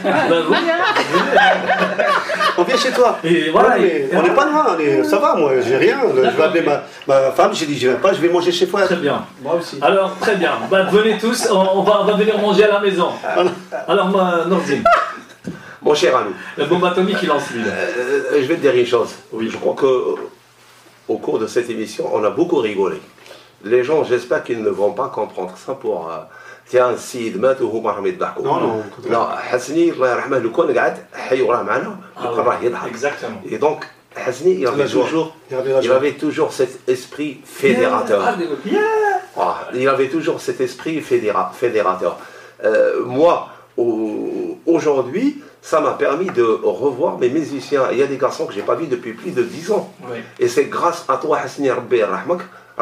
On vient chez toi. Et voilà. On n'est pas loin, ça va, moi, j'ai rien. Je vais appeler ma femme, j'ai dit, je viens pas, je vais manger chez toi. Très bien. Moi aussi. Alors, très bien. Venez tous, on va venir manger à la maison. Alors, Nordine. Mon cher ami. La bombe atomique, il lance lui. Je vais te dire une chose. Oui. Je crois qu'au cours de cette émission, on a beaucoup rigolé. Les gens, j'espère qu'ils ne vont pas comprendre ça pour tiens, Sid mat ou huma راهم يضحكوا. Non, Hasni, Allah yarhamah, le كون قاعد حي وراه معنا وكان راه يضحك. Exactement. Et donc Hasni, il avait toujours cet esprit fédérateur. Il avait toujours cet esprit fédérateur. Moi, aujourd'hui, ça m'a permis de revoir mes musiciens. Il y a des garçons que je n'ai pas vus depuis plus de 10 ans. Oui. Et c'est grâce à toi, Hasni, Rabbi Rahmak,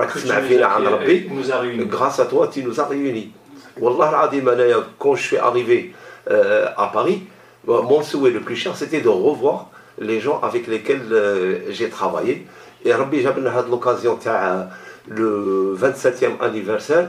grâce à toi, tu nous as réunis. Wallah al-Adim, quand je suis arrivé à Paris, mon souhait le plus cher, c'était de revoir les gens avec lesquels j'ai travaillé. Et Rabbi, j'ai eu l'occasion le 27e anniversaire.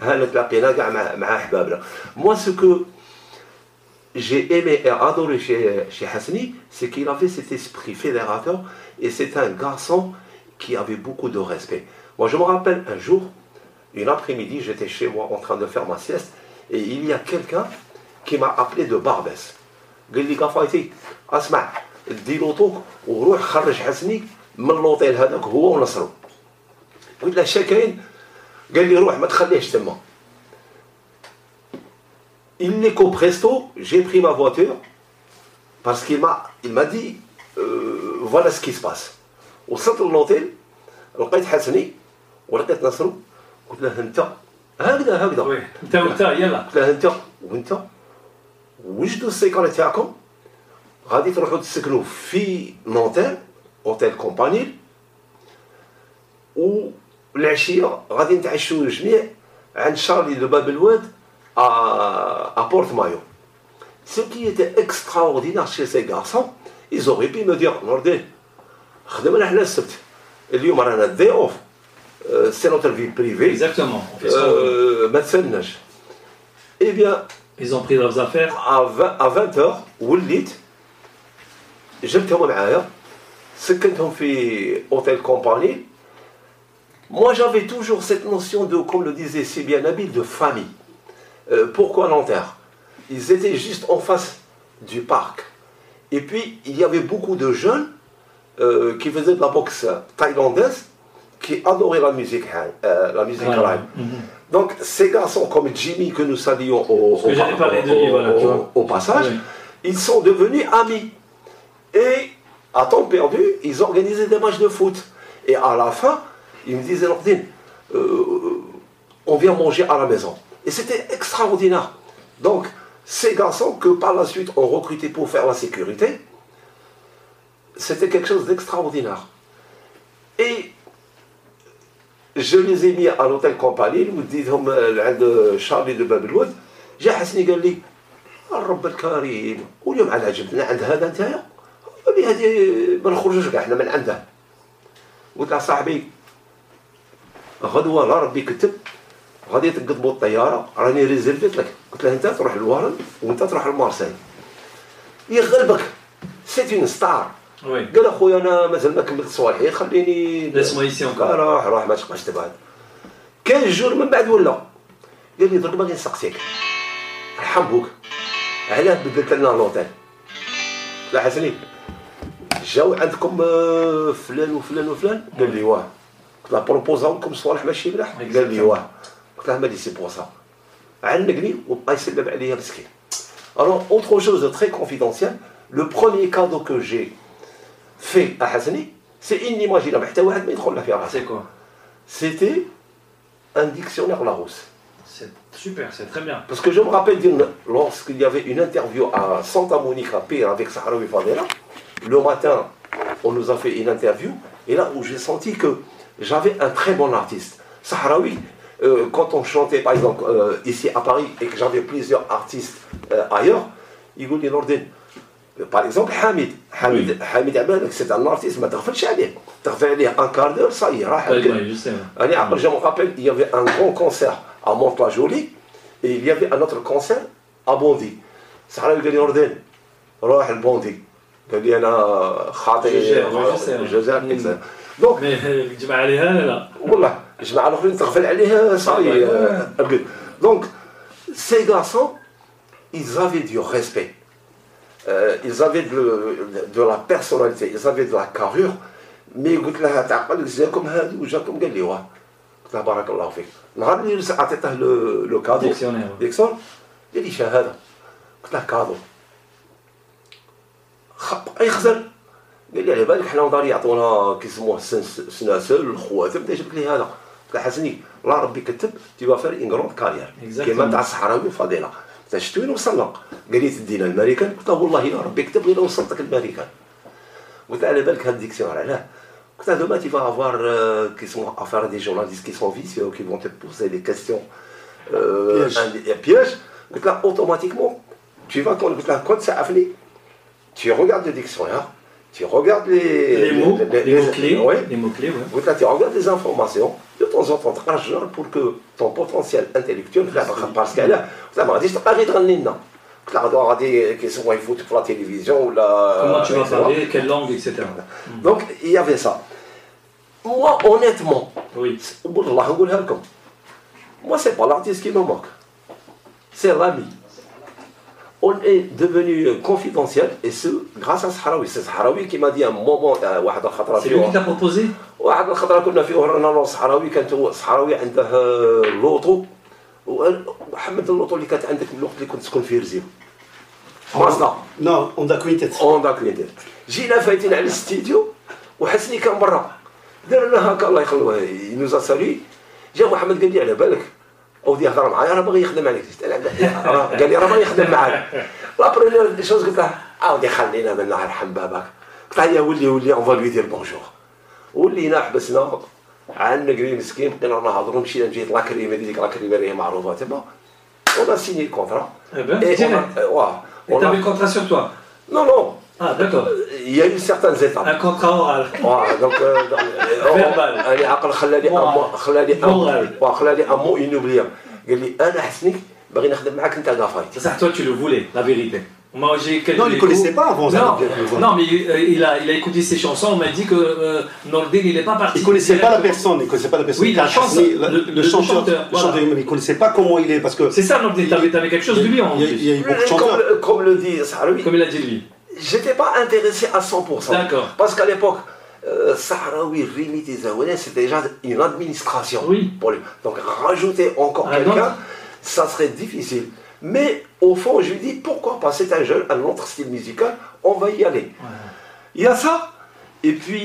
Moi, ce que j'ai aimé et adoré chez Hasni, c'est qu'il avait cet esprit fédérateur et c'est un garçon qui avait beaucoup de respect. Moi, je me rappelle un jour, une après-midi, j'étais chez moi en train de faire ma sieste et il y a quelqu'un qui m'a appelé de Barbès. قال لي كفايتي اسمع دي لوطوك وروح خرج حسني من لوطيل هذاك هو ونصرو. قلت له شاكاين؟ قال لي روح ما تخليهش تما. illico presto j'ai pris ma voiture parce qu'il m'a dit voilà ce qui se passe. وصلت للوطيل لقيت حسني ولقيت نصرو قلت له انت هكذا انت يلا قلت له انت وانت وجدوا السيكونه تاعكم غادي تروحوا تسكنوا في نونتيل اوتيل كومبانيل والعشيه غادي نتعشوا الجميع عند شارلي دو باب الواد à Porte-Maillot. Ce qui était extraordinaire chez ces garçons, ils auraient pu me dire Nordin, خدمنا حنا السبت اليوم رانا دي اوف سي نوتر في بريفي exactement ما تسناش. Eh bien, ils ont pris leurs affaires à 20h وليت جبتهم معايا سكنتهم في اوتيل كومباني. Moi j'avais toujours cette notion de, comme le disait si bien Nabil, de famille. Pourquoi Nanterre? Ils étaient juste en face du parc. Et puis il y avait beaucoup de jeunes qui faisaient de la boxe thaïlandaise, qui adoraient la musique live. Donc ces garçons comme Jimmy que nous saluons au passage, ils sont devenus amis. Et à temps perdu, ils organisaient des matchs de foot. Et à la fin, ils me disaient Nordin, on vient manger à la maison. Et c'était extraordinaire. Donc ces garçons que par la suite on recrutait pour faire la sécurité, c'était quelque chose d'extraordinaire. Et je les ai mis à l'hôtel Compagnie, وديتهم عند شارلي دو باب الواد. جا حسني قال لي الرب الكريم واليوم على عجبتنا عند هذا نتايا قال لي هذه ما نخرجوش كاع حنا من عنده. قلت له صاحبي غدوه لا ربي كتب غادي تقطبوا الطياره راني ريزيرفيت لك. قلت له انت تروح لوارن وانت تروح لمارسيل يغلبك سي اون ستار. قال اخويا انا مازال ما كملت صوالحي خليني لاسمو يسيون روح ما تبقاش تبعد. كان جور من بعد ولا قال لي درك باغي نسقسيك رحم بوك علاه بدلت لنا لوطيل. لا حسني جاو عندكم فلان وفلان وفلان قال لي واه. قلت له بروبوزاو لكم صوالح ماشي ملاح قال لي واه. قلت له مالي سي بور سا عنقني وبقى يسلم عليا مسكين. Alors autre chose de très confidentiel, le premier cadeau que j'ai fait à Hassani, c'est inimaginable. C'est quoi? C'était un dictionnaire Larousse. C'est super, c'est très bien. Parce que je me rappelle lorsqu'il y avait une interview à Santa Monica Pier avec Sahraoui Fadela, le matin, on nous a fait une interview, et là où j'ai senti que j'avais un très bon artiste. Sahraoui, quand on chantait par exemple ici à Paris et que j'avais plusieurs artistes ailleurs, il dit Nordin. Par exemple, Hamid Abad, c'est un artiste, mais tu as un quart d'heure, ça y est. Je me rappelle, il y avait un grand concert à Mantes-la-Jolie et il y avait un autre concert à Bondy. Ça a dit Nordin, روح البوندي. قال لي انا خاطئ جزائر. Donc, جمع عليها لا والله جمع الاخرين تغفل عليها صاي. Donc, ces garçons, ils avaient du respect. Ils avaient de la personnalité, ils avaient de la carrure, mais قلت لها تعقل جاكم هادو وجاكم قال لي واه. قلت لها بارك الله فيك. نهار اللي عطيته لو كادو ديكسون قال لي شهاده. قلت له كادو يخزن. قال لي على بالك حنا ودار يعطونا كيسموه سناسل الخواتم بدا جبت لي هذا. قلت له حسني لا ربي كتب تي فار اون غروند كارير كيما تاع الصحراوي فضيله. شتو وين وصلنا؟ قال لي تدينا الماريكان. قلت له والله يا ربي كتب غير وصلتك الماريكان. قلت له على بالك هاد الديكسيونير علاه؟ قلت له دوما تي فا افوار كيسموه افار دي جورناليست كي سون فيسيو كي فون te poser des questions pièges. قلت له اوتوماتيكمون tu vas قلت له كنت تعرفني tu regardes le dictionnaire, tu regardes les mots-clés, ouais. Les mots-clés, ouais. Tu regardes les informations, de temps en temps, pour que ton potentiel intellectuel, parce qu'elle a, ça m'a dit, je t'ai pas dit de qui sont foot pour la télévision ou la. Comment tu vas parler, quelle langue, etc. Donc, il y avait ça. Moi, honnêtement, oui. Moi, c'est pas l'artiste qui me manque, c'est l'ami. on est devenu confidentiel, et c'est grâce à Sahraoui. C'est Sahraoui qui m'a dit à un moment, c'est lui qui t'a proposé. واحد الخطره كنا في رانا صحراوي كانت صحراوي عنده لوطو ومحمد اللوطو اللي كانت عندك من الوقت اللي كنت تسكن في رزيف مازدا نو اوندا كوينتيت جينا فايتين على الاستديو وحسني كان برا درنا هكا الله يخلوه ينوزا سالي جا محمد قال لي على بالك اودي يهضر معايا راه باغي يخدم عليك قال لي راه باغي يخدم معاك لا بريمير شوز قلت له اودي خلينا من الله يرحم باباك قلت له ولي اون فا لوي دير بونجور ولينا حبسنا عندنا قري مسكين بقينا نهضروا مشينا لجهه لاكريمه ديك لاكريمه اللي هي معروفه تما on a signé le contrat. Eh ben, et tu avais le contrat sur toi? Non, non. Ah, d'accord. Il y a eu certaines étapes. Un contrat oral. Donc, verbal. عقل خلالي un mot inoubliable. قال لي أنا حسني باغي نخدم معاك أنت كافايت. C'est ça, toi tu le voulais, la vérité. Moi, j'ai quelques non, il ne connaissait pas avant ça. Non, mais il a écouté ses chansons, on m'a dit que Nordin, il n'est pas parti. Il ne connaissait pas la personne, Oui, la chanson, le chanteur, mais il ne connaissait pas comment il est. Parce que c'est ça, Nordin, tu avais quelque chose de lui en plus. Il y a eu beaucoup de chanteurs. Comme le dit Sahraoui. Comme il a dit lui. J'étais pas intéressé à 100%. D'accord. Parce qu'à l'époque, Sahraoui, Rimit et Zaouane, c'était déjà une administration. Oui. Pour lui. Donc rajouter encore quelqu'un, ça serait difficile. Mais au fond, je lui dis pourquoi pas, c'est un jeune, un autre style musical, on va y aller. Il y a ça, et puis,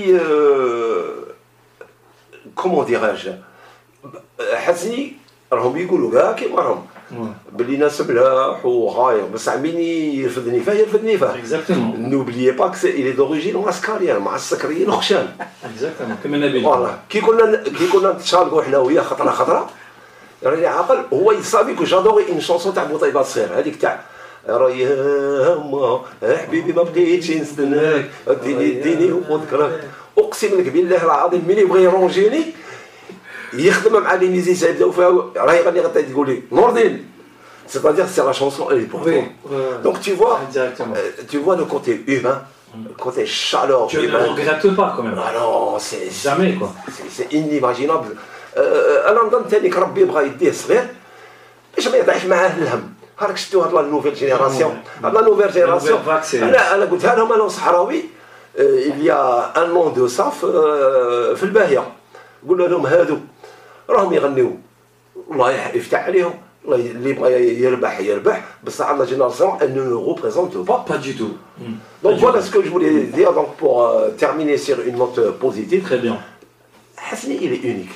comment dirais-je, Hasni, راهم يقولوا كاع كيما راهم بلي ناس ملاح وغاير بصح مين يرفدني فيه يرفدني فيه. Exactement. N'oubliez pas qu'il est d'origine mascarien مع السكريين وخشان. Exactement. كما نبيل. فوالا كي كنا نتشاركوا حنا وياه خطره راني عاقل هو يصابي كو جادوري ان شونسون تاع بوطيبه الصغير هذيك تاع رايا ما حبيبي ما بقيتش نستناك اديني وذكرك اقسم لك بالله العظيم مين يبغي يرونجيني يخدم مع لي ميزيسيان ديالو فيها راه يغني غادي تقول لي نوردين c'est-à-dire c'est la chanson elle est pour toi. Donc tu vois le côté humain, le côté chaleur. Tu ne le regrettes pas quand même. Ah non, c'est jamais quoi. C'est inimaginable. انا نظن ثاني ربي بغى يديه صغير باش ما يضيعش معاه الهم. هاك شفتوا هاد لا نوفيل جينيراسيون هاد لا نوفيل جينيراسيون انا قلتها لهم انا صحراوي il y a un an de ça في الباهيه قلنا لهم هادو راهم يغنيو الله يفتح عليهم اللي بغى يربح بصح لا جينيراسيون elle ne le représente pas du tout. Donc voilà ce que je voulais dire donc pour terminer sur une note positive. Très bien. Hasni il est unique.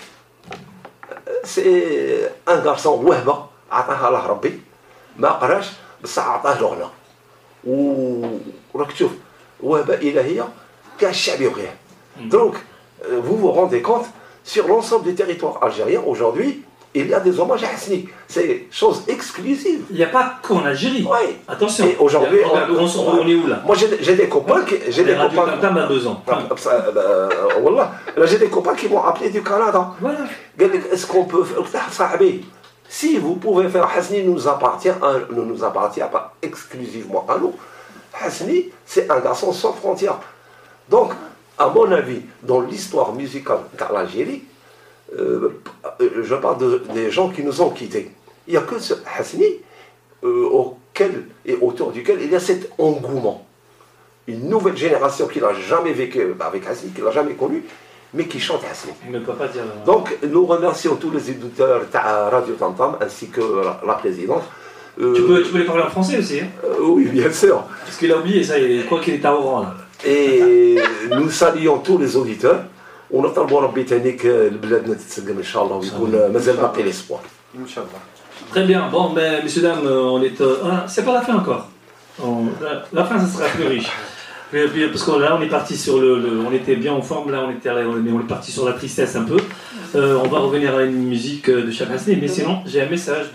C'est un garçon وهبه عطاها له ربي ما قراش بصح عطاه لغنا وراك تشوف وهبه الهيه كاع الشعب يبغيه. Donc vous vous rendez compte sur l'ensemble du territoire algérien aujourd'hui il y a des hommages à Hasni. C'est chose exclusive. Il n'y a pas qu'en Algérie. Oui. Attention. Et aujourd'hui, on est où là? Moi j'ai des copains qui. J'ai des copains. A 2 ans. Wallah. Là j'ai des copains qui m'ont appelé du Canada. Voilà. Est-ce qu'on peut faire. Si vous pouvez faire Hasni ne nous appartient pas exclusivement à nous. Hasni, c'est un garçon sans frontières. Donc, à mon avis, dans l'histoire musicale de l'Algérie, je parle des gens qui nous ont quittés. Il n'y a que ce Hasni auquel et autour duquel il y a cet engouement. Une nouvelle génération qui n'a jamais vécu avec Hasni, qui n'a jamais connu, mais qui chante Hasni. Il ne peut pas dire. Donc nous remercions tous les éditeurs de Radio Tam Tam ainsi que la présidente. Tu peux les parler en français aussi hein? Oui, bien sûr. Parce qu'il a oublié ça, il croit qu'il est à Oran là. Et nous saluons tous les auditeurs. ونطلبوا ربي تانيك بلادنا تتسقم ان شاء الله ويكون مازال باقي l'espoir. ان شاء الله. Très bien. Bon, mais messieurs dames, on est. C'est pas la fin encore. La fin, ça sera plus riche. Parce que là, on est parti sur on était bien en forme. Là, on est parti sur la tristesse un peu. On va revenir à une musique de Cheb Hasni. Mais sinon, j'ai un message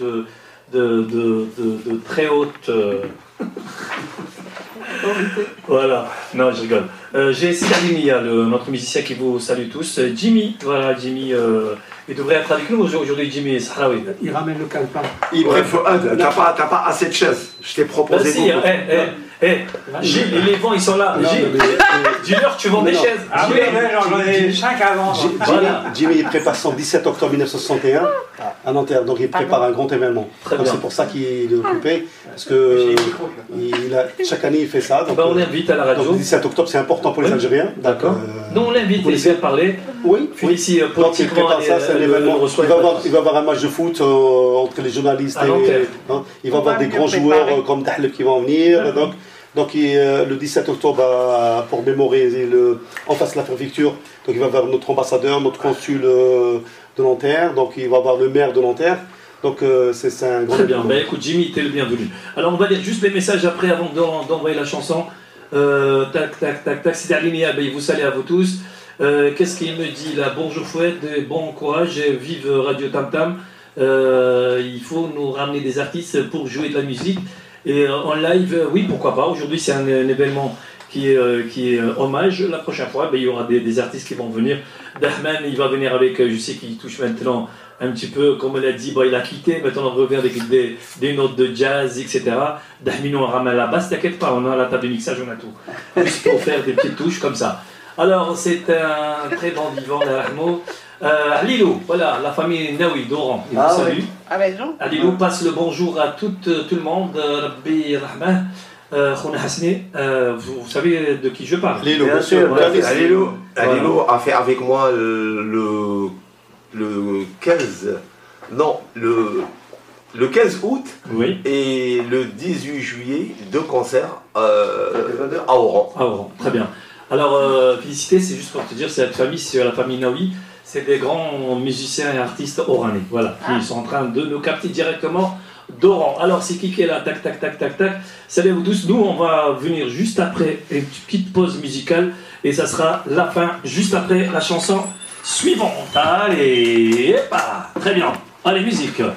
de très haute. Voilà, non je rigole. J'ai Sidalimia, notre musicien qui vous salue tous. Jimmy, voilà Jimmy, il devrait être avec nous aujourd'hui Jimmy Sahraoui. Il ramène le calepin. T'as pas assez de chaises, je t'ai proposé beaucoup. Gilles, les vents ils sont là. Gilles, dis-leur tu vends des chaises. Ah oui, j'en ai 5 avant. Jimmy il prépare son 17 octobre 1961 à Nanterre, donc il prépare un grand événement. C'est pour ça qu'il est occupé. Parce que chaque année il fait ça. Donc, on l'invite à la radio. Donc le 17 octobre c'est important pour les Algériens. D'accord. Donc on l'invite, il vient parler. Oui. Ici, politiquement, c'est un événement. Il va avoir un match de foot entre les journalistes il va avoir des grands joueurs comme Dahleb qui vont venir. Donc le 17 octobre, pour mémoriser en face de la préfecture, donc il va y avoir notre ambassadeur, notre consul de Nanterre, donc il va y avoir le maire de Nanterre. Donc c'est un grand... Très bien, écoute Jimmy, t'es le bienvenu. Alors on va lire juste les messages après avant d'envoyer la chanson. Tac, c'est Alinia, il vous salue à vous tous. Qu'est-ce qu'il me dit là? Bonjour Foued, bon courage, vive Radio Tam Tam. Il faut nous ramener des artistes pour jouer de la musique. Et en live, oui, pourquoi pas. Aujourd'hui, c'est un événement qui est hommage. La prochaine fois, il y aura des artistes qui vont venir. Dahman, il va venir avec, je sais qu'il touche maintenant un petit peu, comme elle a dit, il a quitté. Maintenant, on revient avec des notes de jazz, etc. Dahmino, on ramène la basse, t'inquiète pas, on a la table de mixage, on a tout. Juste pour faire des petites touches comme ça. Alors, c'est un très bon vivant, Rahmo. Alilou, voilà, la famille Naoui d'Oran, il vous salue. Oui. Alilou passe le bonjour à tout le monde. Rabbi Rahman, Khouna Hasni, vous savez de qui je parle? Alilou, bien sûr. Alilou a fait avec moi le 15, non, le 15 août et le 18 juillet, 2 concerts à Oran. À Oran, très bien. Alors, félicité, c'est juste pour te dire, cette famille, c'est la famille Naoui. C'est des grands musiciens et artistes oranais, voilà, qui sont en train de nous capter directement d'Oran. Alors, c'est qui est là? Tac. Salut à vous tous. Nous, on va venir juste après une petite pause musicale et ça sera la fin, juste après la chanson suivante. Allez, très bien. Allez, musique. Je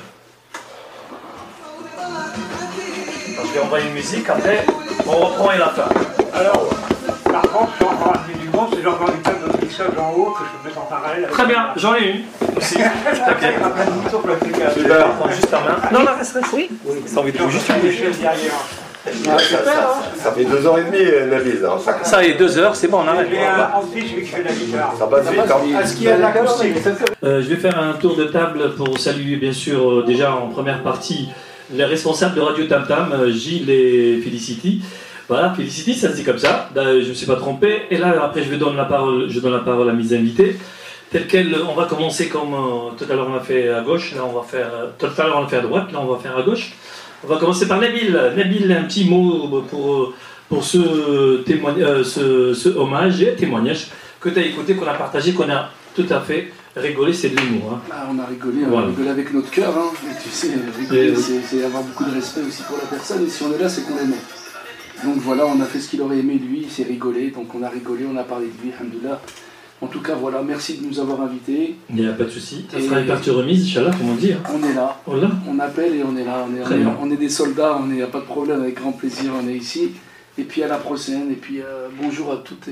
vais envoyer une musique, après, on reprend et la fin. Alors, par contre, j'ai encore un petit du bon, c'est j'ai encore une table de mixage en haut que je mets en parallèle. Très bien, j'en ai une aussi. T'inquiète. Je vais prendre juste ta main. Non, reste. Oui. Ça envie de jouer juste une chaise derrière. Ça fait 2h30, Nabil. Ça y est, 2 heures, c'est bon, on arrête. Ensuite, je vais créer la guitare. Ça passe vite. Est-ce qu'il y a de l'acoustique? Je vais faire un tour de table pour saluer, bien sûr, déjà en première partie, les responsables de Radio Tam Tam, Gilles et Felicity. Voilà, Felicity, ça se dit comme ça, je ne me suis pas trompé. Et là, après, je donne la parole à mes invités. Tel quel, on va commencer comme tout à l'heure on a fait à gauche, là on va faire, tout à l'heure on a fait à droite, là on va faire à gauche. On va commencer par Nabil. Nabil, un petit mot pour ce hommage et témoignage que tu as écouté, qu'on a partagé, qu'on a tout à fait rigolé, c'est de l'humour. Hein. Ah, on a rigolé avec notre cœur. Hein. Et tu sais, rigoler, c'est avoir beaucoup de respect aussi pour la personne. Et si on est là, c'est qu'on l'aimait. Donc voilà, on a fait ce qu'il aurait aimé lui, il s'est rigolé. Donc on a rigolé, on a parlé de lui, alhamdoulilah. En tout cas, voilà, merci de nous avoir invités. Il n'y a pas de souci. Ça sera une partie remise, Inch'Allah, comme on dit. Hein. On est là. On appelle et on est là. On est des soldats, il n'y a pas de problème, avec grand plaisir, on est ici. Et puis à la prochaine. Et puis bonjour à toutes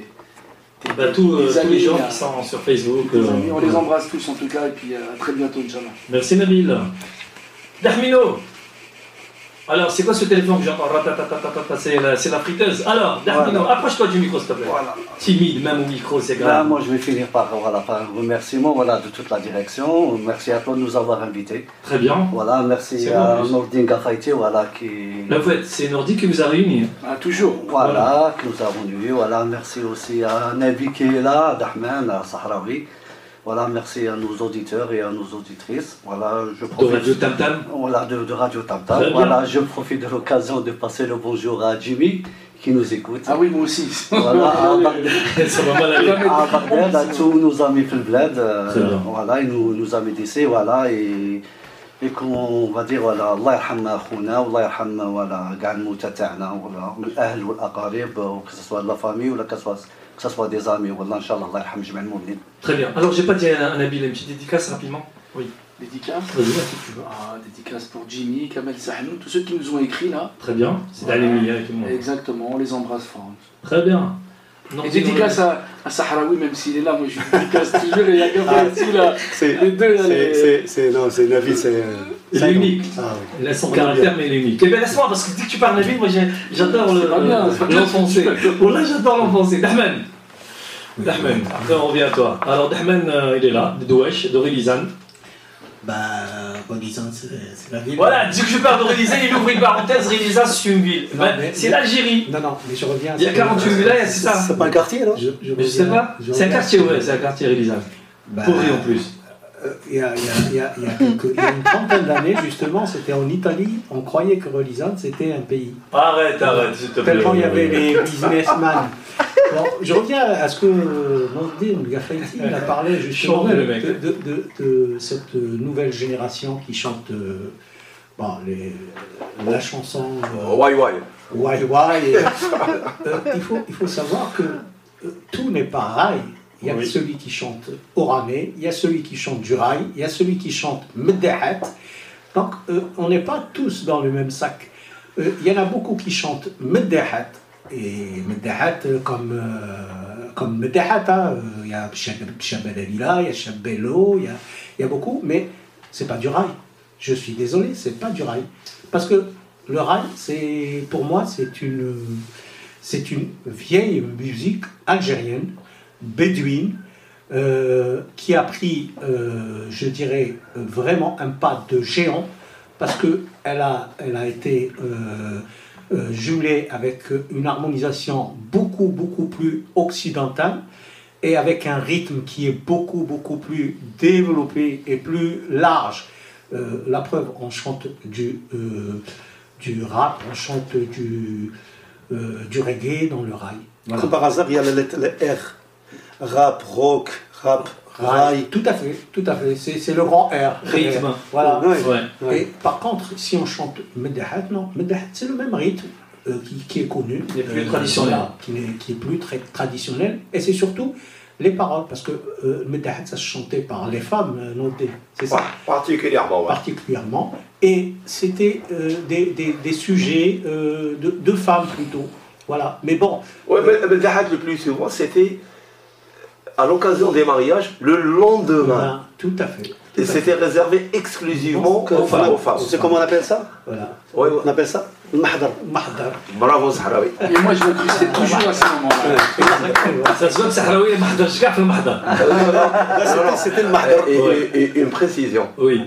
tous les gens qui sont sur Facebook. On les embrasse tous en tout cas. Et puis à très bientôt, Inch'Allah. Merci Nabil. Dahmino. Alors, c'est quoi ce téléphone que j'entends? C'est la friteuse. Alors, Dahmino, approche-toi du micro, s'il te plaît. Voilà. Timide, même au micro, c'est grave. Là, moi, je vais finir par un remerciement de toute la direction. Merci à toi de nous avoir invités. Très bien. Voilà, merci à Nordin Gafaïti, qui... Là, en fait, c'est Nordi qui vous a réunis. Ah, toujours. Voilà, qui nous a réunis. Voilà, merci aussi à Nabi qui est là, Dahman, à Sahraoui. Voilà, merci à nos auditeurs et à nos auditrices. Voilà, je profite de Radio Tam Tam. Voilà, de Radio Tam Tam. Voilà, je profite de l'occasion de passer le bonjour à Jimmy qui nous écoute. Ah oui, moi aussi. Voilà, à Bagdad, à tous nos amis في البلاد. Voilà, il nous a médicés, voilà, et qu'on va dire, voilà, الله يرحم أخونا والله يرحم voilà, كاع الموتى تاعنا voilà, الأهل والأقارب, que ce soit de la famille ou que ce soit des amis, والله إن شاء الله الله يرحم جميع المؤمنين. Très bien. Alors, j'ai pas dit à Nabil une petite dédicace rapidement. Oui. Dédicace. Vas-y, si tu veux. Dédicace pour Jimmy, Kamel Sahnou, tous ceux qui nous ont écrit là. Très bien. C'est Dalémi et tout le monde. Exactement, on les embrasse fort. Très bien. Et dédicace à Sahraoui, même s'il est là, moi je lui dédicace toujours, et il y a Gabriel aussi là. Les deux là. C'est Nabil, c'est. Il est unique. Il a son caractère, mais il est unique. Et bien laisse-moi, parce que dès que tu parles Nabil, moi j'adore l'enfoncer. Là, j'adore l'enfoncer. Dahman. Dahman, après on revient à toi. Alors Dahman, il est là, de Douesh, d'Orilizan. Relizan, c'est la ville. Voilà, dis que je parle de Relizan, il ouvre une parenthèse, Relizan c'est une ville. C'est l'Algérie. Non, mais je reviens. Il y a 48 villages, c'est ça. C'est pas un quartier, non? Je sais pas. C'est un quartier, ouais, c'est un quartier Relizan. Pourri en plus. Il y a une trentaine d'années, justement, c'était en Italie, on croyait que Relizan c'était un pays. Arrête, s'il te plaît. Tellement il y avait les businessmen. Bon, je reviens à ce que Nordin Gafaiti a parlé justement de cette nouvelle génération qui chante la chanson Why Why. Why Why. Il faut savoir que tout n'est pas rail. Il y a celui qui chante Orané, il y a celui qui chante du rail, il y a celui qui chante Meddahat. Donc on n'est pas tous dans le même sac. Il y en a beaucoup qui chantent Meddahat. Et Meddahat comme Meddahat, il y a Chabadalila, il y a Chabello, il y a beaucoup, mais c'est pas du rail. Je suis désolé, c'est pas du rail. Parce que le rail, pour moi, c'est une vieille musique algérienne, bédouine, qui a pris, je dirais, vraiment un pas de géant, parce qu'elle a été jumelée avec une harmonisation beaucoup plus occidentale, et avec un rythme qui est beaucoup plus développé et plus large. La preuve, on chante du rap, on chante du reggae dans le rail. Voilà. Comme par hasard, il y a la lettre R. Rap, rock, rail. Tout à fait. C'est le grand R. Rythme. Voilà. Ouais. Et par contre, si on chante Meddahat, non. Meddahat, c'est le même rythme qui est connu. Qui est plus traditionnel. Qui est plus très traditionnel. Et c'est surtout les paroles. Parce que Meddahat, ça se chantait par les femmes, c'est ça. Particulièrement, ouais. Particulièrement. Et c'était des sujets de femmes plutôt. Voilà. Mais bon. Ouais, mais Meddahat, le plus souvent, c'était à l'occasion des mariages, le lendemain. Tout à fait. Et c'était réservé exclusivement aux femmes. C'est comment on appelle ça? Voilà. Ouais. On appelle ça le mahdar. Bravo Sahraoui. Et moi je m'incrustais toujours à ce moment-là. Ça se voit que Sahraoui, Mahdar, je garde le Mahdar. C'était le mahdar. Et une précision. Oui.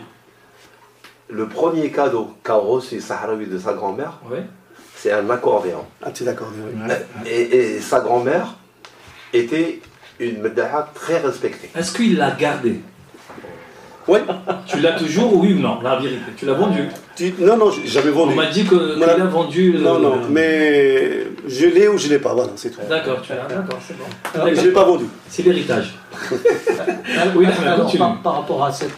Le premier cadeau qu'a reçu Sahraoui de sa grand-mère, c'est un accordéon. Un petit accordéon. Et sa grand-mère était une Meddahat très respectée. Est-ce qu'il l'a gardé? Oui. Tu l'as toujours, oui ou non? La vérité. Tu l'as vendu? Non, j'avais vendu. On m'a dit qu'il a vendu. Non, mais je l'ai ou je ne l'ai pas, voilà, c'est tout. D'accord, tu l'as, d'accord, c'est bon. Je ne l'ai pas vendu. C'est l'héritage. Oui, alors, par rapport à cette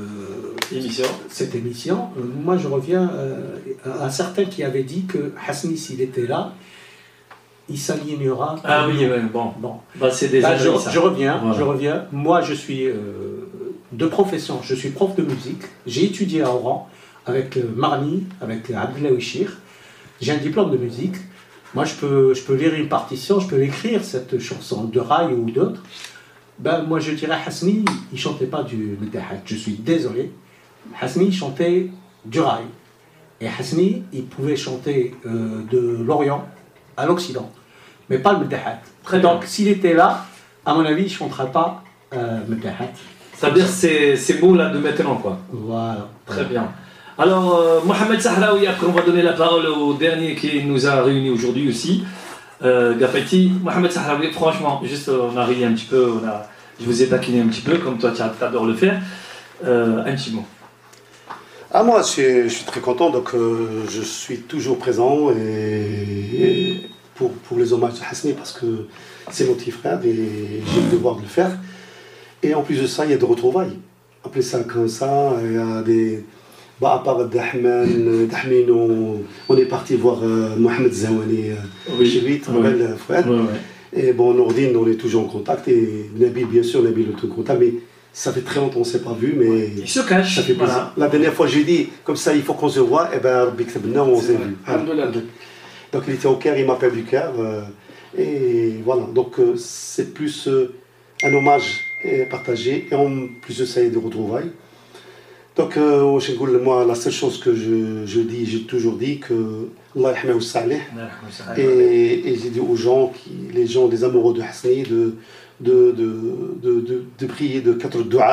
émission, moi je reviens à certains qui avaient dit que Hasni, s'il était là, il s'alignera. Ah oui, bon. Bah, c'est des je reviens. Moi, je suis de profession, je suis prof de musique. J'ai étudié à Oran avec Marni, avec Abdullah Wichir. J'ai un diplôme de musique. Moi, je peux lire une partition, je peux écrire cette chanson de rail ou d'autres. Moi, je dirais Hasni, il chantait pas du Meddahat. Je suis désolé. Hasni chantait du rail. Et Hasni, il pouvait chanter de l'Orient à l'Occident, mais pas le Meddahat. Donc, s'il était là, à mon avis, il ne chanterait pas Meddahat. C'est-à-dire ces mots-là de maintenant, quoi. Voilà. Très bien. Alors, Mohamed Sahraoui, après on va donner la parole au dernier qui nous a réunis aujourd'hui aussi, Gafaiti. Mohamed Sahraoui, franchement, juste on a ri un petit peu, je vous ai taquiné un petit peu, comme toi tu adores le faire. Un petit mot. Moi, je suis très content, donc je suis toujours présent et pour les hommages de Hasni, parce que c'est mon petit frère et j'ai le devoir de le faire. Et en plus de ça, il y a des retrouvailles. Appelez ça comme ça, il y a des... à part Dahmin, on est parti voir Mohamed Zawani chez lui, très bel frère. Et bon, Nordin, on est toujours en contact, et Nabil, bien sûr, Nabil est en contact, mais ça fait très longtemps qu'on ne s'est pas vu, mais il se cache. Ça fait plaisir. Voilà. La dernière fois, j'ai dit, comme ça, il faut qu'on se voit, et bien, on s'est vu. Donc il était au Caire, il m'appelle du Caire, et voilà. Donc c'est plus un hommage partagé, et en plus de ça, il y a des retrouvailles. Donc, moi, la seule chose que je dis, j'ai toujours dit que Allah yahmehou salih, et j'ai dit aux gens, les gens, des amoureux de Hasni, de prier de 4 du'a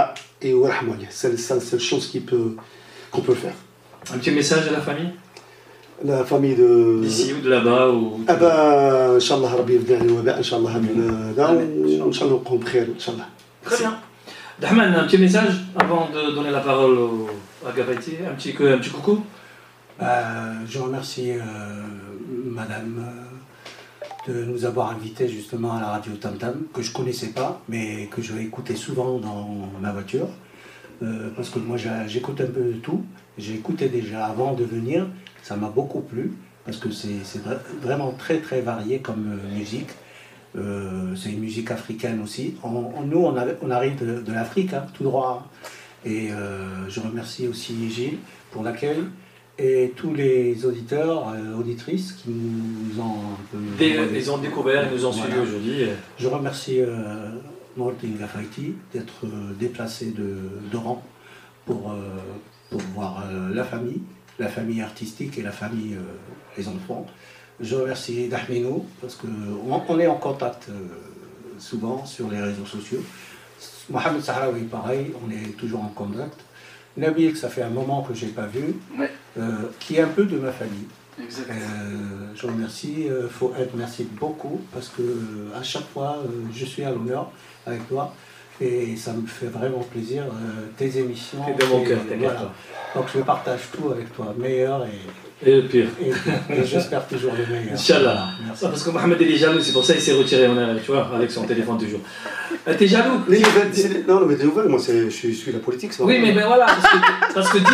et warhamouani. C'est la seule chose qu'on peut faire. Un petit message à la famille? La famille de... D'ici ou de là-bas ou... Ah ben, Inch'Allah, Rabbi yabda al-waba, Inch'Allah, Inch'Allah, nqom bkhir, Inch'Allah. Très bien. Dahman, un petit message avant de donner la parole à Gafaïti, un petit coucou. Je remercie Madame de nous avoir invités justement à la radio Tam Tam, que je ne connaissais pas, mais que je vais écouter souvent dans ma voiture. Parce que moi j'écoute un peu de tout. J'ai écouté déjà avant de venir, ça m'a beaucoup plu, parce que c'est vraiment très très varié comme musique. C'est une musique africaine aussi. Nous on arrive de l'Afrique, hein, tout droit. Et je remercie aussi Gilles pour l'accueil. Et tous les auditeurs, auditrices qui nous ont un peu... Ils ont découvert, ils nous ont suivis aujourd'hui. Je remercie Nordin Gafaïti d'être déplacé de rang pour voir la famille artistique et la famille, les enfants. Je remercie Dahminou parce qu'on est en contact souvent sur les réseaux sociaux. Mohamed Sahraoui, pareil, on est toujours en contact. Nabil, ça fait un moment que je n'ai pas vu, ouais. Qui est un peu de ma famille. Je remercie Fouad, merci beaucoup, parce que à chaque fois, je suis à l'honneur avec toi, et ça me fait vraiment plaisir, tes émissions. Et de mon cœur, voilà. Donc je partage tout avec toi, meilleur et le pire. Et j'espère toujours le meilleur. Inch'Allah. Merci. Parce que Mohamed il est jaloux, c'est pour ça qu'il s'est retiré, tu vois, avec son téléphone toujours. T'es jaloux? Non, mais des nouvelles, moi je suis la politique. Oui, mais ben voilà, parce que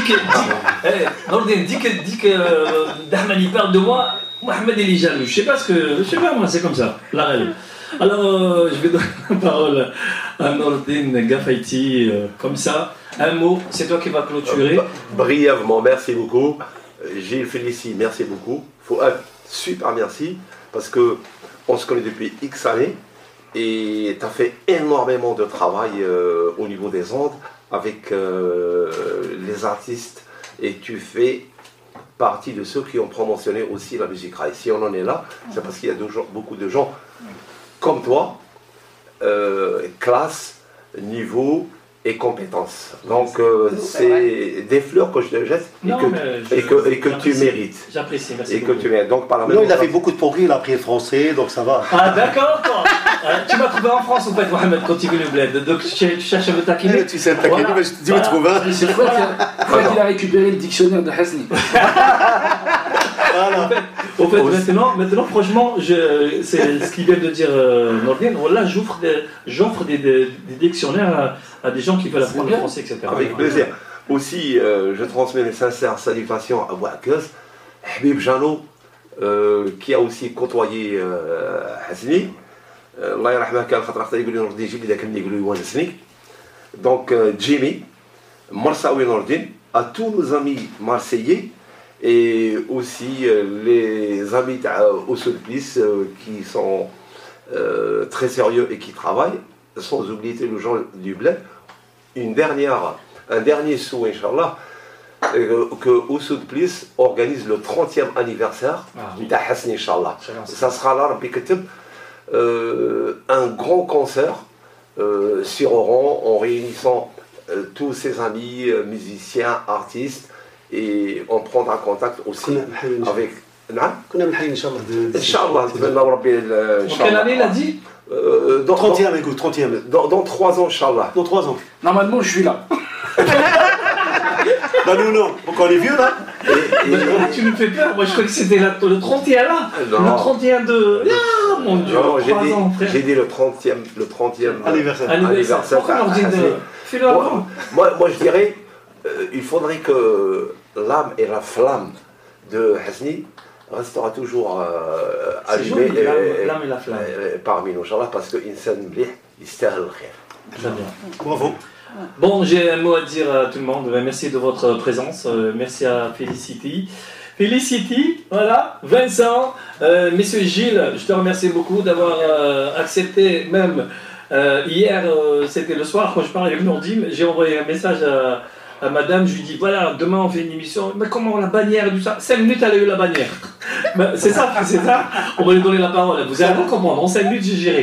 dit que Dahman il parle de moi, Mohamed il est jaloux. Je sais pas moi, c'est comme ça, la règle. Alors, je vais donner la parole à Nordin Gafaïti, comme ça. Un mot, c'est toi qui vas clôturer. Brièvement, merci beaucoup. Gilles Félicie, merci beaucoup. Fouad, super merci, parce qu'on se connaît depuis X années et tu as fait énormément de travail au niveau des ondes avec les artistes et tu fais partie de ceux qui ont promotionné aussi la musique raï. Si on en est là, c'est parce qu'il y a beaucoup de gens comme toi, classe, niveau et compétences. Donc c'est des fleurs que je te jette et que tu mérites. J'apprécie, merci. Et que tu mérites. Donc, par la même non, il a fait beaucoup de progrès, il a appris le français, donc ça va. Ah d'accord. Tu m'as trouvé en France, en fait, Mohamed, quand tu veux le bled. Donc tu cherches à me taquiner. Tu sais me taquiner, mais tu me trouves. C'est quoi qu'il a récupéré le dictionnaire de Hasni. Voilà. En fait, maintenant, franchement, c'est ce qu'il vient de dire Nordin. Là, j'offre des dictionnaires à des gens qui veulent apprendre le français, etc. Avec plaisir. Aussi, je transmets mes sincères salutations à Ouakaz, Habib Jano, qui a aussi côtoyé Hasni. Allah yarhamah kan khatra khata yقول لي نوردين جيب لي ذاك اللي يقولوا يونسني. Donc Jimmy, Marsaoui Nordin, à tous nos amis marseillais et aussi les amis au Soulplis qui sont très sérieux et qui travaillent, sans oublier les gens du bled. Un dernier souhait, Inch'Allah, que Oussoud Plis organise le 30e anniversaire de Hasni, Inch'Allah. Ça sera là, un grand concert sur Oran en réunissant tous ses amis, musiciens, artistes, et on prendra contact aussi avec... Inch'Allah, quelle année il a dit 30e, écoute, 30e. Dans 3 ans, Inch'Allah. Dans 3 ans. Normalement, je suis là. Bah nous non, on est vieux là. Tu me fais peur, moi je crois que c'était le 31 là. Non. Le 31 de... Ah mon Dieu, non, 3 ans frère. J'ai dit le 30e anniversaire. Pourquoi on dit fais-le avant? Moi je dirais, il faudrait que l'âme et la flamme de Hasni restera toujours allumée l'âme et la flamme parmi nous, Inch'Allah, parce que Insan Mlih, il se terre le khair. Très bien. Bravo. Bon, j'ai un mot à dire à tout le monde. Merci de votre présence. Merci à Felicity. Felicity, voilà, Vincent, Monsieur Gilles, je te remercie beaucoup d'avoir accepté, même hier, c'était le soir, quand je parlais avec Nordine, j'ai envoyé un message à madame, je lui dis, voilà, demain on fait une émission, mais comment la bannière et tout ça, 5 minutes elle a eu la bannière. C'est ça, on va lui donner la parole, vous allez comprendre, en 5 minutes j'ai géré.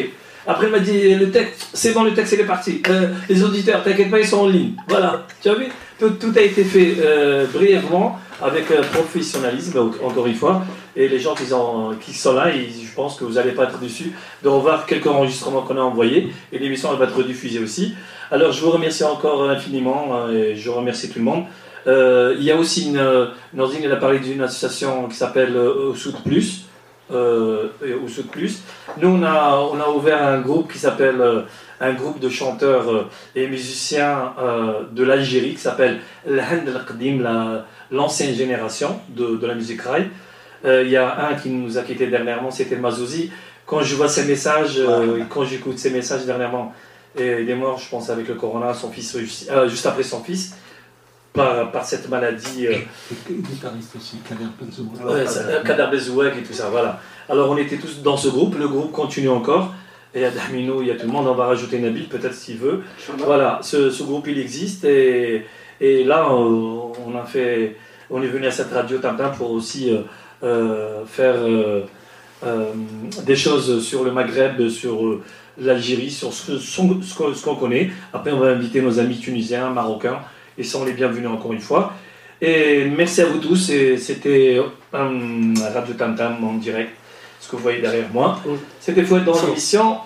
Après, il m'a dit, le texte, c'est bon, le texte, il est parti. Les auditeurs, t'inquiète pas, ils sont en ligne. Voilà, tu as vu, tout a été fait brièvement, avec professionnalisme, encore une fois. Et les gens qui sont là, je pense que vous n'allez pas être déçus de revoir quelques enregistrements qu'on a envoyés. Et l'émission, elle va être rediffusée aussi. Alors, je vous remercie encore infiniment, et je remercie tout le monde. Il y a aussi Nordine, elle a parlé d'une association qui s'appelle Oussoud Plus. Oussoud Plus. Nous, on a ouvert un groupe qui s'appelle un groupe de chanteurs et musiciens de l'Algérie qui s'appelle L'Hand Al-Qadim, l'ancienne génération de la musique raï. Il y a un qui nous a quittés dernièrement, c'était Mazouzi. Quand je vois ses messages, quand j'écoute ses messages dernièrement, et il est mort, je pense, avec le corona, son fils, juste après son fils. Par cette maladie. Guitariste aussi, Kader Kader Bezouag et tout ça, voilà. Alors on était tous dans ce groupe, le groupe continue encore. Et il y a Dahmino, il y a tout le monde, on va rajouter Nabil peut-être s'il veut. Voilà, ce groupe il existe et là on est venu à cette radio Tam Tam pour aussi faire des choses sur le Maghreb, sur l'Algérie, sur ce qu'on connaît. Après on va inviter nos amis tunisiens, marocains. Ils sont les bienvenus encore une fois. Et merci à vous tous. C'était Radio Tam Tam en direct, ce que vous voyez derrière moi. C'était Fouad dans l'émission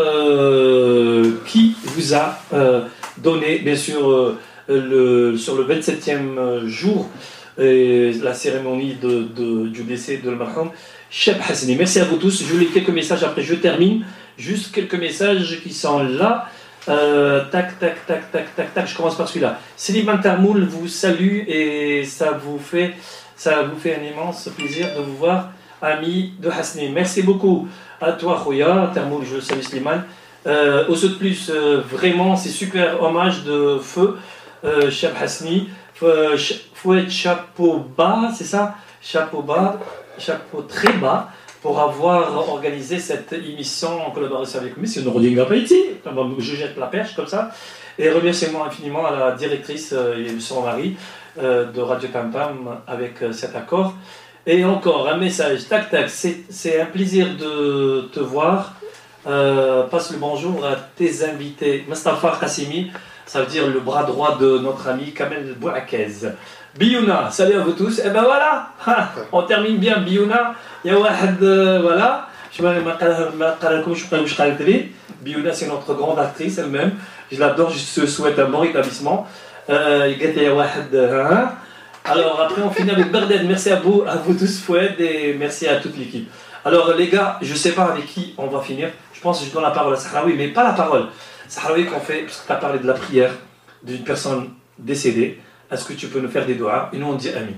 qui vous a donné, bien sûr, sur le 27e jour, la cérémonie du décès de Marham Cheb Hassani. Merci à vous tous. Je vous lis quelques messages, après je termine. Juste quelques messages qui sont là. Tac, je commence par celui-là. Slimane Tarmoul vous salue et ça vous fait un immense plaisir de vous voir, ami de Hasni. Merci beaucoup à toi, Khoya. Tarmoul, je salue Slimane. Oussoud Plus, vraiment, c'est super hommage de feu, Cheb Hasni. Fouet chapeau bas, c'est ça? Chapeau bas, chapeau très bas, pour avoir organisé cette émission en collaboration avec nous. C'est Nourdine Gapaïti, je jette la perche comme ça. Et remerciement infiniment à la directrice et son mari de Radio Tam Tam avec cet accord. Et encore un message, tac, c'est un plaisir de te voir. Passe le bonjour à tes invités. Mustafa Qassimi, ça veut dire le bras droit de notre ami Kamel Bouakez. Biouna, salut à vous tous. Et ben voilà, on termine bien. Biouna, il y a Wahed, voilà. Biouna, c'est notre grande actrice elle-même. Je l'adore, je te souhaite un bon rétablissement. Alors après, on finit avec Berded. Merci à vous tous, Foued, et merci à toute l'équipe. Alors les gars, je ne sais pas avec qui on va finir. Je pense que je donne la parole à Sahraoui, mais pas la parole. Sahraoui qu'on fait, parce que tu as parlé de la prière d'une personne décédée. Est-ce que tu peux nous faire des doigts? Et nous on dit Amin.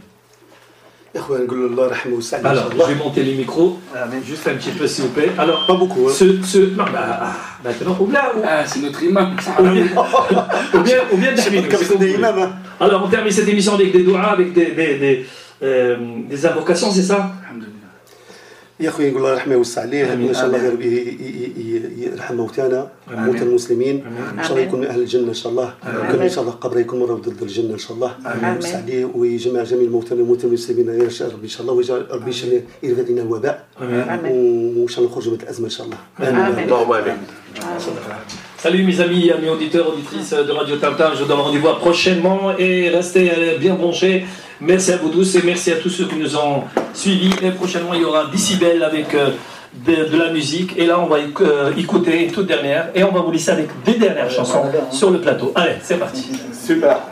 Alors, je vais monter les micros, juste un petit peu s'il vous plaît. Alors, pas beaucoup. Hein. Non, maintenant, ou bien. C'est notre imam. ou bien des imams. Alors, on termine cette émission avec des doigts, avec des invocations, c'est ça? يا اخوي نقول الله يرحمه ويوسع عليه ان شاء الله ربي يرحم موتانا وموتى المسلمين ان شاء الله يكون من اهل الجنه ان شاء الله كل ان شاء الله قبره يكون مره ضد الجنه ان شاء الله يوسع عليه ويجمع جميع الموتى وموتى المسلمين يا ربي ان شاء الله ويجعل ربي يرفع لنا الوباء وان شاء الله نخرج من الازمه ان شاء الله اللهم امين. Salut mes amis, amis auditeurs, auditrices de Radio Tam Tam, je vous donne rendez-vous prochainement et restez bien branchés. Merci à vous tous et merci à tous ceux qui nous ont suivis. Et prochainement il y aura Decibel avec de la musique. Et là on va écouter une toute dernière et on va vous laisser avec des dernières chansons sur le plateau. Allez, c'est parti. Super.